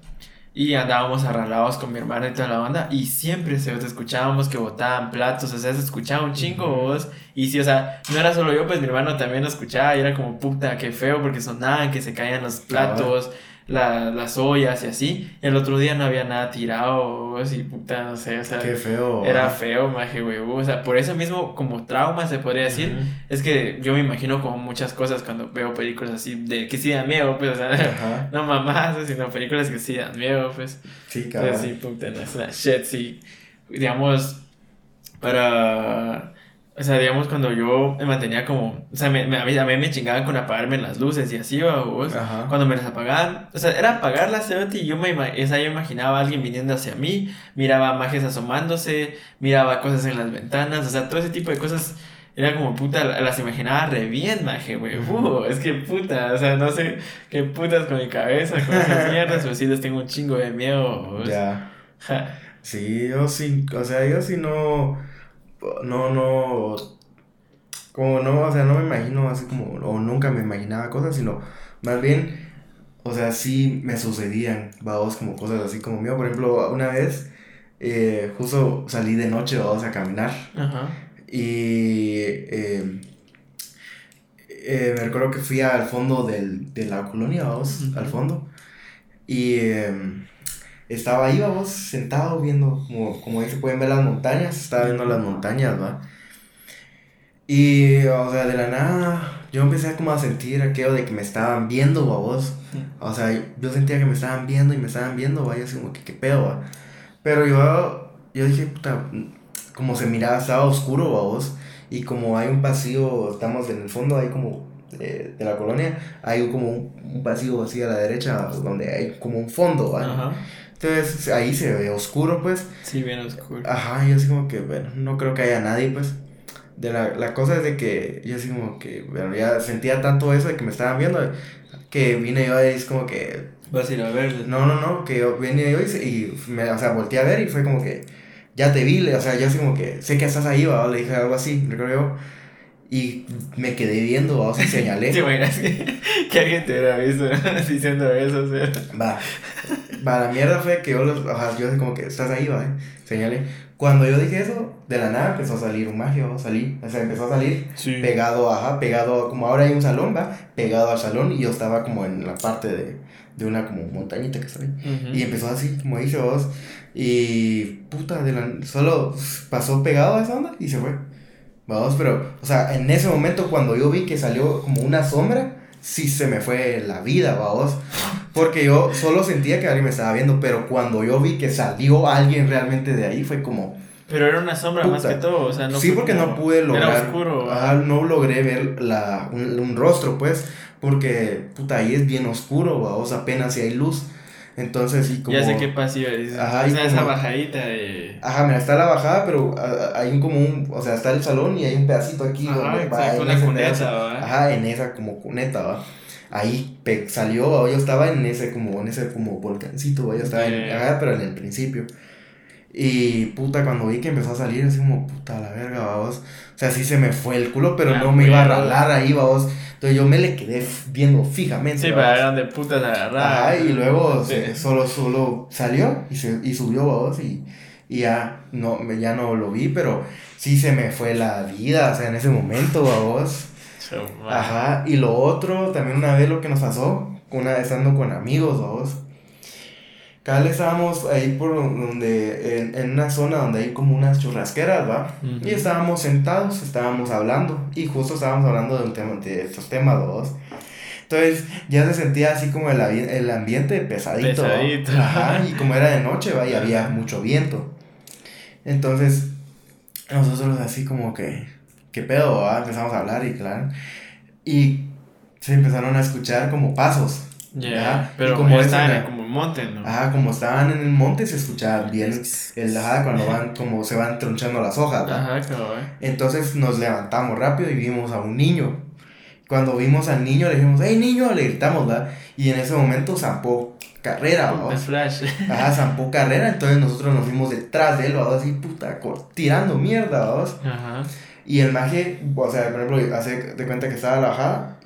Y andábamos arralados con mi hermana y toda la banda. Y siempre se escuchábamos que botaban platos. O sea, se escuchaba un chingo Ujú. vos. Y sí, o sea, no era solo yo, pues mi hermano también lo escuchaba. Y era como puta, qué feo, porque sonaban, que se caían los Cabal. platos, la- las ollas y así. Y el otro día no había nada tirado, vos, y puta, no sé, o sea, Qué feo, era ¿va? feo, maje, huevo. O sea, por eso mismo, como trauma se podría decir. Ujú. Es que yo me imagino como muchas cosas cuando veo películas así de que sí dan miedo, pues, o sea, Ajá. no mamás, sino películas que sí dan miedo, pues. Sí, Entonces, sí, cabal. puta, no es una shit, sí. Digamos, para. O sea, digamos, cuando yo me mantenía como. O sea, me, me- a mí, a mí me chingaban con apagarme las luces y así, ¿va, vos? Ajá. Cuando me las apagaban. O sea, era apagarlas, cerote, y yo me, ima- o sea, yo imaginaba a alguien viniendo hacia mí, miraba majes asomándose, miraba cosas en las ventanas, o sea, todo ese tipo de cosas. Era como puta, las imaginaba re bien, maje, güey. Ujú. Uh, es que puta, o sea, no sé qué putas con mi cabeza, con esas mierdas, pero sí les tengo un chingo de miedo, vos. Ya. Ja. Sí, yo sí, o sea, yo sí no, no, no, como no, o sea, no me imagino así como, o nunca me imaginaba cosas, sino más bien, o sea, sí me sucedían, vamos, como cosas así como mío. Por ejemplo, una vez, eh, justo salí de noche, vamos a caminar, Ajá. y eh, eh, me recuerdo que fui al fondo del, de la colonia, vamos, al Ujú. fondo, y eh, estaba ahí, vamos, sentado viendo, como, como ahí se pueden ver las montañas, estaba viendo las Ya. montañas, va. Y, o sea, de la nada, yo empecé como a sentir aquello de que me estaban viendo, vos. O sea, yo sentía que me estaban viendo y me estaban viendo, vaya, así como que qué pedo, va. Pero yo, yo dije, puta, como se miraba, estaba oscuro, vos. Y como hay un pasillo, estamos en el fondo, hay como de, de la colonia, hay como un, un pasillo así a la derecha, donde hay como un fondo, va. Ajá. Entonces ahí se ve oscuro, pues. Sí, bien oscuro. Ajá, y yo así como que, bueno, no creo que haya nadie, pues. De la, la cosa es de que yo así como que, bueno, ya sentía tanto eso de que me estaban viendo, que vine yo ahí, es como que, Vas a ir a verlo. no, no, no, que yo vine yo y, se- y me, o sea, volteé a ver y fue como que, ya te vi, le- o sea, yo así como que, sé que estás ahí, va, le dije algo así, recuerdo yo, y me quedé viendo, va, o sea, ¿Te señalé, imaginas que, que alguien te hubiera visto diciendo eso? O sea. va, va, la mierda fue que yo, los, ajá, yo así como que, estás ahí, va, eh, señalé. Cuando yo dije eso, de la nada empezó a salir un magio, salí, o sea, empezó a salir Sí. pegado, ajá, pegado, como ahora hay un salón, va, pegado al salón, y yo estaba como en la parte de, de una como montañita que está ahí, Ujú. y empezó así, como dice vos, y puta, de la, solo pasó pegado a esa onda y se fue, vamos, pero, o sea, en ese momento cuando yo vi que salió como una sombra, sí se me fue la vida, vamos, porque yo solo sentía que alguien me estaba viendo, pero cuando yo vi que salió alguien realmente de ahí, fue como, Pero era una sombra más que puta. todo, o sea, no Sí, fue porque no como. pude Era lograr, oscuro, ajá, ¿va? no logré ver la, un, un rostro, pues, porque, puta, ahí es bien oscuro, vamos, apenas si hay luz. Entonces, sí, Ya sé qué como, pasillo dices. ajá, O y sea, esa como, bajadita de. ajá, mira, está la bajada, pero ah, hay un como un, o sea, está el salón y hay un pedacito aquí Ajá, donde va exacto, en una ese cuneta, pedazo, ¿va? ajá, en esa como cuneta, va. Ahí pe- salió, ¿va? Yo estaba en ese como, en ese como volcancito, ¿va? Yo estaba en, Yeah. ajá, pero en el principio. Y puta, cuando vi que empezó a salir, así como, puta, la verga, vamos. O sea, sí se me fue el culo, pero Ah, no me iba a huevos. ralar ahí, vamos. Entonces yo me le quedé f- viendo fijamente, Sí, para ver vamos. dónde putas agarrar. Ajá, y luego Sí. se- solo, solo salió y, se, y subió, vamos. Y, y ya no, me- ya no lo vi, pero sí se me fue la vida, o sea, en ese momento, vamos. So, man. Ajá, y lo otro, también una vez lo que nos pasó, una vez estando con amigos, vamos. Cada vez estábamos ahí por donde, en, en una zona donde hay como unas churrasqueras, ¿va? Ujú. Y estábamos sentados, estábamos hablando, y justo estábamos hablando de, un tema, de estos temas, dos. Entonces ya se sentía así como el, avi- el ambiente pesadito, ¿va? Pesadito. Ajá, y como era de noche, ¿va? Y había Ajá. mucho viento. Entonces nosotros así como que, ¿qué pedo, va? Empezamos a hablar y claro, y se empezaron a escuchar como pasos. Ya, Ajá, y pero como ellos eso, estaban en la- como un monte, ¿no? ajá, como estaban en el monte se escuchaba bien el ajá, cuando van, como se van tronchando las hojas, ¿va? Ajá, cabrón. Entonces nos levantamos rápido y vimos a un niño. Cuando vimos al niño le dijimos, ¡hey niño! Le gritamos, ¿va? Y en ese momento zampó carrera, The vamos. Flash. Ajá, zampó carrera, entonces nosotros nos fuimos detrás de él, vamos, así, puta, cor- tirando mierda, vamos. Ajá. Y el maje, o sea, por ejemplo, hace de cuenta que estaba a la bajada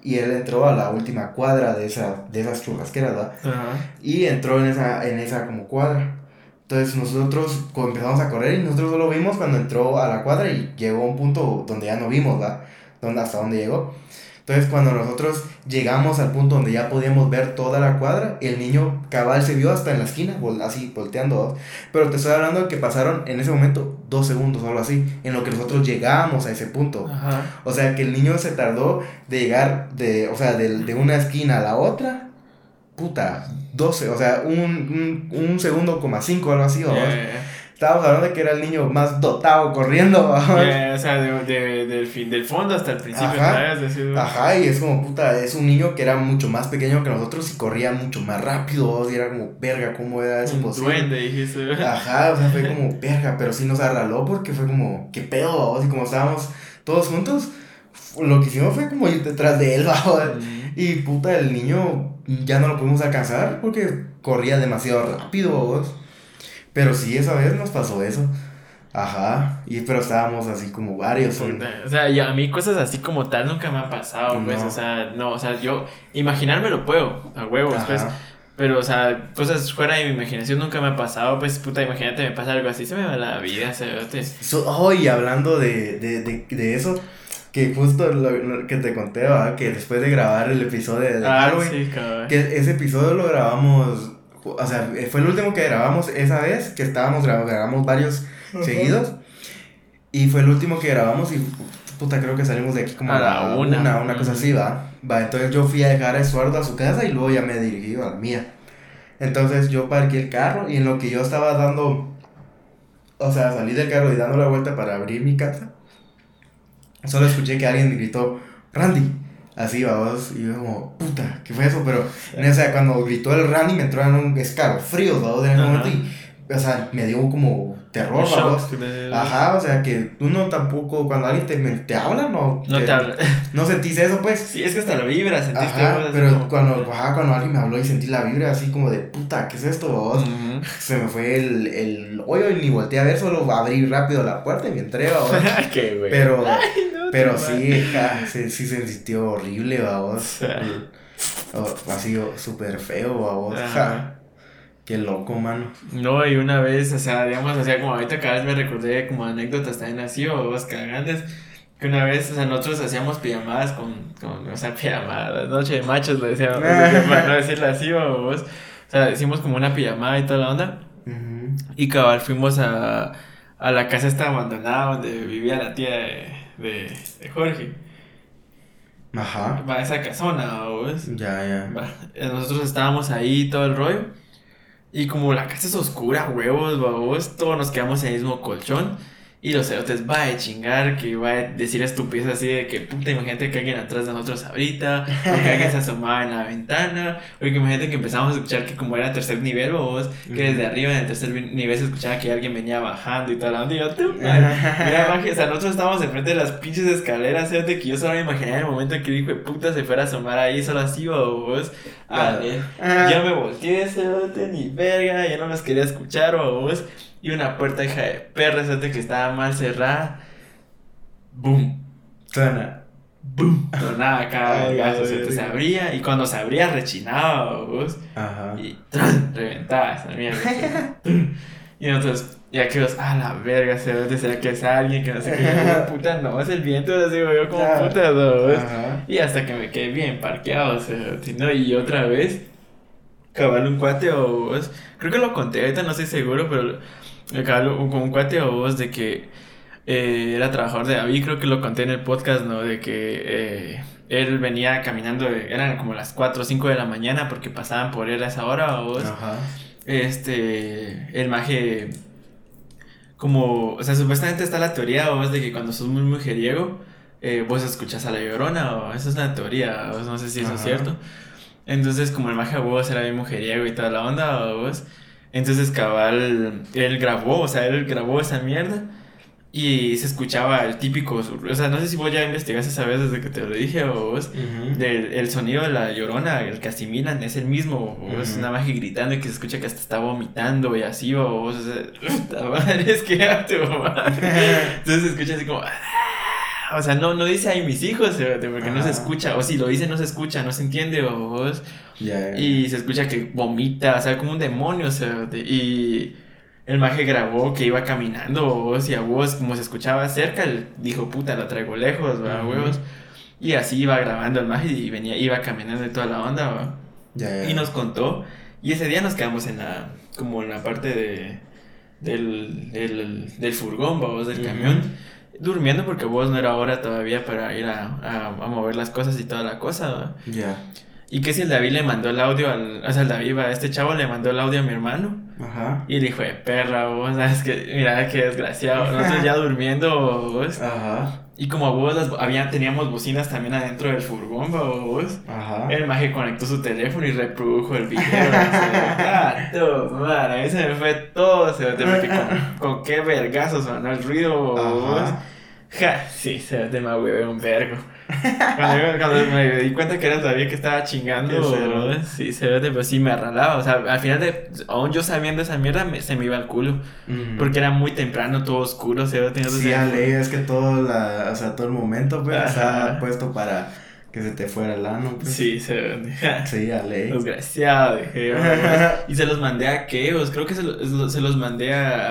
y él entró a la última cuadra de, esa, de esas churrasqueras, ¿verdad? Ajá. Y entró en esa, en esa como cuadra. Entonces nosotros empezamos a correr y nosotros solo vimos cuando entró a la cuadra y llegó a un punto donde ya no vimos, ¿verdad? Donde, hasta donde llegó. Entonces cuando nosotros llegamos al punto donde ya podíamos ver toda la cuadra, el niño cabal se vio hasta en la esquina, así volteando, ¿no? Pero te estoy hablando de que pasaron en ese momento dos segundos o algo así, en lo que nosotros llegamos a ese punto. Ajá. O sea que el niño se tardó de llegar de, o sea, de, de una esquina a la otra, puta, doce, o sea, un, un, un segundo coma cinco o algo así, ¿no? Yeah, yeah. Estábamos hablando de que era el niño más dotado corriendo, ¿no? Yeah, o sea, de, de, del, fin, del fondo hasta el principio, Ajá. ¿sabes? Decir, Ajá, y es como, puta, es un niño que era mucho más pequeño que nosotros y corría mucho más rápido, y era como, verga, ¿cómo era eso un posible? duende, dijiste. Ajá, o sea, fue como, verga, pero sí nos agarró porque fue como, ¿qué pedo, vamos? Y como estábamos todos juntos, lo que hicimos fue como ir detrás de él, vamos. Mm. Y puta, el niño ya no lo pudimos alcanzar porque corría demasiado rápido, vos. Pero sí, esa vez nos pasó eso. Ajá, y pero estábamos así como varios. en- Puta, O sea, yo- a mí cosas así como tal nunca me han pasado, pues, No. o sea, no, o sea, yo imaginarme lo puedo, a huevos, Ajá. pues, pero, o sea, cosas fuera de mi imaginación nunca me ha pasado, pues, puta, imagínate, me pasa algo así, se me va la vida, se So, oh, y hablando de, de, de, de eso, que justo lo, lo que te conté, ¿verdad? Que después de grabar el episodio de Ah, Halloween, sí, cabrón. que ese episodio lo grabamos, o sea, fue el último que grabamos esa vez, que estábamos grabando, grabamos varios seguidos, y fue el último que grabamos y puta, creo que salimos de aquí como A a la la una. una, una cosa Ujú. así, va. Va, entonces yo fui a dejar a Eduardo a su casa y luego ya me dirigí a la mía. Entonces yo parqué el carro y en lo que yo estaba dando, o sea, salí del carro y dando la vuelta para abrir mi casa, solo escuché que alguien gritó, Randy, así, vamos, y yo como, puta, ¿qué fue eso? Pero, en esa, cuando gritó el Randy me entró en un escalofrío, vamos, en ese Ajá. momento y, o sea, me dio como terror, Un shock vamos. de- Ajá, o sea, que uno tampoco, cuando alguien te, te habla, no, No te habla. no sentís eso, pues. Sí, es que hasta lo vibras, sentiste Ajá, algo así pero como- cuando, ajá, cuando alguien me habló y sentí la vibra así como de, puta, ¿qué es esto, vos? Ujú. Se me fue el, el hoyo y ni volteé a ver, solo abrí rápido la puerta y me entré, vamos. Qué güey. Pero, Ay, no, pero te sí, ja, sí, sí se sintió horrible, vamos. Ajá. O- Ha sido súper feo, vamos. Ajá. Ja. Qué loco, mano. No, y una vez, o sea, digamos, o sea, como ahorita cada vez me recordé como anécdotas también así o vos cagantes, que una vez, o sea, nosotros hacíamos pijamadas con, con o sea, pijamadas, noche de machos, le decíamos, para no decirlo así, o vos, o sea, hicimos como una pijamada y toda la onda, Ujú. y cabal fuimos a, a la casa esta abandonada donde vivía la tía de, de, de Jorge, Ajá. va, esa casona, o vos. Ya, ya. Va, eh, nosotros estábamos ahí todo el rollo. Y como la casa es oscura, huevos, babos, todos nos quedamos en el mismo colchón. Y los cerotes va a chingar, que va a decir estupideces así de que puta, imagínate que alguien atrás de nosotros ahorita, o que alguien se asomaba en la ventana, o que imagínate que empezamos a escuchar que como era tercer nivel, babos, que desde arriba en el tercer vi- nivel se escuchaba que alguien venía bajando y toda la onda. Y yo, tú, mira, baje, o sea, nosotros estábamos enfrente de las pinches escaleras, cerote, que yo solo me imaginaba el momento en que el hijo de puta se fuera a asomar ahí, solo así, babos. Ah, eh. Ah. Ya me volteé, cerote, ni verga, ya no los quería escuchar, babos. Y una puerta hija de perra, cerote, que estaba mal cerrada. Boom, Suena. boom. Sonaba acá, Ay, vergazo, ay, cerote, ay. se abría. Y cuando se abría, rechinaba, babos. Ajá. Y ¡tran! Reventaba esa mierda. Y nosotros, ya que vos, ah, la verga, cerote, ¿será que es alguien que no sé qué? Y yo, puta, no, es el viento, así digo yo, como Ya. puta, babos. Ajá. Y hasta que me quedé bien parqueado, o sea, ¿no? Y otra vez, cabal un cuate o vos, creo que lo conté, ahorita no estoy seguro, pero cabal un, con un cuate o vos de que eh, era trabajador de David, creo que lo conté en el podcast, ¿no? De que eh, él venía caminando, eran como las cuatro o cinco de la mañana porque pasaban por él a esa hora o vos. Ajá. Este, el maje, como, o sea, supuestamente está la teoría vos de que cuando sos muy mujeriego, eh, vos escuchas a la Llorona, o esa es una teoría, o no sé si eso es Ajá. cierto. Entonces, como el maje vos era bien mujeriego y toda la onda, o vos, entonces cabal, él grabó, o sea, él grabó esa mierda. Y se escuchaba el típico, o sea, no sé si vos ya investigaste esa vez desde que te lo dije o vos, Ujú. del, el sonido de la Llorona, el que asimilan, es el mismo, o es Ujú. una magia gritando y que se escucha que hasta está vomitando y así, o vos, o sea, puta madre, es que a tu madre. Entonces se escucha así como, "Ah", o sea, no, no dice ay mis hijos, cerote, porque Ajá. no se escucha, o si lo dice no se escucha, no se entiende, o vos, Ya, ya. y se escucha que vomita, o sea, como un demonio, cerote, y el maje grabó que iba caminando, o vos, y a vos, como se escuchaba cerca, él dijo, puta, lo traigo lejos, va, Ujú. huevos, y así iba grabando el maje y venía, iba caminando de toda la onda, va. Ya, ya. Y nos contó, y ese día nos quedamos en la, como en la parte de, del, del, del furgón, vos, del Ujú. camión, durmiendo porque vos no era hora todavía para ir a, a, a mover las cosas y toda la cosa, ¿va? Ya. Y que si el David le mandó el audio al, o sea, el David, va, este chavo le mandó el audio a mi hermano, Ajá. y le dijo, de perra, vos, sabes que, mira qué desgraciado, nosotros ya durmiendo, vos, Ajá. y como vos, las, había, teníamos bocinas también adentro del furgón, ¿va, vos? Ajá. El maje conectó su teléfono y reprodujo el video. Ah, man, a mí se me fue todo. Se me porque con, con qué vergazo sonó el ruido. Vos. Ajá. Ja, sí, se me hueve un vergo. Cuando, yo- cuando me di cuenta que era todavía que estaba chingando, Qué cero. vos, sí, se ve, pero sí me arralaba. O sea, al final, de, aún yo sabiendo esa mierda, me- se me iba al culo. Ujú. Porque era muy temprano, todo oscuro. Se ve, tenía Sí, a ley, es que todo, la, o sea, todo el momento, pues, Ajá. estaba puesto para que se te fuera el ano, pues. Sí, se ve. Ja. Sí, a ley. Desgraciado, dije yo, pues. Y se los mandé a Keos, creo que se, lo- se los mandé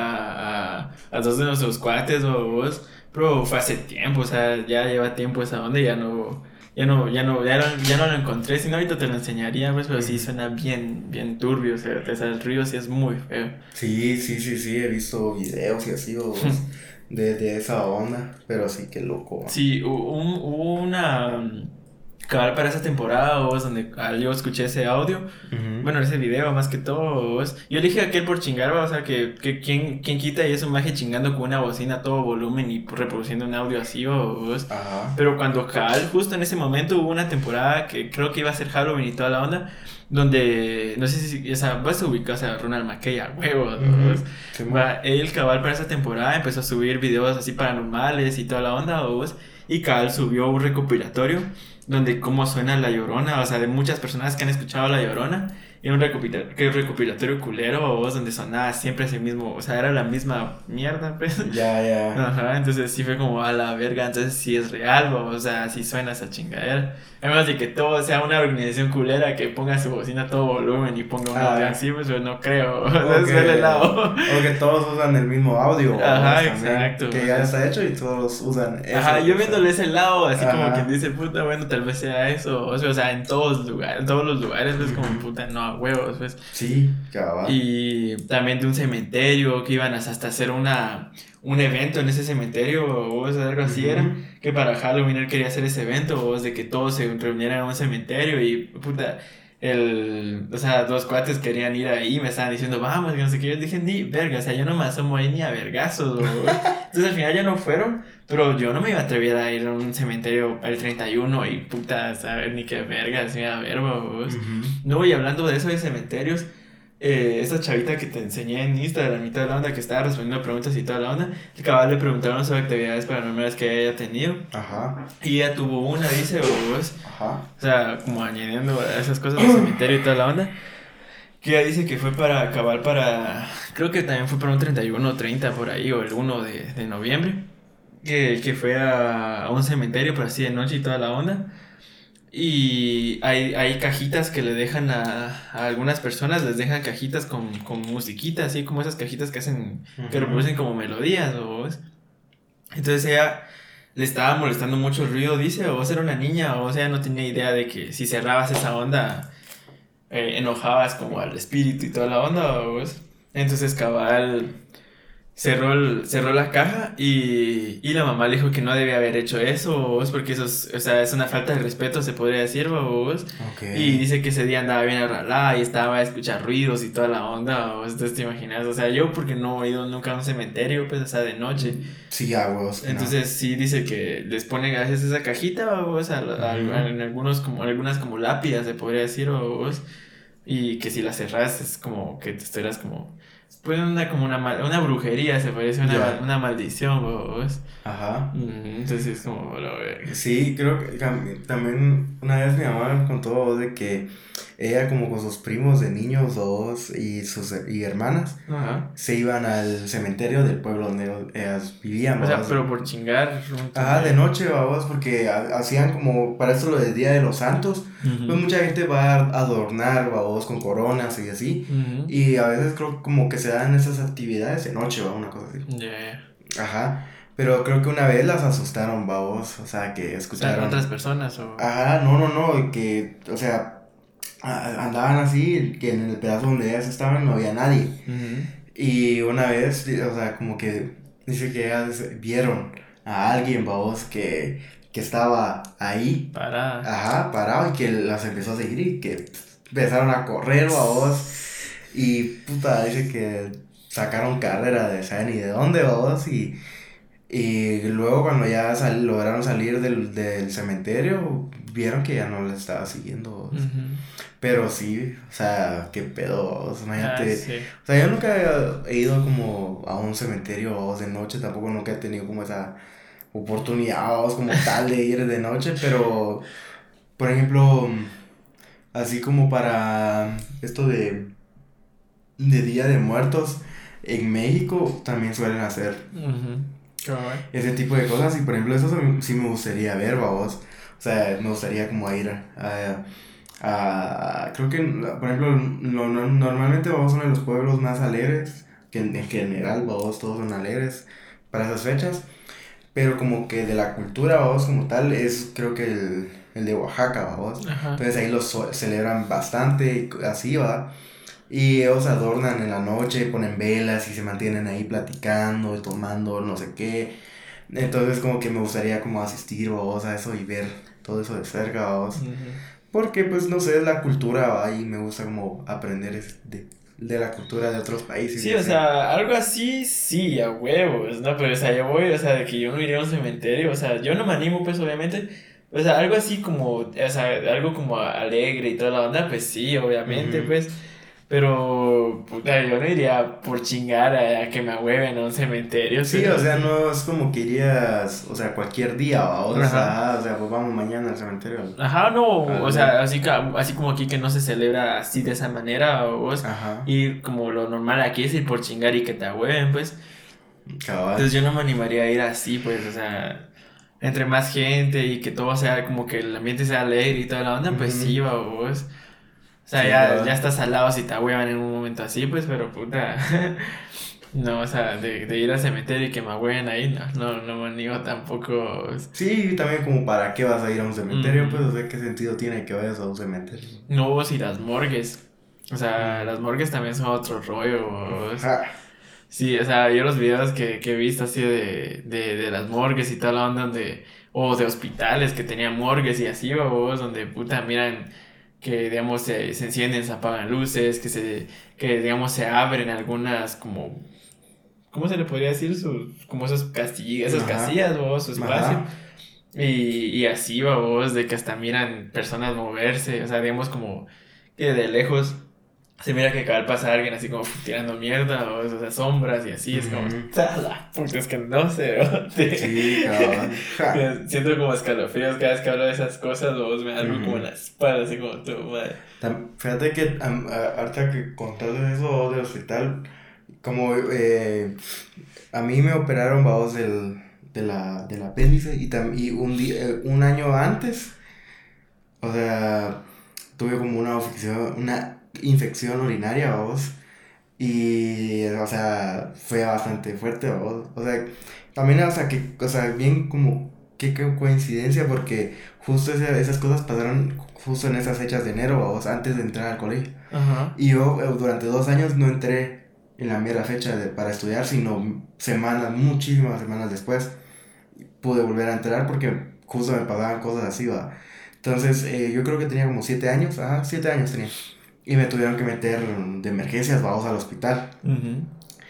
a, a, a dos de nuestros cuates o vos, pero fue hace tiempo, o sea, ya lleva tiempo esa onda y ya no, ya no, ya no, ya no, ya no lo encontré, si no ahorita te lo enseñaría, pues, pero sí suena bien, bien turbio, o sea, o sea, el ruido sí es muy feo. Sí, sí, sí, sí, he visto videos y así, o, de, de esa onda, pero sí, qué loco. Man. Sí, hu- un- hubo una, um, cabal para esa temporada, vos, donde ah, yo escuché ese audio. Ujú. Bueno, ese video más que todo, vos. Yo elegí aquel por chingar, va, o sea, que, que quien, quien quita y es un maje chingando con una bocina a todo volumen y reproduciendo un audio así, vos. Ajá. Pero cuando cabal, justo en ese momento hubo una temporada que creo que iba a ser Halloween y toda la onda, donde, no sé si, o sea, vas a ubicar, o sea, Ronald McKay a huevos, Ujú. vos. Sí, man. Va, él cabal para esa temporada empezó a subir videos así paranormales y toda la onda, vos. Y cabal subió un recopilatorio donde cómo suena La Llorona, o sea, de muchas personas que han escuchado La Llorona. Y un recopilatorio, que recopilatorio culero, vos, donde sonaba siempre ese mismo, o sea, era la misma mierda, pues. Ya, ya. Ajá, entonces sí fue como a la verga, entonces sí es real, o sea, sí suena esa chingadera. Además de que todo sea una organización culera que ponga su bocina a todo volumen y ponga un Ah. audio así, pues yo no creo, o O sea, es que- el helado. O que todos usan el mismo audio. Ajá, ¿no? También, exacto. Que ya está hecho y todos usan eso. Ajá, yo o sea. viéndole ese lado, así como Ajá. quien dice, puta, bueno, tal vez sea eso, o sea, o sea, en todos lugares, en todos los lugares, pues como puta, no, a huevos, pues. Sí, cabal. Y también de un cementerio que iban a hasta hacer una, un evento en ese cementerio o algo así Ujú. era, que para Halloween él quería hacer ese evento o de que todos se reunieran en un cementerio y puta, el, o sea, dos cuates querían ir ahí, me estaban diciendo vamos, que no sé qué, yo dije ni verga, o sea, yo no me asomo ahí ni a vergazos, o- entonces al final ya no fueron, pero yo no me iba a atrever a ir a un cementerio el treinta y uno y puta, saber ni qué vergas me iba a ver, vos. Ujú. No, y hablando de eso de cementerios, eh, esa chavita que te enseñé en Instagram y toda la onda que estaba respondiendo preguntas y toda la onda, el cabal le preguntaron sobre actividades paranormales que haya tenido Ajá, y ella tuvo una, dice, vos, ajá. o sea, como añadiendo a esas cosas del cementerio y toda la onda, que ella dice que fue para acabar para, creo que también fue para un treinta y uno o treinta por ahí, o el uno de, de noviembre, que, que fue a, a un cementerio, pero así de noche y toda la onda. Y hay, hay cajitas que le dejan a, a algunas personas, les dejan cajitas con, con musiquita, así como esas cajitas que hacen, que Ujú. reproducen como melodías, o vos. Entonces ella le estaba molestando mucho el ruido, dice, o vos era una niña, o sea, no tenía idea de que si cerrabas esa onda, eh, enojabas como al espíritu y toda la onda, o vos. Entonces cabal cerró, el, cerró la caja y, y la mamá le dijo que no debía haber hecho eso, vos, porque eso es, o sea, es una falta de respeto, se podría decir, vos. Ok. Y dice que ese día andaba bien arralada y estaba a escuchar ruidos y toda la onda, vos, entonces te imaginas, o sea, yo porque no he ido nunca a un cementerio, pues, o sea, de noche. Sí, a huevos. que no. Entonces sí dice que les ponen a veces esa cajita, vos, a, la- a- Ujú. en algunos como, algunas como lápidas, se podría decir, vos, y que si la cerras es como que te esperas como... Pues una como una, mal- una brujería, se parece una, Ya. una maldición, vos. Ajá. Mm, entonces es como la verga. Sí, creo que cam- también una vez mi mamá me contó de que ella como con sus primos de niños dos y sus y hermanas Ajá. se iban al cementerio del pueblo donde ellas vivían, O sea, babos. pero por chingar un Ajá, de tonel. noche, babos, porque ha- hacían como, para eso lo del Día de los Santos, pues Ujú, mucha gente va a adornar, babos, con coronas y así, ujú. y a veces creo como que se dan esas actividades de noche, va, una cosa así. Ya, ya. Ajá, pero creo que una vez las asustaron, babos, o sea, que O sea, otras escucharon, personas o... ajá, no, no, no, que, o sea, a- andaban así, que en el pedazo donde ellas estaban no había nadie. Ujú. Y una vez, di- o sea, como que dice que ellas vieron a alguien, babos, que, que estaba ahí, Para... ajá, parado y que las empezó a seguir y que empezaron a correr, babos. Y puta, dice que sacaron carrera de saber ni de dónde, babos. Y, y luego cuando ya sal- lograron salir del, del cementerio, vieron que ya no les estaba siguiendo, babos. Ujú. Pero sí, o sea, qué pedo, babos, Ah, imagínate. sí. O sea, yo nunca he ido como a un cementerio babos, de noche, tampoco nunca he tenido como esa oportunidad babos, como tal de ir de noche, pero, por ejemplo, así como para esto de, de Día de Muertos, en México también suelen hacer Ujú. Cabal. ese tipo de cosas y por ejemplo eso sí sí me gustaría ver, babos. O sea, me gustaría como ir a, a- a- creo que, por ejemplo, lo- no- normalmente babos son de los pueblos más alegres, que en, en general, babos, todos son alegres para esas fechas, pero como que de la cultura, babos, como tal, es creo que el, el de Oaxaca, babos. Ajá. Entonces ahí los so- celebran bastante, y así, va. Y ellos adornan en la noche, ponen velas y se mantienen ahí platicando, tomando, no sé qué. Entonces como que me gustaría como asistir, vos, a eso y ver todo eso de cerca, vos. Ujú. Porque pues no sé, es la cultura, va, y me gusta como aprender es- de, de la cultura de otros países y Sí, o así. sea, algo así, sí, a huevos, ¿no? Pero, o sea, yo voy, o sea, de que yo no iría a un cementerio, o sea, yo no me animo, pues, obviamente, o sea, algo así como, o sea, algo como alegre y toda la onda, pues sí, obviamente, Ujú. pues, pero, puta, yo no iría por chingar a, a que me ahueven a un cementerio, Sí, o pero... sea, no es como que irías, o sea, cualquier día, va, o Ajá. sea, o sea, pues vamos mañana al cementerio. Ajá, no, Al o ver. sea, así, ca- así como aquí que no se celebra así de esa manera, o vos Ajá, ir como lo normal aquí es ir por chingar y que te ahueven, pues. cabal. Entonces yo no me animaría a ir así, pues, o sea, entre más gente y que todo sea como que el ambiente sea alegre y toda la onda, pues sí, Ujú. va, vos. O sea, Sí, ya, ya cabal. estás al lado si te ahuevan en un momento así, pues, pero puta. No, o sea, de, de ir al cementerio y que me ahueven ahí, no, no, no me animo tampoco. Sí, y también como para qué vas a ir a un cementerio, pues, Ujú. o sea, qué sentido tiene que vayas a un cementerio. No, vos y las morgues. O sea, Mm. las morgues también son otro rollo, vos. Ja. Sí, o sea, yo los videos que, que he visto así de, de, de las morgues y toda la onda donde, o de hospitales que tenían morgues y así, vos, donde puta miran que digamos se, se encienden, se apagan luces, que se, que digamos se abren algunas como, ¿cómo se le podría decir? Sus, como esos castillos, esas Ajá, casillas, vos, su espacio. ajá, Y, y así, vos, de que hasta miran personas moverse, o sea, digamos como que de lejos. Se mira que acaba de pasar alguien así como tirando mierda o, o sea, sombras y así, es como, ujú. ¡tala! Puta, es que no sé, ¿no? Sí, cabal, ja. Siento como escalofríos cada vez que hablo de esas cosas, o me da algo como en Ujú. la espalda, así como, tu madre. Tam- Fíjate que am- a- ahorita que contaste eso del hospital, como eh, a mí me operaron, vamos, del, de la, del apéndice y, tam- y un día, eh, un año antes, o sea, tuve como una infección, una infección urinaria, vamos. Y, o sea, fue bastante fuerte, ¿no? O sea, también, o sea, que, o sea, bien como, qué, qué coincidencia, porque justo ese- esas cosas pasaron justo en esas fechas de enero, o sea, antes de entrar al colegio. Ajá. Y yo eh, durante dos años no entré en la mera fecha de, para estudiar, sino semanas, muchísimas semanas después, pude volver a entrar porque justo me pasaban cosas así, va. Entonces, eh, yo creo que tenía como siete años, ajá, siete años tenía. Y me tuvieron que meter de emergencias, vamos al hospital. Ujú.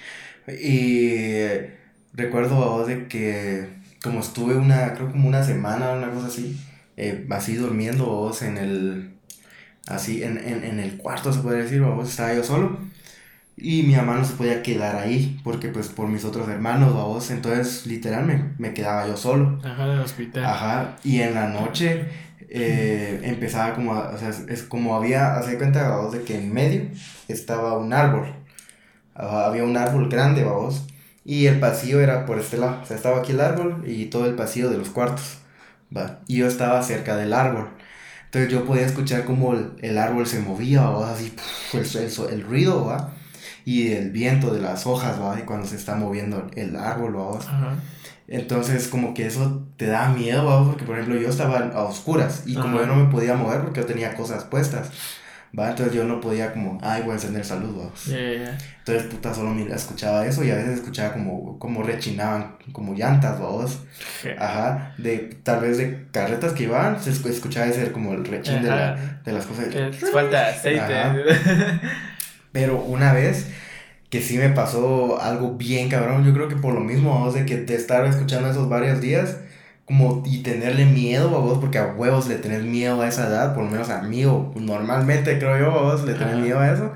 Y recuerdo, vamos, de que como estuve una, creo como una semana, una cosa así, eh, así durmiendo, vamos, en el, así, en, en, en el cuarto, se puede decir, vamos, estaba yo solo. Y mi mamá no se podía quedar ahí, porque pues por mis otros hermanos, vamos, entonces literal me, me quedaba yo solo. Ajá, del hospital. Ajá, y en la noche eh, empezaba como, a- o sea, es, es como había, hace cuenta, vamos, de que en medio estaba un árbol. Ajá, había un árbol grande, vamos, y el pasillo era por este lado, o sea, estaba aquí el árbol y todo el pasillo de los cuartos, va, y yo estaba cerca del árbol. Entonces yo podía escuchar como el, el árbol se movía, ¿va? Así, puf, el, el, so- el ruido, ¿va? Y el viento de las hojas, ¿va? Y cuando se está moviendo el árbol, ¿va? Ajá. Entonces como que eso te da miedo, ¿va? Porque por ejemplo yo estaba a oscuras y como yo Ajá. no me podía mover porque yo tenía cosas puestas, ¿va? Entonces yo no podía como, ay, voy a encender salud, ¿va? Ya, ya, ya. Entonces puta solo mira, escuchaba eso y a veces escuchaba como, como rechinaban como llantas, ¿va? Ajá, de tal vez de carretas que iban, se escu- escuchaba ese como el rechín de, la, Ajá. de las cosas. Que falta aceite. Ajá. Pero una vez que sí me pasó algo bien cabrón, yo creo que por lo mismo, vamos, de que te estar escuchando esos varios días, como y tenerle miedo a vos, porque a huevos le tenés miedo a esa edad, por lo menos a mí, o normalmente creo yo, a vos le tenés Ajá. miedo a eso.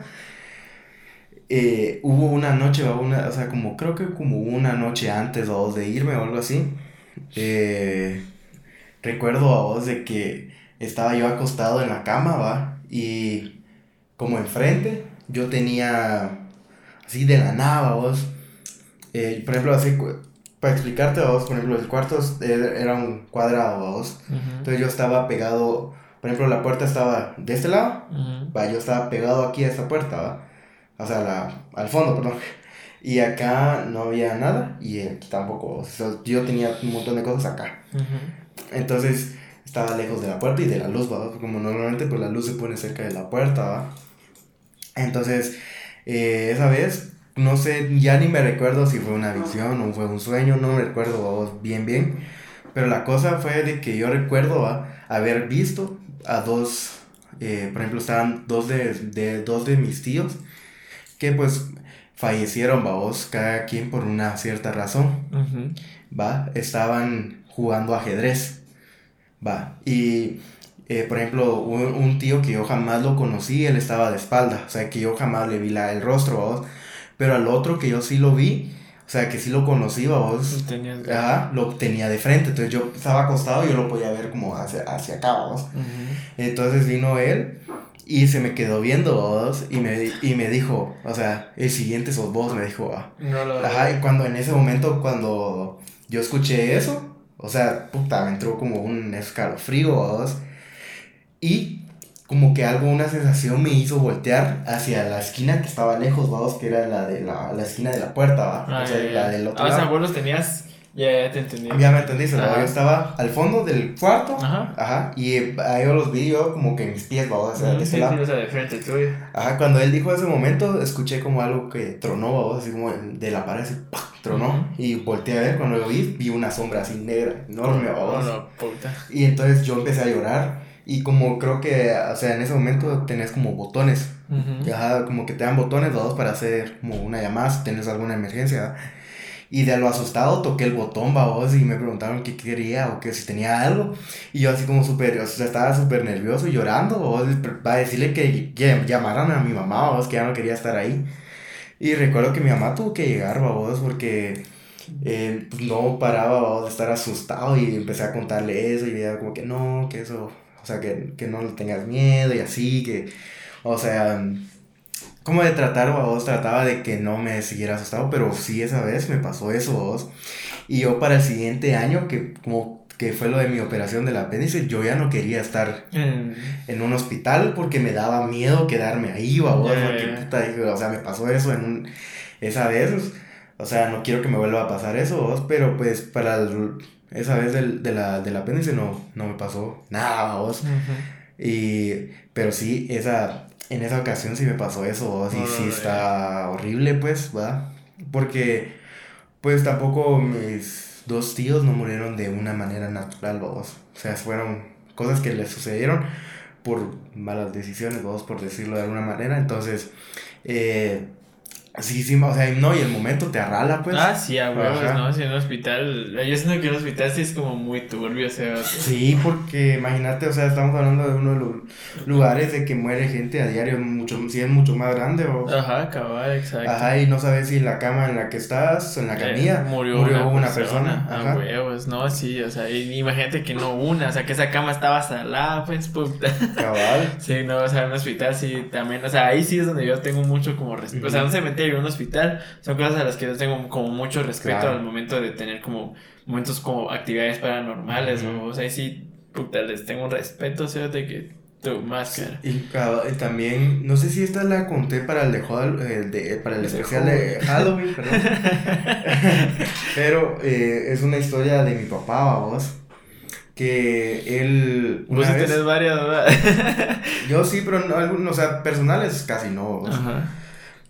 Eh, hubo una noche, o una, o sea, como creo que como una noche antes o dos de irme o algo así. Eh, Recuerdo a vos de que estaba yo acostado en la cama, va, y como enfrente yo tenía así de la nada, vos. Eh, por ejemplo, así, cu- para explicarte a vos, por ejemplo, el cuarto es- era era un cuadrado, vos. Ujú. Entonces yo estaba pegado, por ejemplo, la puerta estaba de este lado, Ujú. va, yo estaba pegado aquí a esta puerta, va. O sea, la, al fondo, perdón. Y acá no había nada, y aquí tampoco, o sea, yo tenía un montón de cosas acá. Ujú. Entonces estaba lejos de la puerta y de la luz, ¿va? Como normalmente pues la luz se pone cerca de la puerta, ¿va? Entonces, eh, esa vez, no sé, ya ni me recuerdo si fue una visión o fue un sueño, no me recuerdo, ¿va? Bien, bien. Pero la cosa fue de que yo recuerdo, ¿va? Haber visto a dos, eh, por ejemplo, estaban dos de, de, dos de mis tíos que pues fallecieron, ¿va? Vos, cada quien por una cierta razón, Ujú. ¿va? Estaban jugando ajedrez. Va, y eh, por ejemplo, un, un tío que yo jamás lo conocí, él estaba de espalda, o sea, que yo jamás le vi la, el rostro, vos, pero al otro que yo sí lo vi, o sea, que sí lo conocí, vos, Tenías de... ajá, lo tenía de frente, entonces yo estaba acostado y yo lo podía ver como hacia, hacia acá, vos. Ujú. Entonces vino él y se me quedó viendo, vos, y me, y me dijo, o sea, el siguiente sos vos, me dijo, ah. No lo... Ajá, y cuando en ese momento, cuando yo escuché eso, o sea, puta, me entró como un escalofrío, ¿vos? Y como que algo, una sensación me hizo voltear hacia la esquina que estaba lejos, ¿vos? Que era la de la, la esquina de la puerta, ¿va? Ah, O ya, sea, la ya. del Ah, otro o sea, lado. vos los tenías... Ya, ya te entendí. Ya me entendiste, ¿va? Yo Ajá. estaba al fondo del cuarto, Ajá. ajá, y eh, ahí yo los vi yo como que en mis pies, ¿va? O sea, Ujú, de este sí, sí, lado. o sea, de frente tuyo. Ajá, cuando él dijo ese momento, escuché como algo que tronó, ¿va? Así como de la pared, así, ¡pac! Tronó. Ujú. Y volteé a ver, cuando lo vi, vi una sombra así negra, enorme, ¿va? Oh, no, puta. Y entonces yo empecé a llorar. Y como creo que, o sea, en ese momento tenés como botones. Ujú. Ajá, como que te dan botones, ¿va? Para hacer como una llamada si tenés alguna emergencia, ¿va? Y de lo asustado toqué el botón, babos, y me preguntaron qué quería o que si tenía algo. Y yo así como súper, o sea, estaba súper nervioso y llorando, babos, para decirle que, que llamaran a mi mamá, babos, que ya no quería estar ahí. Y recuerdo que mi mamá tuvo que llegar, babos, porque eh, pues no paraba, babos, de estar asustado y empecé a contarle eso y ella como que no, que eso, o sea, que, que no le tengas miedo y así, que, o sea... Como de tratar, vos, trataba de que no me siguiera asustado, pero sí esa vez me pasó eso, vos. Y yo para el siguiente año, que como que fue lo de mi operación del apéndice, yo ya no quería estar Mm. en un hospital porque me daba miedo quedarme ahí, vos, Ya, ya, porque ya. puta, dije, o sea, me pasó eso en un, esa vez, o sea, no quiero que me vuelva a pasar eso, vos, pero pues para el- esa vez del, de la, del apéndice no, no me pasó nada, vos. Ujú. Y, pero sí, esa, en esa ocasión sí me pasó eso, vos, y No, no, sí no, ya. está horrible, pues, ¿va? Porque, pues, tampoco mis dos tíos no murieron de una manera natural, vos. O sea, fueron cosas que les sucedieron por malas decisiones, vos, por decirlo de alguna manera. Entonces, eh, Sí, sí, o sea, no, y el momento te arrala, pues. Ah, sí, a huevos, Ajá. ¿no? Si en un hospital. Yo siento que en un hospital sí es como muy turbio, o sea. Sí, porque imagínate, o sea, estamos hablando de uno de los lugares de que muere gente a diario, mucho, si es mucho más grande, o. Ajá, cabal, exacto. Ajá, y no sabes si en la cama en la que estás, en la Eh, camilla, murió murió una una persona, persona. a Ajá, huevos, ¿no? Sí, o sea, y imagínate que no una, o sea, que esa cama estaba salada, pues, puta. cabal. Sí, no, o sea, en un hospital sí, también, o sea, ahí sí es donde yo tengo mucho como respeto, o sea, un Ujú, cementerio, un hospital, son cosas a las que yo tengo como mucho respeto al claro. momento de tener como momentos como actividades paranormales, o, Ujú. o sea, ahí sí, puta, les tengo un respeto, o sea, de que tu Sí, máscara. y, cab- y también, no sé si esta la conté para el de, Hall- el de- para el De especial joven. de Halloween, perdón. Pero eh, es una historia de mi papá, vos, que él Vos una sí tenés vez, varias, ¿verdad? yo sí, pero no, algún- o sea, personales casi no, vos. Ajá.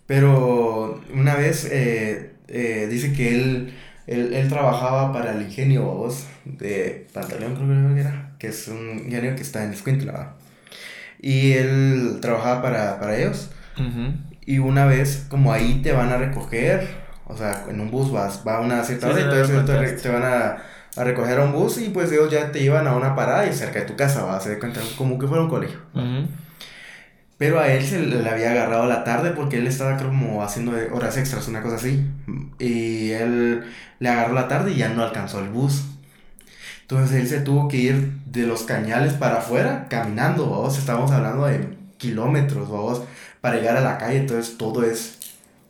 Pero una vez eh, eh, dice que él, él, él trabajaba para el ingenio, vos, de Pantaleón, creo que era, que es un ingenio que está en Escuintla, ¿va? Y él trabajaba para, para ellos. Ujú. Y una vez, como ahí te van a recoger, o sea, en un bus vas, va a una cierta Sí, hora, sí, me entonces lo ellos te, re- contaste. te van a, a recoger a un bus y pues ellos ya te llevan a una parada y cerca de tu casa, va, se da cuenta, como que fuera un colegio, va. Ujú. Pero a él se le había agarrado la tarde porque él estaba creo como haciendo horas extras, una cosa así. Y él le agarró la tarde y ya no alcanzó el bus. Entonces él se tuvo que ir de los Cañales para afuera caminando, vamos, estábamos hablando de kilómetros, vamos, para llegar a la calle, entonces todo es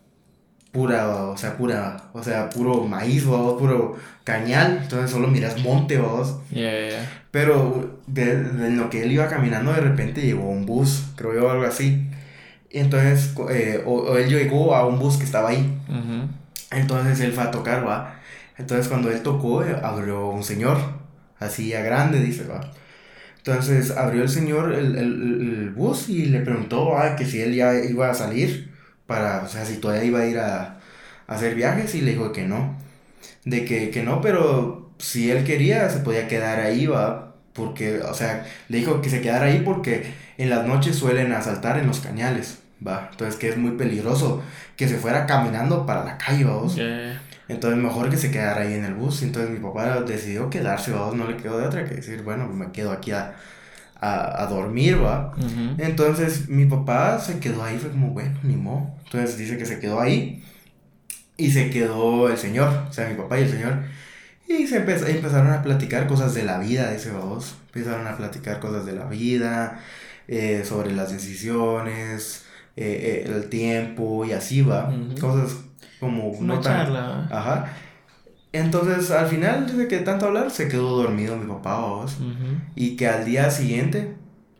pura, o sea, pura, o sea, puro maíz, vamos, puro cañal, entonces solo miras monte, vamos. Ya, ya, ya. Pero de, de en lo que él iba caminando, de repente llegó un bus, creo yo, algo así. Y entonces, co- eh, o, o él llegó a un bus que estaba ahí. Ujú. Entonces él fue a tocar, va. Entonces cuando él tocó, eh, abrió un señor, así a grande, dice, va. Entonces abrió el señor el, el, el bus y le preguntó, ah, que si él ya iba a salir para, o sea, si todavía iba a ir a, a hacer viajes y le dijo que no. De que, que no, pero si él quería se podía quedar ahí, va. Porque, o sea, le dijo que se quedara ahí porque en las noches suelen asaltar en los cañales, va. Entonces que es muy peligroso que se fuera caminando para la calle, vamos. Ya, ya. Entonces mejor que se quedara ahí en el bus. Entonces mi papá decidió quedarse, vamos, no le quedó de otra que decir, bueno, me quedo aquí a, a, a dormir, va. Ujú. Entonces mi papá se quedó ahí, fue como, bueno, ni modo. Entonces dice que se quedó ahí y se quedó el señor, o sea, mi papá y el señor. Y se empezó, empezaron a platicar cosas de la vida, dice vos. Empezaron a platicar cosas de la vida, eh, sobre las decisiones, eh, eh, el tiempo y así va. Ujú. Cosas como Una no tan... charla. Ajá. Entonces, al final, desde que tanto hablar, se quedó dormido mi papá, vos. Ujú. Y que al día siguiente,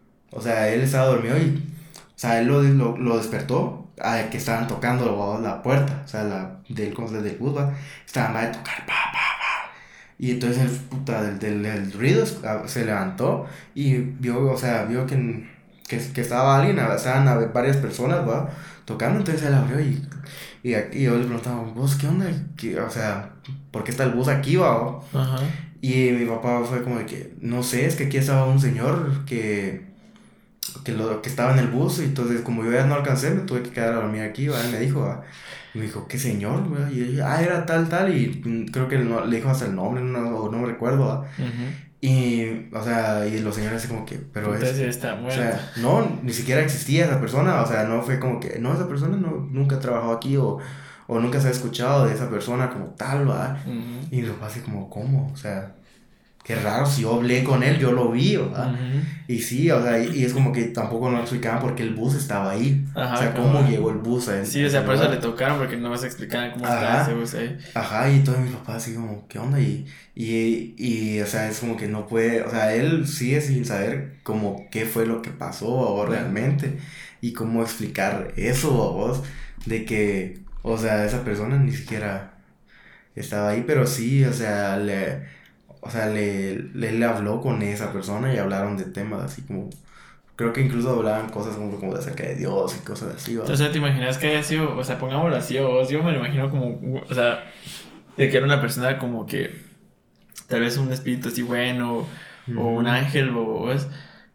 o sea, él estaba dormido y, o sea, él lo, lo, lo despertó a que estaban tocando, vos, la puerta, o sea, la del, como desde el bus, va. Estaban va a tocar, pa, pa, pa. Y entonces el puta del, del, del ruido ah, se levantó y vio, o sea, vio que, que, que estaba alguien, ah, estaban a ver varias personas, va, tocando, entonces él abrió y, y, aquí yo le preguntaba, vos, ¿qué onda? ¿Qué, o sea, ¿por qué está el bus aquí, va? Ajá. Y mi papá fue como de que, no sé, es que aquí estaba un señor que, que, lo, que estaba en el bus y entonces como yo ya no alcancé, me tuve que quedar a dormir aquí, ¿va? Y me dijo, ¿va? Y me dijo, ¿qué señor, güey? Y yo dije, ah, era tal, tal, y mm, creo que no, le dijo hasta el nombre, no, no no me recuerdo, ¿va? Ujú. Y, o sea, y los señores así como que, pero Puta, es, sí está o muerto. sea, no, ni siquiera existía esa persona, o sea, no fue como que, no, esa persona no, nunca ha trabajado aquí o, o nunca se ha escuchado de esa persona como tal, ¿va? Ujú. Y mi papá así como, ¿cómo? O sea, qué raro, si yo hablé con él, yo lo vi, ¿verdad? Ujú. Y sí, o sea, y, y es como que tampoco no explicaban por qué el bus estaba ahí. O Ajá, sea, cómo cabal. llegó el bus a, Sí, a o ese sea, por eso le lugar. tocaron, porque no se explicaban cómo estaba ese Ajá, bus ahí. ajá, y todo mi papá así como, ¿qué onda? Y, y, y, o sea, es como que no puede, o sea, él sigue sin saber como qué fue lo que pasó a vos realmente y cómo explicar eso a vos, de que, o sea, esa persona ni siquiera estaba ahí, pero sí, o sea, le, o sea, le, le, le habló con esa persona y hablaron de temas así como, creo que incluso hablaban cosas como, como de acerca de Dios y cosas así, ¿va? Entonces, ¿te imaginas que haya sido, o sea, pongámoslo así, o vos, yo me lo imagino como, o sea, de que era una persona como que, tal vez un espíritu así bueno, o un Ujú, ángel, o vos,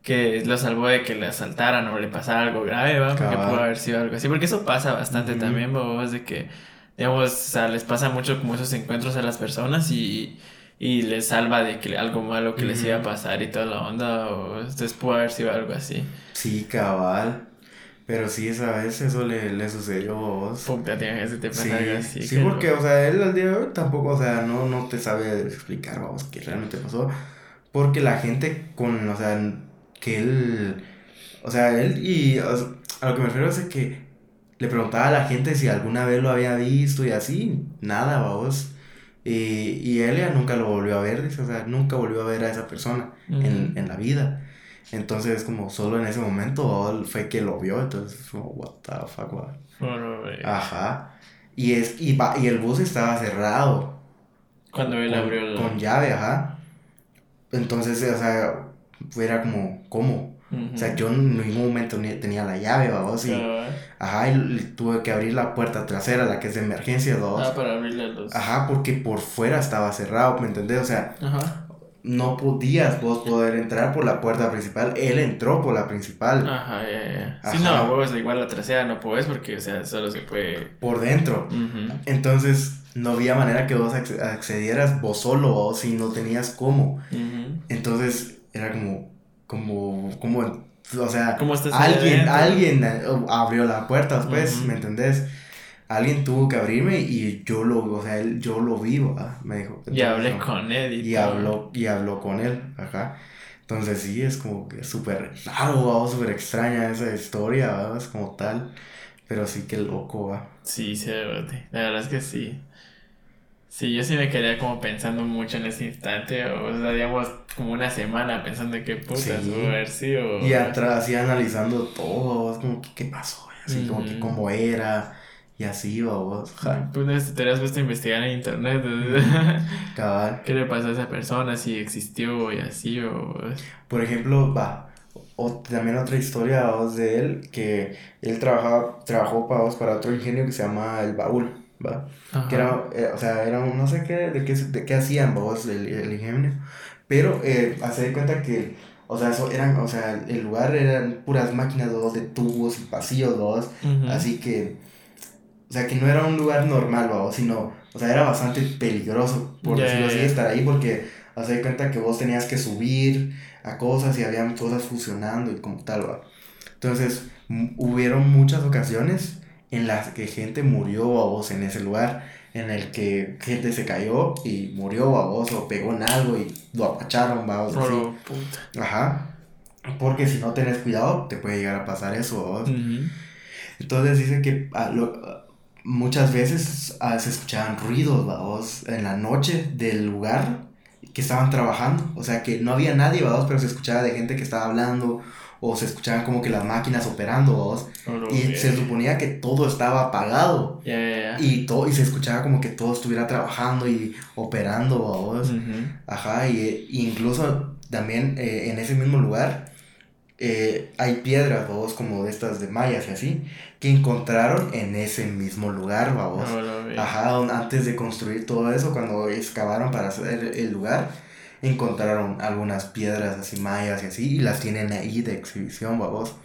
que lo salvó de que le asaltaran o le pasara algo grave, ¿va? Porque Cabal. pudo haber sido algo así. Porque eso pasa bastante Ujú. también, babos, de que, digamos, o sea, les pasa mucho como esos encuentros a las personas y, y les salva de que algo malo que les iba a Ujú. pasar y toda la onda, o entonces pudo haber sido algo así. Sí, cabal. Pero sí, esa vez eso le, le sucedió a vos. Puta, tiene que se te pasa algo Sí, así, sí, que porque, loco. o sea, él al día de hoy tampoco, o sea, no, no te sabe explicar, vamos, qué realmente pasó. Porque la gente con, o sea, que él, o sea, él y, o sea, a lo que me refiero es de que le preguntaba a la gente si alguna vez lo había visto y así, nada, vamos. Y, y él ya nunca lo volvió a ver, dice, o sea, nunca volvió a ver a esa persona en, Ujú. en la vida. Entonces, como solo en ese momento ¿va? Fue que lo vio, entonces, como, what the fuck, ¿va? Bueno, güey. Ajá. Y, es, y, va, y el bus estaba cerrado, Cuando él abrió con, con el... llave, ajá. Entonces, o sea, era como, ¿cómo? O sea, Ujú. yo en ningún momento ni tenía la llave, vamos, y, Cabal. ajá, y le tuve que abrir la puerta trasera, la que es de emergencia, Ah, dos. para abrirle los... Ajá, porque por fuera estaba cerrado, ¿me entendés? O sea, Ajá. no podías vos poder entrar por la puerta principal, él entró por la principal, Ajá, ya, ya. Sí, no, ajá, huevos, igual la trasera no puedes porque, o sea, solo se puede... por dentro. Ujú. Entonces, no había manera que vos acce- accedieras vos solo o si no tenías cómo. Ujú. Entonces, era como, como, como, o sea, ¿Cómo estás ahí alguien, adentro? alguien eh, abrió la puerta después, ¿me Ujú. entendés? Alguien tuvo que abrirme y yo lo, o sea, él, yo lo vi, ¿va? Me dijo. Y Entonces, hablé no. con él y Y todo. habló, y habló con él, ajá. Entonces, sí, es como que súper raro, ¿va? Súper extraña esa historia, ¿va? Es como tal. Pero sí que loco, ¿va? Sí, sí, de verdad. La verdad es que sí. Sí, yo sí me quedé como pensando mucho en ese instante, o sea, digamos, como una semana pensando en qué putas pudo Sí. haber sido. Y atrás, así analizando todo, es como que qué pasó, y así como que Ujú. cómo era, y así, vamos, ja. Pues te has puesto a investigar en internet. Ujú. Cabal. ¿Qué le pasó a esa persona? Si existió y así, o... Por ejemplo, va, o, también otra historia vos, de él, que él trabajaba, trabajó para, vos, para otro ingenio que se llama El Baúl, va, que Ajá. era, eh, o sea, era un, no sé qué, de qué, de qué hacían vos, el, el ingenio, pero, eh, hace de cuenta que, o sea, eso eran, o sea, el lugar eran puras máquinas, dos, de tubos y pasillos, dos, Ujú. así que, o sea, que no era un lugar normal, vamos, sino, o sea, era bastante peligroso, por Ya, decirlo ya, así, ya. estar ahí, porque haz de cuenta que vos tenías que subir a cosas y habían cosas fusionando y como tal, va. Entonces, m- hubieron muchas ocasiones en las que gente murió a vos en ese lugar, en el que gente se cayó y murió a vos o pegó en algo y lo apacharon, vamos, así. Oro, puta. Ajá. Porque si no tenés cuidado, te puede llegar a pasar eso, vos. Ujú. Entonces dicen que ah, lo- ah, muchas veces ah, se escuchaban ruidos, vamos, en la noche del lugar que estaban trabajando. O sea que no había nadie, vamos, pero se escuchaba de gente que estaba hablando o se escuchaban como que las máquinas operando, vamos. Oro, Y se verga. suponía que todo estaba apagado Ya, ya, ya. y, todo, y se escuchaba como que todo estuviera trabajando y operando, vamos. Ujú. Ajá, y, eh, incluso también eh, en ese mismo lugar eh, hay piedras, babos, como de estas de mayas y así, que encontraron en ese mismo lugar, babos. Oro, verga. Ajá, don- antes de construir todo eso, cuando excavaron para hacer el lugar, encontraron algunas piedras así mayas y así, y las tienen ahí de exhibición, babos.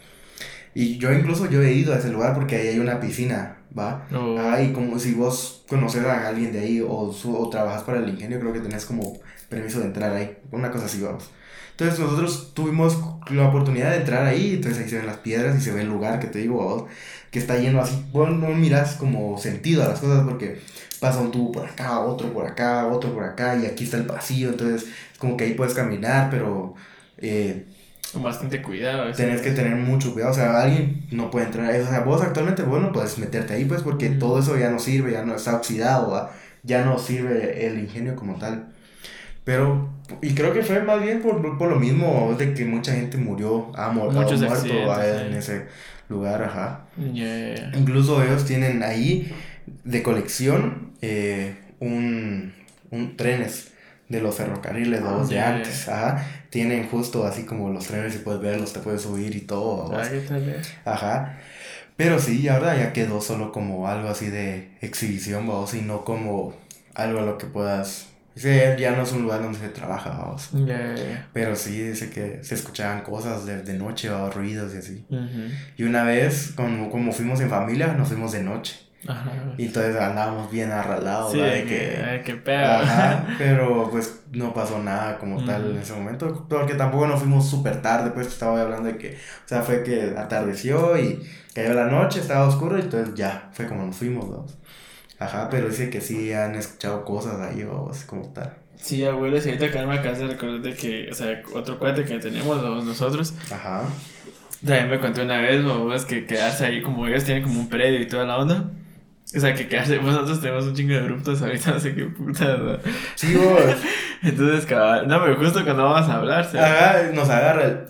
Y yo incluso yo he ido a ese lugar porque ahí hay una piscina, ¿va? Oh, Ah, y como si vos conoces a alguien de ahí o, su- o trabajas para el ingenio, creo que tenés como permiso de entrar ahí, una cosa así, vamos. Entonces nosotros tuvimos la oportunidad de entrar ahí, entonces ahí se ven las piedras y se ve el lugar que te digo, vos, que está lleno así, vos no miras como sentido a las cosas porque pasa un tubo por acá, otro por acá, otro por acá y aquí está el pasillo, entonces es como que ahí puedes caminar, pero... eh, con bastante cuidado, eso tenés que es. tener mucho cuidado, o sea, alguien no puede entrar ahí, o sea, vos actualmente vos no puedes meterte ahí, pues, porque Ujú. todo eso ya no sirve, ya no está oxidado, ¿va? Ya no sirve el ingenio como tal. Pero, y creo que fue más bien por, por lo mismo, de que mucha gente murió, ha, mu- ha Muchos muerto ¿va? accidentes En ahí. ese lugar, ajá. Ya, ya, ya. Incluso ellos tienen ahí de colección eh, un, un trenes de los ferrocarriles, los de Ya, antes, ya. ajá. Tienen justo así como los trenes y puedes verlos, te puedes subir y todo, Ah, ¿vos? ¿qué tal, eh? Ajá. Pero sí, ahora ya quedó solo como algo así de exhibición, vos, y no como algo a lo que puedas Ese ya no es un lugar donde se trabaja, vamos. Ya, ya, ya. Pero sí, dice que se escuchaban cosas de, de noche, o ruidos y así. Ujú. Y una vez, como, como fuimos en familia, nos fuimos de noche. Ajá. Y entonces andábamos bien arralados, Sí, ¿verdad? de De que, que... ay, qué pedo. Ajá, pero pues no pasó nada como tal Ujú. en ese momento, porque tampoco nos fuimos súper tarde, pues estaba hablando de que, o sea, fue que atardeció y cayó la noche, estaba oscuro y entonces ya, fue como nos fuimos, ¿no? Ajá, pero dice que sí han escuchado cosas ahí o así como tal. Sí, abuelo, si ahorita que me acabas de recordar de que, o sea, otro cuate que tenemos los- nosotros, Ajá. también me contó una vez, o es que quedarse ahí, como ellos tienen como un predio y toda la onda. O sea, que quedarse, pues nosotros tenemos un chingo de eruptos ahorita, no sé qué puta, ¿no? Sí, vos. Entonces, cabal, no, pero justo cuando vamos a hablar, ¿sí? Ajá, nos agarra el...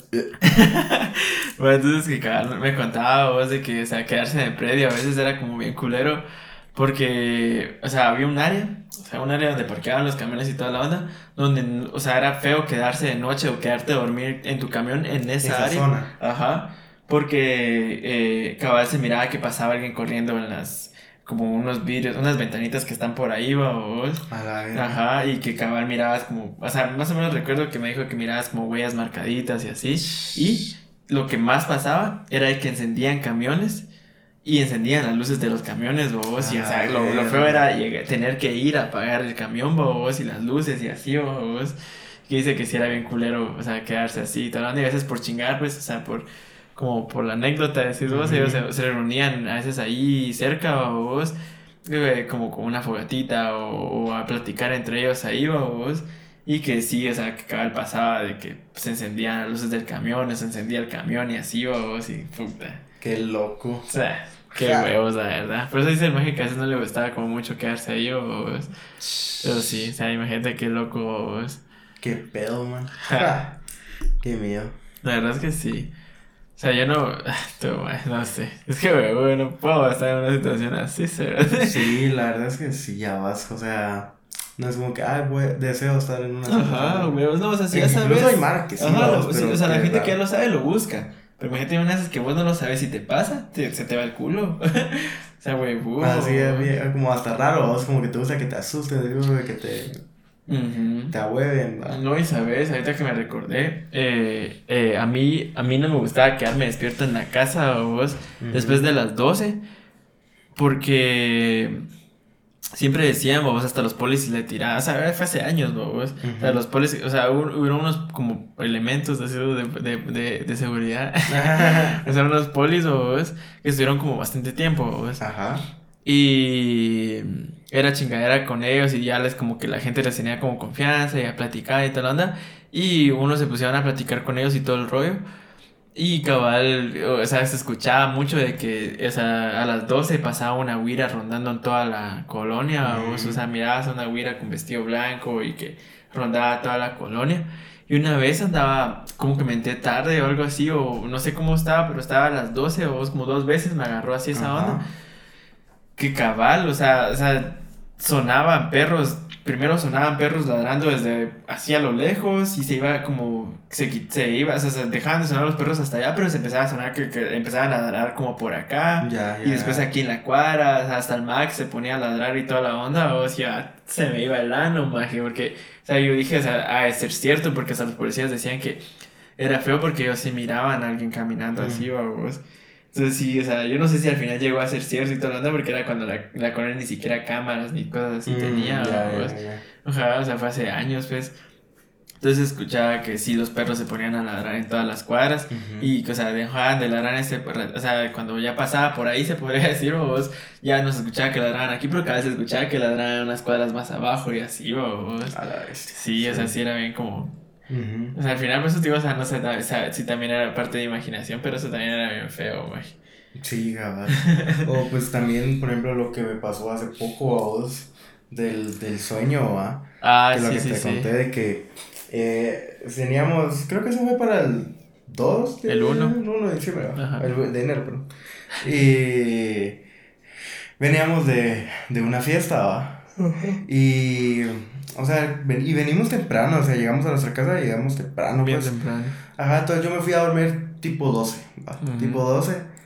Bueno, entonces que cabal me contaba vos de que, o sea, quedarse en el predio a veces era como bien culero, porque, o sea, había un área, o sea, un área donde parqueaban los camiones y toda la onda, donde, o sea, era feo quedarse de noche o quedarte a dormir en tu camión en esa, Esa área. zona. Ajá, porque eh, cabal se miraba que pasaba alguien corriendo en las, como unos vidrios, unas ventanitas que están por ahí, ¿va vos? A la verga. Ajá, y que cabal mirabas como, o sea, más o menos recuerdo que me dijo que mirabas como huellas marcaditas y así, y lo que más pasaba era que encendían camiones y encendían las luces de los camiones, bobos, y o sea, lo, lo feo era llegar- tener que ir a apagar el camión, bobos, y las luces y así, bobos, que dice que sí era bien culero, o sea, quedarse así y tal, y a veces por chingar, pues, o sea, por, como por la anécdota, decís vos, ellos se, Ujú. se reunían a veces ahí cerca, bobos, eh, como con una fogatita o, o a platicar entre ellos ahí, bobos. Y que sí, o sea, que cabal pasaba de que se encendían las luces del camión, se encendía el camión y así, vos, y puta. Qué loco. O sea, qué Ja. huevos, la verdad. Por eso dice el maje que a veces no le gustaba como mucho quedarse ahí, vos. Pero sí, o sea, imagínate qué loco, vos. Qué pedo, man. Ja. Ja. Qué miedo. La verdad es que sí. O sea, yo no. Tú, man, no sé. Es que, huevo, no puedo estar en una situación así, ¿sabes? Sí, la verdad es que sí, ya vas, o sea, no es como que, ay, voy, deseo estar en una Ajá, situación. huevos, no, o sea, si ya Incluso sabes. hay mara que sí, Ajá, vamos, la- sí, pero o sea, la qué gente que ya raro. lo sabe lo busca. Pero imagínate una vez que vos no lo sabes y te pasa, te- se te va el culo. O sea, huevo. Así es bien, como hasta raro, es como que te gusta que te asusten, digo, que te, Ujú. te ahueven, ¿va? No, y sabes, ahorita que me recordé, eh, eh, a mí, a mí no me gustaba quedarme despierto en la casa, vos, Ujú. después de las doce, porque siempre decían, vos, hasta los polis le tiraban, o sea, fue hace años, vos, o sea, Ujú. los polis, o sea, hubo, hubo unos como elementos así de, de, de, de seguridad, o sea, unos polis, vos, que estuvieron como bastante tiempo, vos, Ajá. y era chingadera con ellos y ya les como que la gente les tenía como confianza y a platicar y tal onda. Y uno se pusieron a platicar con ellos y todo el rollo. Y cabal, o sea, se escuchaba mucho de que, o sea, a las doce pasaba una güira rondando en toda la colonia. O, o sea, Mm. mirabas a una güira con vestido blanco y que rondaba toda la colonia. Y una vez andaba, como que me entré tarde o algo así, o no sé cómo estaba, pero estaba a las doce o como dos veces me agarró así esa onda. Ajá. Que cabal, o sea, o sea, sonaban perros, primero sonaban perros ladrando desde hacia lo lejos y se iba como, se, qui- se iba, o sea, se dejaban de sonar los perros hasta allá, pero se empezaba a sonar que, que empezaban a ladrar como por acá Ya, y después ya. aquí en la cuadra, o sea, hasta el Max se ponía a ladrar y toda la onda, o sea, se me iba el ano, maje, porque, o sea, yo dije, o sea, ha de ser cierto, porque hasta los policías decían que era feo porque ellos sí miraban a alguien caminando así, Mm. vamos. Entonces sí, o sea, yo no sé si al final llegó a ser cierto y todo lo demás, porque era cuando la, la colonia ni siquiera cámaras ni cosas así Mm, tenía, ya, vamos. ya, ya. Ojalá, o sea, fue hace años, pues. Entonces escuchaba que sí, los perros se ponían a ladrar en todas las cuadras Ujú. y, o sea, dejaban de ladrar en ese, o sea, cuando ya pasaba por ahí, se podría decir, vos, ya no se escuchaba que ladraban aquí, pero cada vez se escuchaba que ladraban unas cuadras más abajo y así, vos. A la bestia. Sí, o sea, sí era bien como... Ujú. O sea, al final, pues eso te digo, o sea, no sé, o sea, sí también era parte de imaginación, pero eso también era bien feo, güey. Sí, cabal. O pues también, por ejemplo, lo que me pasó hace poco a vos del, del sueño, ¿va? Ah, Que lo sí, que sí, te sí. conté de que eh, teníamos, creo que eso fue para el dos de, El uno. el uno de diciembre, ¿va? Ajá. El de enero, perdón. Y veníamos de, de una fiesta, ¿va? Y, o sea, ven- y venimos temprano, o sea, llegamos a nuestra casa y llegamos temprano, Bien pues. temprano. Ajá, entonces yo me fui a dormir tipo doce, ¿va? Ujú. Tipo doce.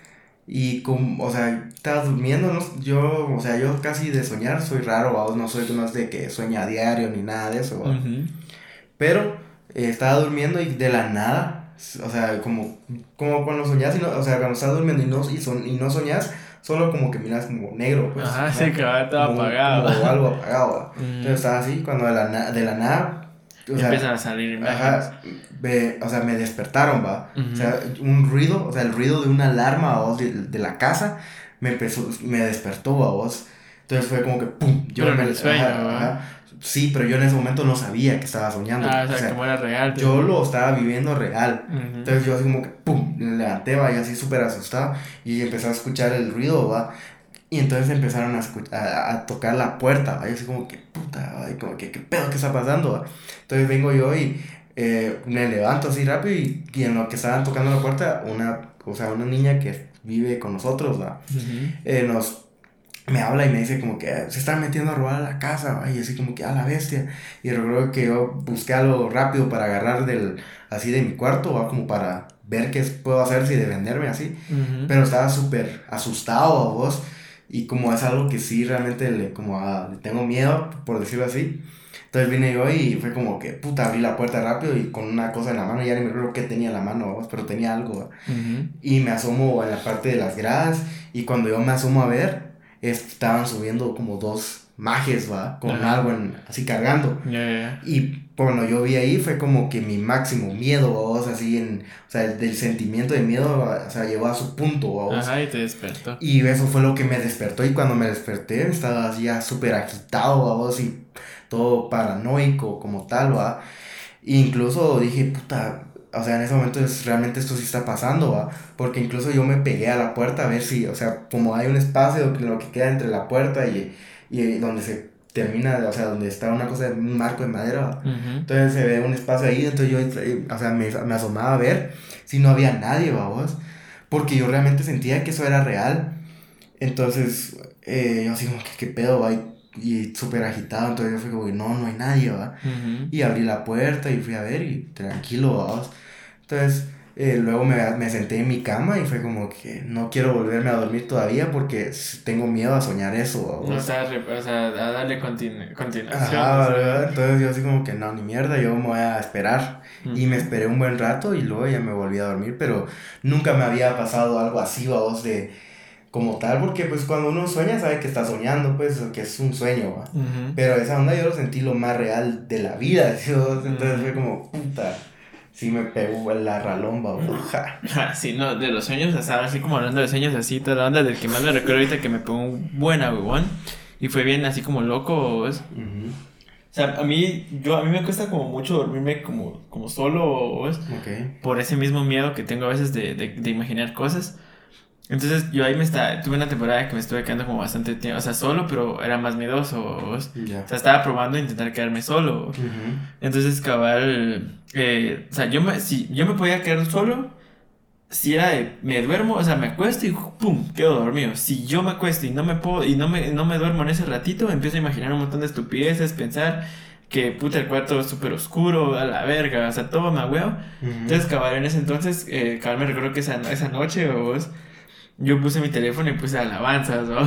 Y como, o sea, estaba durmiendo, ¿no? Yo, o sea, yo casi de soñar soy raro, ¿va? No soy no es de que sueña a diario ni nada de eso, ¿va? Ujú. Pero eh, estaba durmiendo y de la nada, o sea, como, como cuando soñás, y no, o sea, cuando estás durmiendo y no, y, son, y no soñás, solo como que miras como negro, pues. Ajá, Ajá, sí, cabal, estaba como, un- apagado. como algo apagado, ¿va? Ujú. Entonces estaba así, cuando de la, na- de la nada, o sea, Empiezan a salir imágenes. ajá, ve- o sea, me despertaron, va. Ujú. O sea, un ruido, o sea, el ruido de una alarma, vos, de, de la casa, me empezó, me despertó, va, vos. Entonces fue como que, pum, yo Pero en me, el sueño, ajá, ¿va? ajá. Sí, pero yo en ese momento no sabía que estaba soñando. Ah, o O sea, sea, como era real. yo pero- lo estaba viviendo real. Ujú. Entonces yo así como que, pum, me levanté, va, y así súper asustado. Y empecé a escuchar el ruido, va. Y entonces empezaron a, escu- a, a tocar la puerta, ¿va? Y así como que, puta, ¿va? Y como que, ¿qué pedo que está pasando, va? Entonces vengo yo y eh, me levanto así rápido y, y en lo que estaban tocando la puerta, una, o sea, una niña que vive con nosotros, ¿va? Ujú. Eh, nos me habla y me dice como que "Eh, se están metiendo a robar a la casa, ¿va?". Y así como que a la bestia. Y recuerdo que yo busqué algo rápido para agarrar del, así de mi cuarto, ¿va? Como para ver qué puedo hacer, si defenderme así. Ujú. Pero estaba súper asustado a vos. Y como es algo que sí realmente le, como a- le tengo miedo, por decirlo así. Entonces vine yo y fue como que, puta, abrí la puerta rápido y con una cosa en la mano, ya ni me acuerdo qué tenía en la mano, vos, pero tenía algo, ¿va? Ujú. Y me asomo en la parte de las gradas y cuando yo me asomo a ver, estaban subiendo como dos majes, ¿va? Con Ajá. algo en- así cargando. Ya, ya, ya. Y cuando yo vi ahí fue como que mi máximo miedo, vos, así en, o sea, el, del sentimiento de miedo, o sea, llegó a su punto, vos. Ajá, y te despertó. Y eso fue lo que me despertó y cuando me desperté estaba así ya súper agitado, vos, y todo paranoico como tal, ¿va? E incluso dije, puta, o sea, en ese momento es, realmente esto sí está pasando, ¿va? Porque incluso yo me pegué a la puerta a ver si, o sea, como hay un espacio, que lo que queda entre la puerta y, y donde se termina, o sea, donde está una cosa, un marco de madera, ¿va? Ujú. Entonces se ve un espacio ahí, entonces yo, eh, o sea, me, me asomaba a ver si no había nadie, vamos, porque yo realmente sentía que eso era real. Entonces, eh, yo así como que, ¿qué pedo, va? Y, y súper agitado, entonces yo fui como, que, no, no hay nadie, va. Ujú. Y abrí la puerta y fui a ver y tranquilo, vamos. Entonces, eh, luego me, me senté en mi cama y fue como que no quiero volverme a dormir todavía porque s- tengo miedo a soñar eso, O vamos. sea, re- o sea, a darle continu- continuación. Ajá, o sea. ¿verdad? Entonces yo así como que no, ni mierda, yo me voy a esperar. Y me Ujú. esperé un buen rato y luego ya me volví a dormir, pero nunca me había pasado algo así, vamos, de como tal, porque pues cuando uno sueña sabe que está soñando, pues, o que es un sueño, ¿va? Ujú. Pero esa onda yo lo sentí lo más real de la vida, ¿sí? ¿Vos? Entonces Ujú. fue como, puta, sí me pegó la ralomba, ¿va? Ja. Ah, sí, no, de los sueños, o sea, así como hablando de sueños, así, toda la onda del que más me recuerdo ahorita que me pegó un buen agüón y fue bien así como loco, ¿ves? Ujú. O sea, a mí, yo, a mí me cuesta como mucho dormirme como, como solo, ¿ves? Ok. Por ese mismo miedo que tengo a veces de, de, de imaginar cosas. Entonces yo ahí me está, tuve una temporada que me estuve quedando como bastante tiempo, o sea, solo, pero era más miedoso, ¿ves? Ya. O sea, estaba probando intentar quedarme solo. Ujú. Entonces, cabal, eh, o sea, yo me, si yo me podía quedar solo, si era de, me duermo, o sea, me acuesto y pum, quedo dormido. Si yo me acuesto y no me puedo, y no me, no me duermo en ese ratito, empiezo a imaginar un montón de estupideces, pensar que puta el cuarto es súper oscuro, a la verga, o sea, todo me huevo. Ujú. Entonces, cabal, en ese entonces, eh, cabal, me recuerdo que esa, esa noche, vos, yo puse mi teléfono y puse alabanzas, ¿no?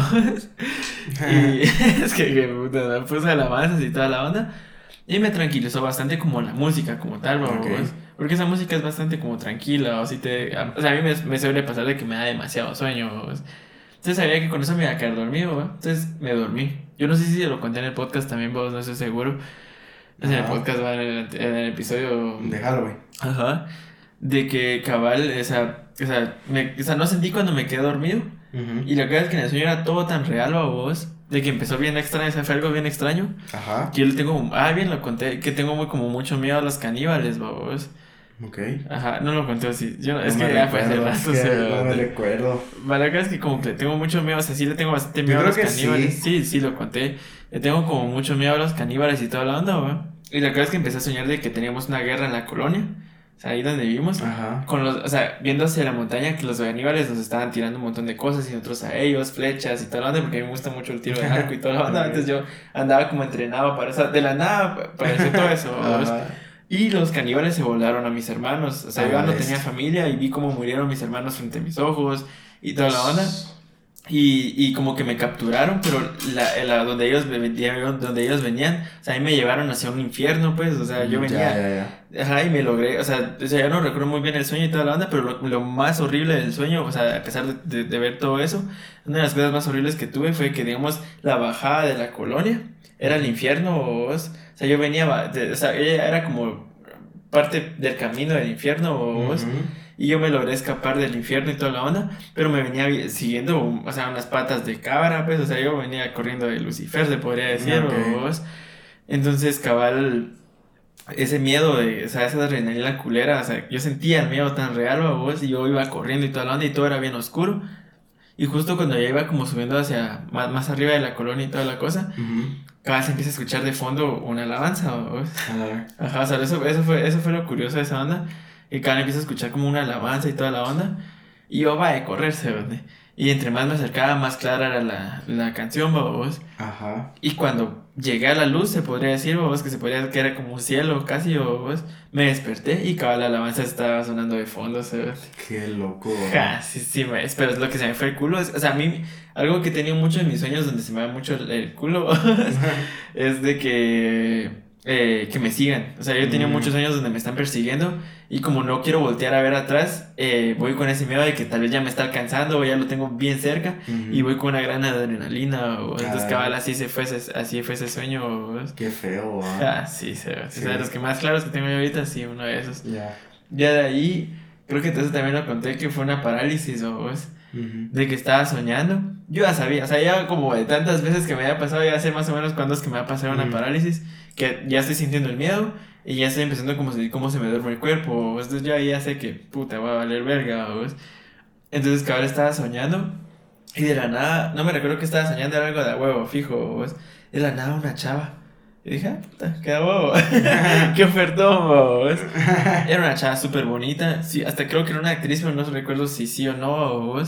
Y es que, que puta, ¿no? Puse alabanzas y toda la onda. Y me tranquilizó bastante como la música como tal, ¿no? Ok. Porque esa música es bastante como tranquila, o si te... O sea, a mí me, me suele pasar de que me da demasiado sueño, ¿no? Entonces sabía que con eso me iba a quedar dormido, ¿no? Entonces me dormí. Yo no sé si se lo conté en el podcast también, vos, no estoy seguro. Es en el Ajá. podcast, va, en el, en el episodio... De Halloween. Ajá. De que cabal, o sea, o sea, me, o sea, no sentí cuando me quedé dormido. Ujú. Y la cosa es que en el sueño era todo tan real, a vos, de que empezó bien extraño, o sea, fue algo bien extraño. Ajá. Que yo le tengo, ah, bien lo conté, que tengo muy, como mucho miedo a los caníbales, babos. Ok. Ajá, no lo conté así. Yo, No es me que ya fue hace recuerdo, rato, es o que sea, no me de- recuerdo. la verdad es que como que le tengo mucho miedo, o sea, sí le tengo bastante Yo miedo a creo los que caníbales. sí. Sí, sí, lo conté. Le tengo como mucho miedo a los caníbales y toda la onda, ¿va? Y la cosa es que empecé a soñar de que teníamos una guerra en la colonia, o sea, ahí donde vivimos. Ajá. Con los, o sea, viendo hacia la montaña que los caníbales nos estaban tirando un montón de cosas y nosotros a ellos, flechas y toda la onda, porque a mí me gusta mucho el tiro de arco y toda la onda. Antes yo andaba como entrenado para eso, de la nada pareció todo eso, ¿sabes? Ajá. Y los caníbales se volaron a mis hermanos. O sea, A yo la no bestia. tenía familia y vi cómo murieron mis hermanos frente a mis ojos. y toda la onda. Y, y como que me capturaron, pero la, la, donde, ellos venían, donde ellos venían, o sea, ahí me llevaron hacia un infierno, pues, o sea, yo venía, Ya, ya, ajá, y me logré, o sea, o sea, ya no recuerdo muy bien el sueño y toda la onda, pero lo, lo más horrible del sueño, o sea, a pesar de, de, de ver todo eso, una de las cosas más horribles que tuve fue que, digamos, la bajada de la colonia era el infierno, o, o sea, yo venía, de, o sea, ella era como parte del camino del infierno, o, ya. y yo me logré escapar del infierno y toda la onda, pero me venía vi- siguiendo, o sea, unas patas de cabra, pues, o sea, yo venía corriendo de Lucifer, se podría decir, Ok. o, entonces, cabal, ese miedo de, o sea, esa adrenalina culera, o sea, yo sentía el miedo tan real, vos, y yo iba corriendo y toda la onda, y todo era bien oscuro, y justo cuando ya iba como subiendo hacia, más, más arriba de la colonia y toda la cosa, Ujú. cabal se empieza a escuchar de fondo una alabanza, vos. A ver. Ajá, o sea, eso, eso fue, eso fue lo curioso de esa onda. Y cada vez empiezo a escuchar como una alabanza y toda la onda. Y yo va a correrse, ¿verdad? Y entre más me acercaba, más clara era la, la canción, babos. Ajá. Y cuando llegué a la luz, se podría decir, babos, que se podría que era como un cielo casi, babos. Me desperté y cada la alabanza estaba sonando de fondo, ¿sabes? Qué loco. Ja, sí, sí, me, pero es lo que se me fue el culo. Es- o sea, a mí, algo que he tenido mucho en mis sueños donde se me va mucho el, el culo es de que, eh, que me sigan. O sea, yo he tenido Mm. muchos sueños donde me están persiguiendo y como no quiero voltear a ver atrás, eh, voy con ese miedo de que tal vez ya me está alcanzando o ya lo tengo bien cerca Ujú. y voy con una gran adrenalina. O, entonces, Ah. cabal, así, se fue ese, así fue ese sueño. O, Qué feo, ah. ah, sí, se, Sí. o sea, los que más claros que tengo yo ahorita, sí, uno de esos. Ya. Ya de ahí, creo que entonces también lo conté que fue una parálisis o es Ujú. de que estaba soñando. Yo ya sabía, o sea, ya como de tantas veces que me había pasado, ya sé más o menos cuándo es que me va a pasar una Mm. parálisis, que ya estoy sintiendo el miedo y ya estoy empezando como si, cómo se me duerme el cuerpo. O, entonces yo ahí ya sé que puta va a valer verga. O, es- entonces cabrón estaba soñando y de la nada, no me recuerdo que estaba soñando, era algo de a huevo, fijo. O, es- de la nada una chava. Y dije, ah, puta, qué a huevo. Qué ofertón, o, es- era una chava súper bonita. Sí, hasta creo que era una actriz, pero no recuerdo si sí o no. Vos.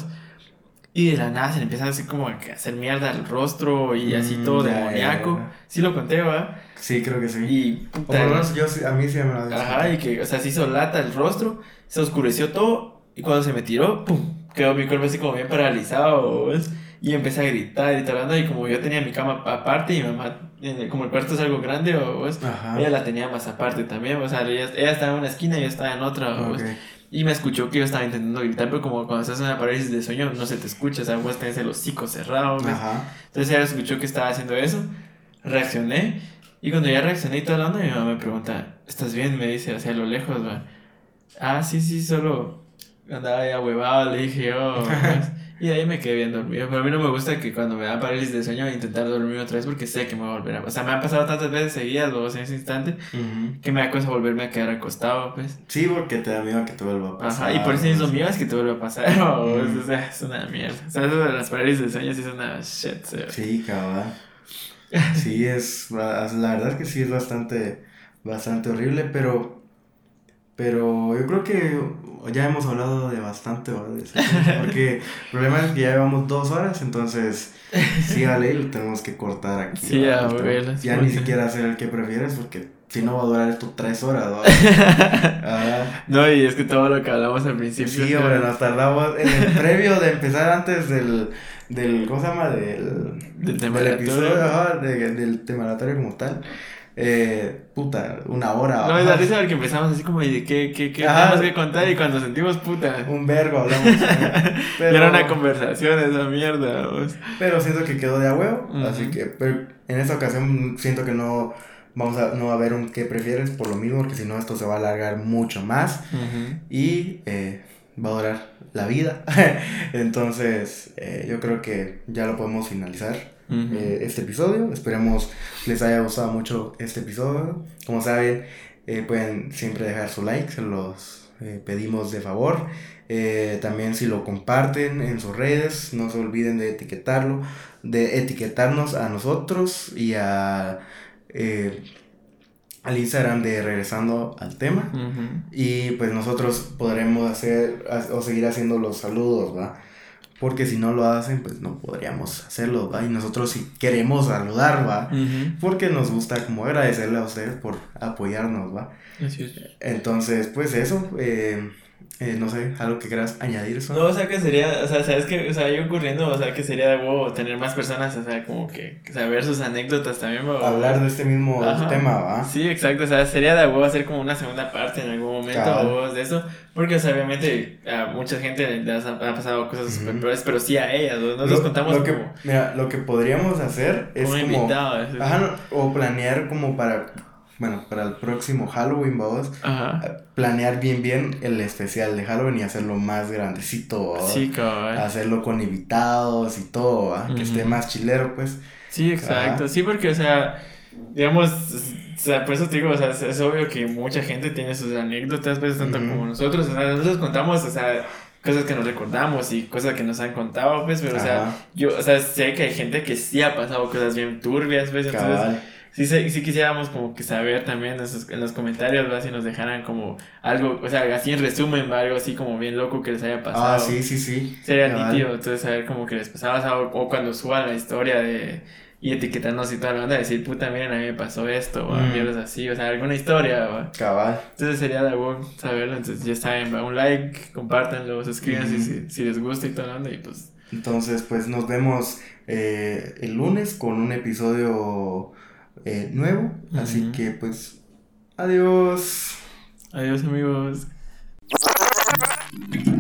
Y de la nada se le empieza así como a hacer mierda al rostro y así Mm, todo ya, ya, demoníaco. ya. Sí lo conté, ¿va? Sí, creo que sí. Y O por lo menos yo sí- a mí sí me lo había ajá, y que, o sea, se hizo lata el rostro, se oscureció todo. Y cuando se me tiró, pum, quedó mi cuerpo así como bien paralizado, ¿ves? Y empecé a gritar y tal, y como yo tenía mi cama aparte y mi mamá, eh, como el cuarto es algo grande, o ¿ves? Ajá. Ella la tenía más aparte también, o sea, ella, ella estaba en una esquina y yo estaba en otra, ¿ves? Ok. Y me escuchó que yo estaba intentando gritar, pero como cuando estás en una parálisis de sueño no se te escucha, o sea, vos tenés el hocico cerrado, ¿ves? Ajá. Entonces ella escuchó que estaba haciendo eso, reaccioné, y cuando ya reaccioné y todo hablando, mi mamá me pregunta, ¿estás bien? Me dice hacia lo lejos, ¿va? Ah, sí, sí, solo andaba ya huevado, le dije yo, pues, y de ahí me quedé bien dormido, pero a mí no me gusta que cuando me da parálisis de sueño intentar dormir otra vez porque sé que me va a volver a... O sea, me han pasado tantas veces seguidas, o en ese instante, Ujú. que me da cosa volverme a quedar acostado, pues. Sí, porque te da miedo que te vuelva a pasar. Ajá, y por eso mismo ¿no? mío es que te vuelve a pasar, o, Mm. o sea, es una mierda. O sea, eso de las parálisis de sueño sí es una shit, sí. Sí, cabal. Sí, es, la verdad es que sí es bastante, bastante horrible, pero, pero yo creo que ya hemos hablado de bastante, ¿verdad? De ese tema, porque el problema es que ya llevamos dos horas, entonces sí, vale, lo tenemos que cortar aquí. Sí, ¿verdad? a Pues, ver, ya ni porque- siquiera hacer el que prefieres, porque si no va a durar esto tres horas, ¿verdad? Ah, No, y es que todo lo que hablamos al principio. sí, hombre, nos tardamos en el previo de empezar antes del, del ¿cómo se llama? Del, Del tema del aleatorio. episodio, ajá, de- del tema aleatorio como tal. Eh, puta, una hora. No, es ajá. la risa porque empezamos así como de qué, qué, qué Ajá. tenemos que contar y cuando sentimos puta. Un vergo hablamos. ¿no? Y era una Pero, conversación esa mierda, vos. pero siento que quedó de a huevo, Ujú. así que pero en esta ocasión siento que no vamos a, no va a haber un qué prefieres por lo mismo, porque si no esto se va a alargar mucho más y eh, va a durar la vida. Entonces, eh, yo creo que ya lo podemos finalizar. Ujú. eh, este episodio. Esperemos les haya gustado mucho este episodio. Como saben, eh, pueden siempre dejar su like, se los eh, pedimos de favor. Eh, también si lo comparten en sus redes, no se olviden de etiquetarlo, de etiquetarnos a nosotros y a eh, al Instagram de Regresando al Tema. Ujú. Y pues nosotros podremos hacer ha- o seguir haciendo los saludos, ¿va? Porque si no lo hacen, pues no podríamos hacerlo, ¿va? Y nosotros si queremos saludar, ¿va? Ujú. Porque nos gusta como agradecerle a ustedes por apoyarnos, ¿va? Así es. Entonces, pues eso, eh, Eh, no sé, algo que quieras añadir, No, o sea, que sería, o sea, sabes que, o sea, yo ocurriendo, o sea, que sería de huevo tener más personas, o sea, como que saber sus anécdotas también, ¿va? Hablar de este mismo Ajá. tema, ¿va? Sí, exacto, o sea, sería de huevo hacer como una segunda parte en algún momento Cabal. o de eso, porque, o sea, obviamente a mucha gente les ha, ha pasado cosas súper Ujú. peores, pero sí a ellas, ¿no? Nosotros Lo, contamos lo que, como, mira, lo que podríamos hacer es como como, invitado, eso, ajá, no, o planear como para, bueno, para el próximo Halloween, vamos, ajá, planear bien bien el especial de Halloween y hacerlo más grandecito, ¿va? sí, cabal. Hacerlo con invitados y todo, ¿va? Que esté Ujú. más chilero, pues, Sí, exacto. ajá, Sí, porque, o sea, digamos, o sea, por eso te digo, o sea, es, es obvio que mucha gente tiene sus anécdotas, pues, tanto como ujú, nosotros, o sea, nosotros contamos, o sea, cosas que nos recordamos y cosas que nos han contado, pues, pero, o sea, ajá, yo, o sea, sé que hay gente que sí ha pasado cosas bien turbias, pues, entonces, cabal, sí, sé- sí quisiéramos como que saber también en, esos- en los comentarios, ¿va? Si nos dejaran como algo, o sea, así en resumen, ¿va? Algo así como bien loco que les haya ah, pasado. sí, sí, sí, Sería nítido, cabal, entonces saber como que les pasaba, o, sea, o o cuando suban la historia de y etiquetarnos y toda la banda, decir, puta, miren, a mí me pasó esto, o mm, mierdas así, o sea, alguna historia, ¿va? cabal, Entonces sería de bueno saberlo, entonces ya saben, ¿va? Un like, compártanlo, suscríbanse ujú. si, si les gusta y toda la banda, y pues, Entonces, pues nos vemos eh, el lunes con un episodio eh, nuevo. Así ujú. que, pues, adiós. Adiós amigos.